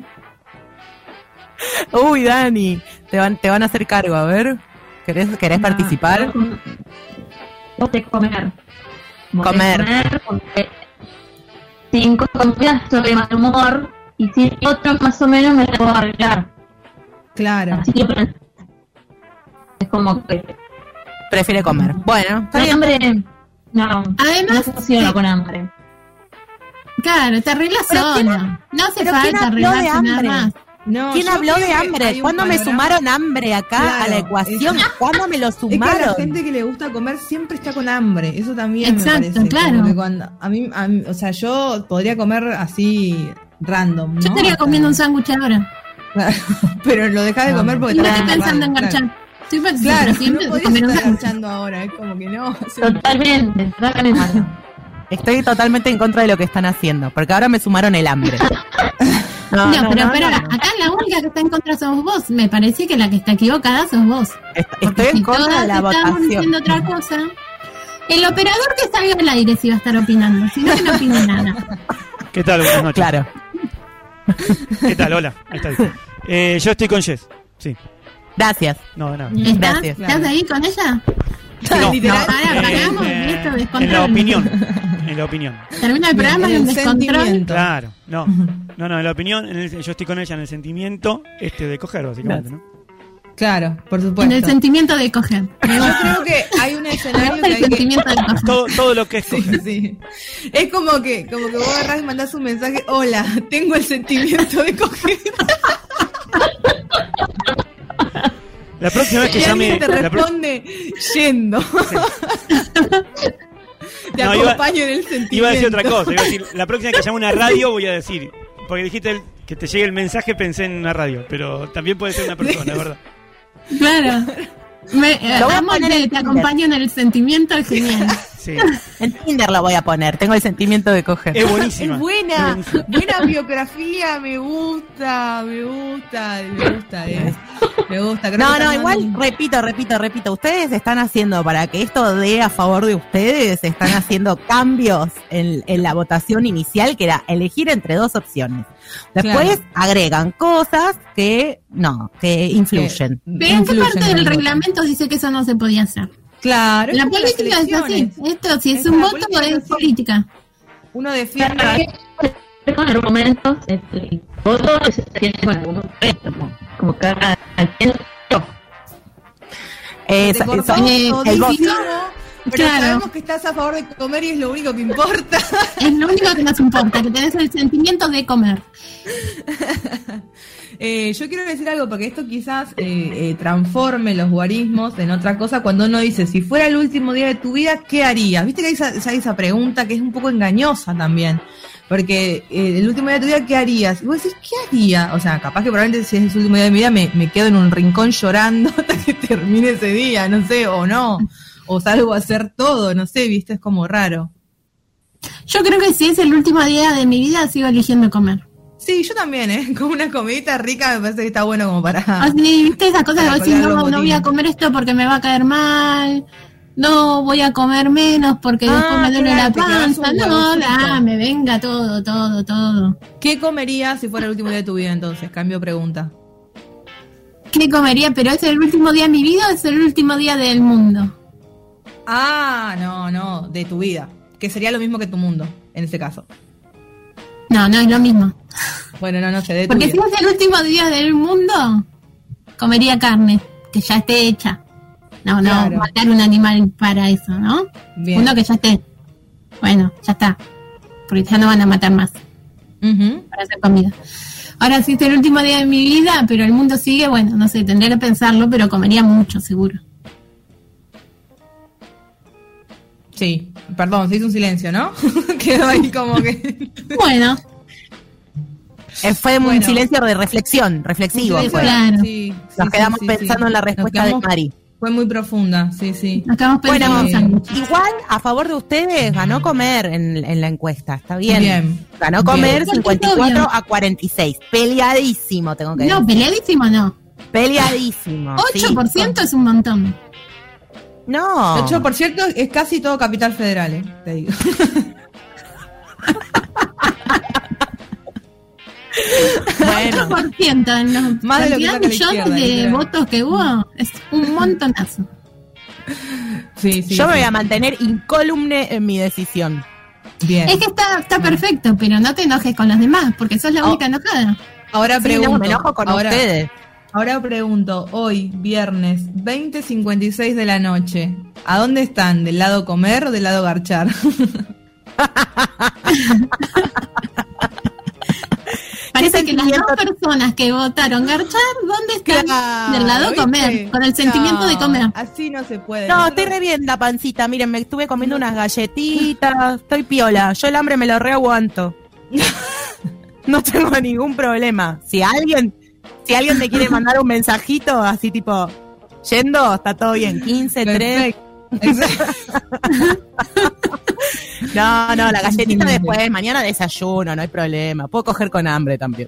Uy, Dani, te van, te van a hacer cargo, a ver. ¿Querés, querés No, participar? Voté comer. Voté Comer. comer porque cinco comidas sobre mal humor y si otro más o menos me la puedo arreglar. Claro. Así que pero, es como que Prefiere comer. Bueno, está con bien. hambre no, Además, no funciona sí. con hambre. Claro, te arreglas Pero ¿quién- sola. No hace pero ¿quién falta habló de arreglarse nada hambre? más. No, ¿Quién yo habló creo de que hambre? hay un ¿Cuándo me panorama- sumaron hambre acá a la Claro, ecuación? es- ¿Cuándo me lo Es que a la sumaron? gente que le gusta comer siempre está con hambre. Eso también Exacto, me parece. claro. Como que cuando, a, mí, a mí- o sea, yo podría comer así random, ¿no? Yo estaría O sea, comiendo un sándwich ahora. claro, pero lo dejás de comer porque Y no estás estoy pensando en claro. garchar. Estoy pensando Claro, siempre no en podías comer un estar sándwich. garchando ahora, es como que no. Totalmente, totalmente. Estoy totalmente en contra de lo que están haciendo, porque ahora me sumaron el hambre. No, pero no, espera, no, no. acá la única que está en contra sos vos. Me parece que la que está equivocada sos vos. Est- Porque Estoy en si contra todas de la estamos votación. diciendo otra cosa, el operador que salga al aire si va a estar opinando, si no, que no opine nada. ¿Qué tal? Buenas noches. Claro. ¿Qué tal? Hola. Ahí está. Eh, yo estoy con Jess. Sí. Gracias. No, de nada. ¿Estás, Gracias. ¿Estás ahí con ella? No, Literal. no, Pará, eh, paramos, eh, esto en descontrol. la opinión. En la opinión. Termina el programa en y el un descontrol. sentimiento. Claro. No. No, no, en la opinión. En el- yo estoy con ella en el sentimiento este de coger, básicamente, ¿no? Claro, por En supuesto. el sentimiento de coger. Me Yo gusta creo que hay un me escenario gusta que el hay que... sentimiento de coger. Todo, todo lo que es Sí, coger. sí. Es como que, como que vos agarrás y mandás un mensaje, hola, tengo el sentimiento de coger. La próxima vez que Y llame. alguien te la pro- responde yendo. Te No, iba- acompaño en el sentimiento. Iba a decir otra cosa. Iba a decir, la próxima vez que llame una radio voy a decir. Porque dijiste el- que te llegue el mensaje, pensé en una radio. Pero también puede ser una persona, ¿verdad? Claro. Me, eh, Lo voy a amo poner que en te Tinder. acompaño en el sentimiento, es genial. Sí. En Tinder lo voy a poner. Tengo el sentimiento de coger. Es buenísima. Es buena, Es buenísima. buena biografía, me gusta, me gusta, me gusta, eh. me gusta. Creo No, que no, están igual, dando un- repito, repito, repito. Ustedes están haciendo, para que esto dé a favor de ustedes, están haciendo cambios en, en la votación inicial, que era elegir entre dos opciones. Después Claro. agregan cosas que, no, que influyen. ¿Pero en qué Influyen parte en del el voto. reglamento dice que eso no se podía hacer? Claro, es La como las política es así. elecciones. Esto, si es Esa, un la voto, política es es así. política. Uno defiende con algunos momentos, este, todo se tiene con algunos préstamos, como cada quien. Es, Te cortó es- todísimo, el voto. pero Claro. sabemos que estás a favor de comer y es lo único que importa. Es lo único que nos importa, que tenés el sentimiento de comer. Eh, yo quiero decir algo, porque esto quizás eh, eh, transforme los guarismos en otra cosa. Cuando uno dice, si fuera el último día de tu vida, ¿qué harías? Viste que hay esa, esa, esa pregunta que es un poco engañosa también. Porque eh, el último día de tu vida, ¿qué harías? Y vos decís, ¿qué haría? O sea, capaz que probablemente si es el último día de mi vida me, me quedo en un rincón llorando hasta que termine ese día, no sé, o no. O salgo a hacer todo, no sé, viste, es como raro. Yo creo que si es el último día de mi vida, sigo eligiendo comer. Sí, yo también, ¿eh? Con una comidita rica me parece que está bueno como para... Así, ¿viste esas cosas que para vos decís, colgar no, los no voy a botines. comer esto porque me va a caer mal, no voy a comer menos porque Ah, después me duele claro, la te quedás panza, un no, huevito. dame, venga todo, todo, todo. ¿Qué comerías si fuera el último día de tu vida entonces? Cambio de pregunta. ¿Qué comería? ¿Pero es el último día de mi vida o es el último día del mundo? Ah, no, no, de tu vida. Que sería lo mismo que tu mundo, en este caso. No, no es lo mismo. Bueno, no, no sé, de tu Porque si vida. es el último día del mundo, comería carne, que ya esté hecha. No, no, Claro. matar un animal para eso, ¿no? Bien. Uno que ya esté. Bueno, ya está. Porque ya no van a matar más Ujú. para hacer comida. Ahora, si es el último día de mi vida, pero el mundo sigue, bueno, no sé, tendría que pensarlo, pero comería mucho, seguro. Sí, perdón, se hizo un silencio, ¿no? Quedó ahí como que... Bueno, Eh, fue un Bueno. silencio de reflexión, reflexivo. Sí, fue. claro. sí, Nos sí, quedamos sí, pensando sí. en la Nos respuesta de quedamos- Mari. Fue muy profunda, sí, sí. nos quedamos pensando Bueno, en sándwiches. igual a favor de ustedes ganó comer en, en la encuesta, está bien. Bien. Ganó comer Bien. cincuenta y cuatro a cuarenta y seis. Peleadísimo, tengo que No, decir. peleadísimo no. Peleadísimo. ocho por ciento es un montón. Sí. No. De hecho, por cierto, es casi todo Capital Federal, ¿eh? Te digo. Bueno. ocho por ciento en los Más de lo que cantidad saca de la millones izquierda, de literal. votos que hubo. Es un montonazo. Sí, sí. Yo me sí. voy a mantener incólume en mi decisión. Bien. Es que está, está perfecto, pero no te enojes con los demás, porque sos la Oh. única enojada. Ahora Sí, pregunto. no, me enojo con ahora, ustedes. Ahora pregunto, hoy, viernes, veinte cincuenta y seis de la noche, ¿a dónde están? ¿Del lado comer o del lado garchar? Parece que las sentimiento- dos personas que votaron garchar, ¿dónde están? Claro, Del lado ¿viste? comer, con el sentimiento No, de comer. Así no se puede. No, Nosotros- estoy re bien la pancita. Miren, me estuve comiendo unas galletitas. Estoy piola. Yo el hambre me lo reaguanto. No tengo ningún problema. Si alguien, si alguien me quiere mandar un mensajito así tipo, yendo, está todo bien. quince, tres. Perfecto. No, no, la galletita después. Mañana desayuno, no hay problema. Puedo coger con hambre también.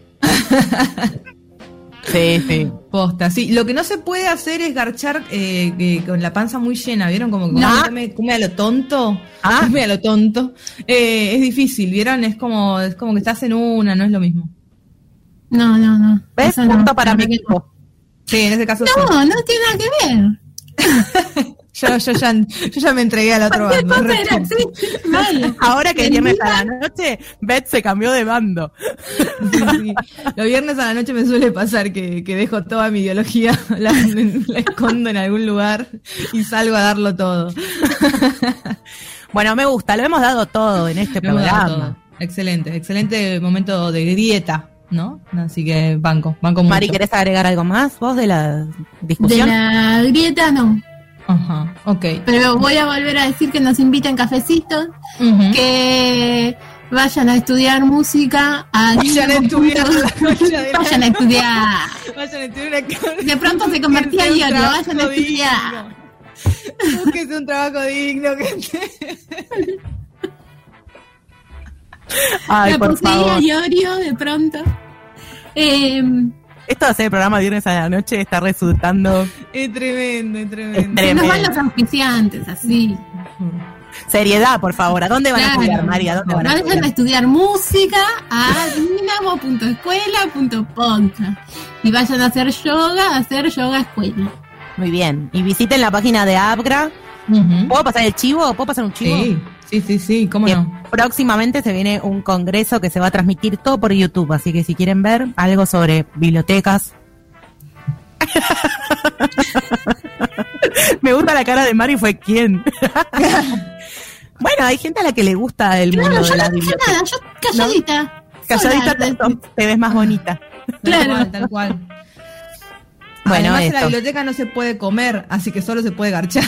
Sí, sí. Posta, sí. Lo que no se puede hacer es garchar eh, eh, con la panza muy llena, ¿vieron? Como que No. uno come, come a lo tonto. Ah. Come a lo tonto. Eh, es difícil, ¿vieron? Es como, es como que estás en una, no es lo mismo. No, no, no. ¿Ves? Eso no, Punto para la mi verdad que equipo. Sí, en ese caso sí. No, no tiene nada que ver. Yo, yo, ya, yo ya me entregué al otro Cualquier bando. cosa era así. Mal. Ahora que es En viernes vida- a la noche, Beth se cambió de bando. Sí, sí. Los viernes a la noche me suele pasar que, que dejo toda mi ideología, la, la escondo en algún lugar y salgo a darlo todo. Bueno, me gusta, lo hemos dado todo en este Me hemos dado programa. todo. Excelente, excelente momento de dieta, ¿no? Así que banco, banco mucho. Mari, ¿querés agregar algo más vos de la De discusión? la grieta no. Ajá, ok. Pero voy a volver a decir que nos inviten cafecitos, Ujú. que vayan a estudiar música. A Vayan a estudiar la concha de la- Vayan a estudiar. Vayan a estudiar una De pronto se convertía en Búsquense un Iorio, vayan a trabajo estudiar. digno. Búsquense un trabajo digno. Que... Ay, Me por poseía favor. Iorio de pronto. Eh, Esto de hacer el programa viernes a la noche está resultando Es tremendo, es Es tremendo. se nos tremendo. van los auspiciantes, así. Seriedad, por favor. ¿A dónde van a Claro. estudiar, Mari? ¿A dónde van a Vayan a estudiar? estudiar música a dinamo punto escuela punto podcast. Y vayan a hacer yoga, a hacer yoga escuela. Muy bien. Y visiten la página de Abgra. Ujú. ¿Puedo pasar el chivo? ¿Puedo pasar un chivo? Sí, Sí, sí, sí, cómo Que no. próximamente se viene un congreso que se va a transmitir todo por YouTube, así que si quieren ver algo sobre bibliotecas. Me gusta la cara de Mari, fue quién. Bueno, hay gente a la que le gusta el Claro, mundo yo de la no dije biblioteca. nada, yo calladita. Calladita Sola. te, te ves más bonita. Tal Claro. cual, tal cual. Bueno, Además, en la esto. biblioteca no se puede comer, así que solo se puede garchar.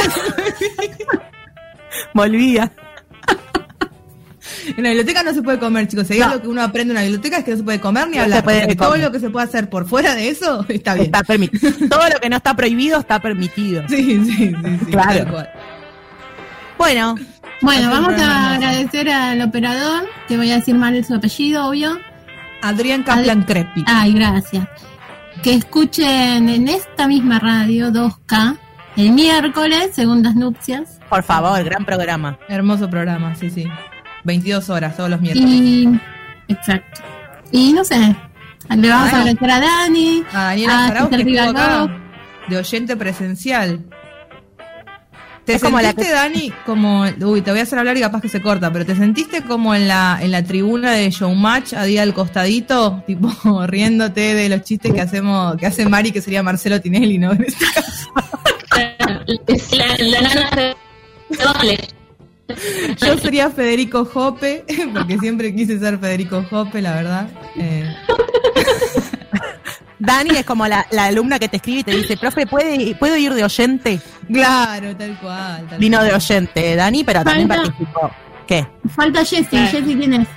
Volvía. En la biblioteca no se puede comer, chicos. Si hay No. algo que uno aprende en una biblioteca es que no se puede comer ni No se hablar. puede O sea, que todo comer. lo que se puede hacer por fuera de eso está bien. Está permitido. Todo lo que no está prohibido está permitido. Sí, sí, sí, sí. Claro. Tal cual. Bueno, Bueno, Hace un vamos programa a hermoso. agradecer al operador, que voy a decir mal su apellido, obvio. Adrián Kaplan Crespi. Ay, gracias. Que escuchen en esta misma radio dos K el miércoles, segundas nupcias. por favor, gran programa. Hermoso programa, sí, sí. veintidós horas todos los miércoles. Y. Exacto. Y no sé. Le vamos Ay. a agradecer a Dani. A Daniela Ah, Zarauz, que César estuvo acá Rivaldo. de oyente presencial. ¿Te Es como la sentiste, que- Dani, como... Uy, te voy a hacer hablar y capaz que se corta, pero ¿te sentiste como en la en la tribuna de Showmatch, a día al costadito? Tipo, riéndote de los chistes que hacemos que hace Mari, que sería Marcelo Tinelli, ¿no? En este caso. Es la, la nana de- Dale. Yo sería Federico Jope, porque siempre quise ser Federico Jope, la verdad. Eh, Dani es como la, la alumna que te escribe y te dice, profe, ¿puede, ¿puedo ir de oyente? claro, tal cual. Tal Vino cual. de oyente, Dani, pero también Falta- participó. ¿Qué? Falta Jessy. Jessy, ¿quién es?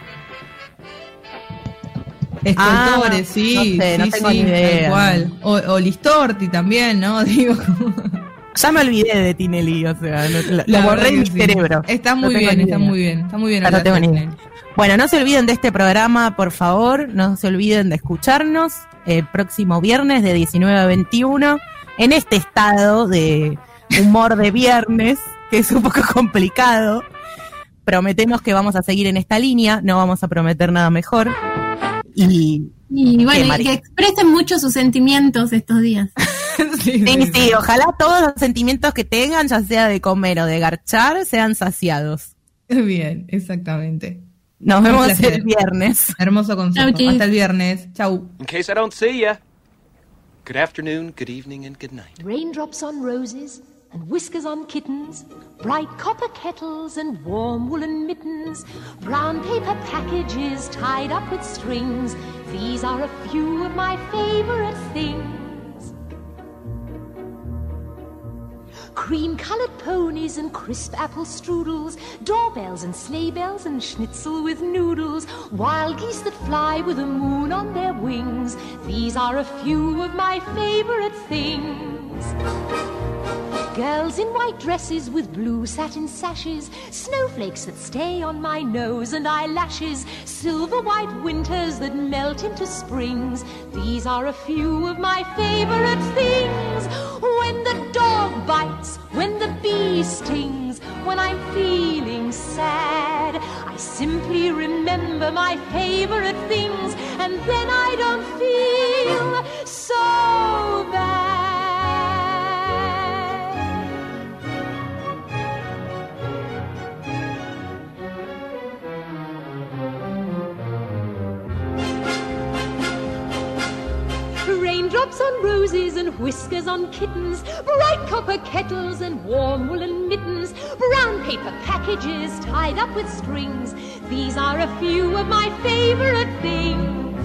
Escritores, Ah, sí, no sé, no sí, tengo sí, ni idea. tal cual. O, o Listorti también, ¿no? Digo, Ya me olvidé de Tinelli, o sea, lo, lo- lo la borré verdad de mi que sí. cerebro. Está No muy tengo bien, ni está idea. muy bien, está muy bien. Ya no hablar tengo de ni idea. Tinelli. Bueno, no se olviden de este programa, por favor, no se olviden de escucharnos el próximo viernes de diecinueve a veintiuno en este estado de humor de viernes, que es un poco complicado. Prometemos que vamos a seguir en esta línea, no vamos a prometer nada mejor. Y Y ¿Qué, bueno, y Mari? que expresen mucho sus sentimientos estos días. Sí, sí, sí, ojalá todos los sentimientos que tengan, ya sea de comer o de garchar, sean saciados. Bien, exactamente. Nos Un vemos placer. el viernes. Hermoso consejo. Chau, chis. Hasta el viernes. Chau. In case I don't see ya, good afternoon, good evening, and good night. Raindrops on roses and whiskers on kittens, bright copper kettles and warm woolen mittens, brown paper packages tied up with strings. These are a few of my favorite things. Cream-colored ponies and crisp apple strudels, doorbells and sleigh bells and schnitzel with noodles, wild geese that fly with the moon on their wings. These are a few of my favorite things. Girls in white dresses with blue satin sashes, snowflakes that stay on my nose and eyelashes, silver white winters that melt into springs. These are a few of my favorite things. When the dog bites, when the bee stings, when I'm feeling sad, I simply remember my favorite things, and then I don't feel so bad. Raindrops on roses and whiskers on kittens, bright copper kettles and warm woolen mittens, brown paper packages tied up with strings. These are a few of my favorite things.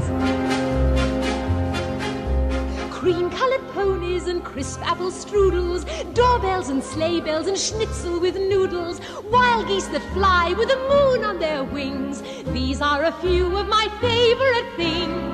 Cream-colored ponies and crisp apple strudels, doorbells and sleigh bells and schnitzel with noodles, wild geese that fly with the moon on their wings. These are a few of my favorite things.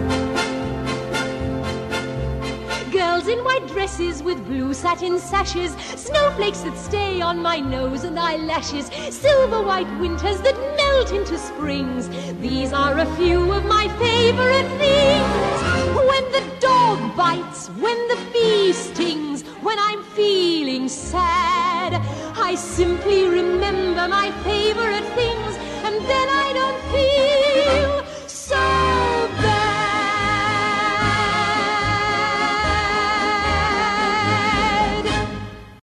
Girls in white dresses with blue satin sashes, snowflakes that stay on my nose and eyelashes, silver white winters that melt into springs. These are a few of my favorite things. When the dog bites, when the bee stings, when I'm feeling sad, I simply remember my favorite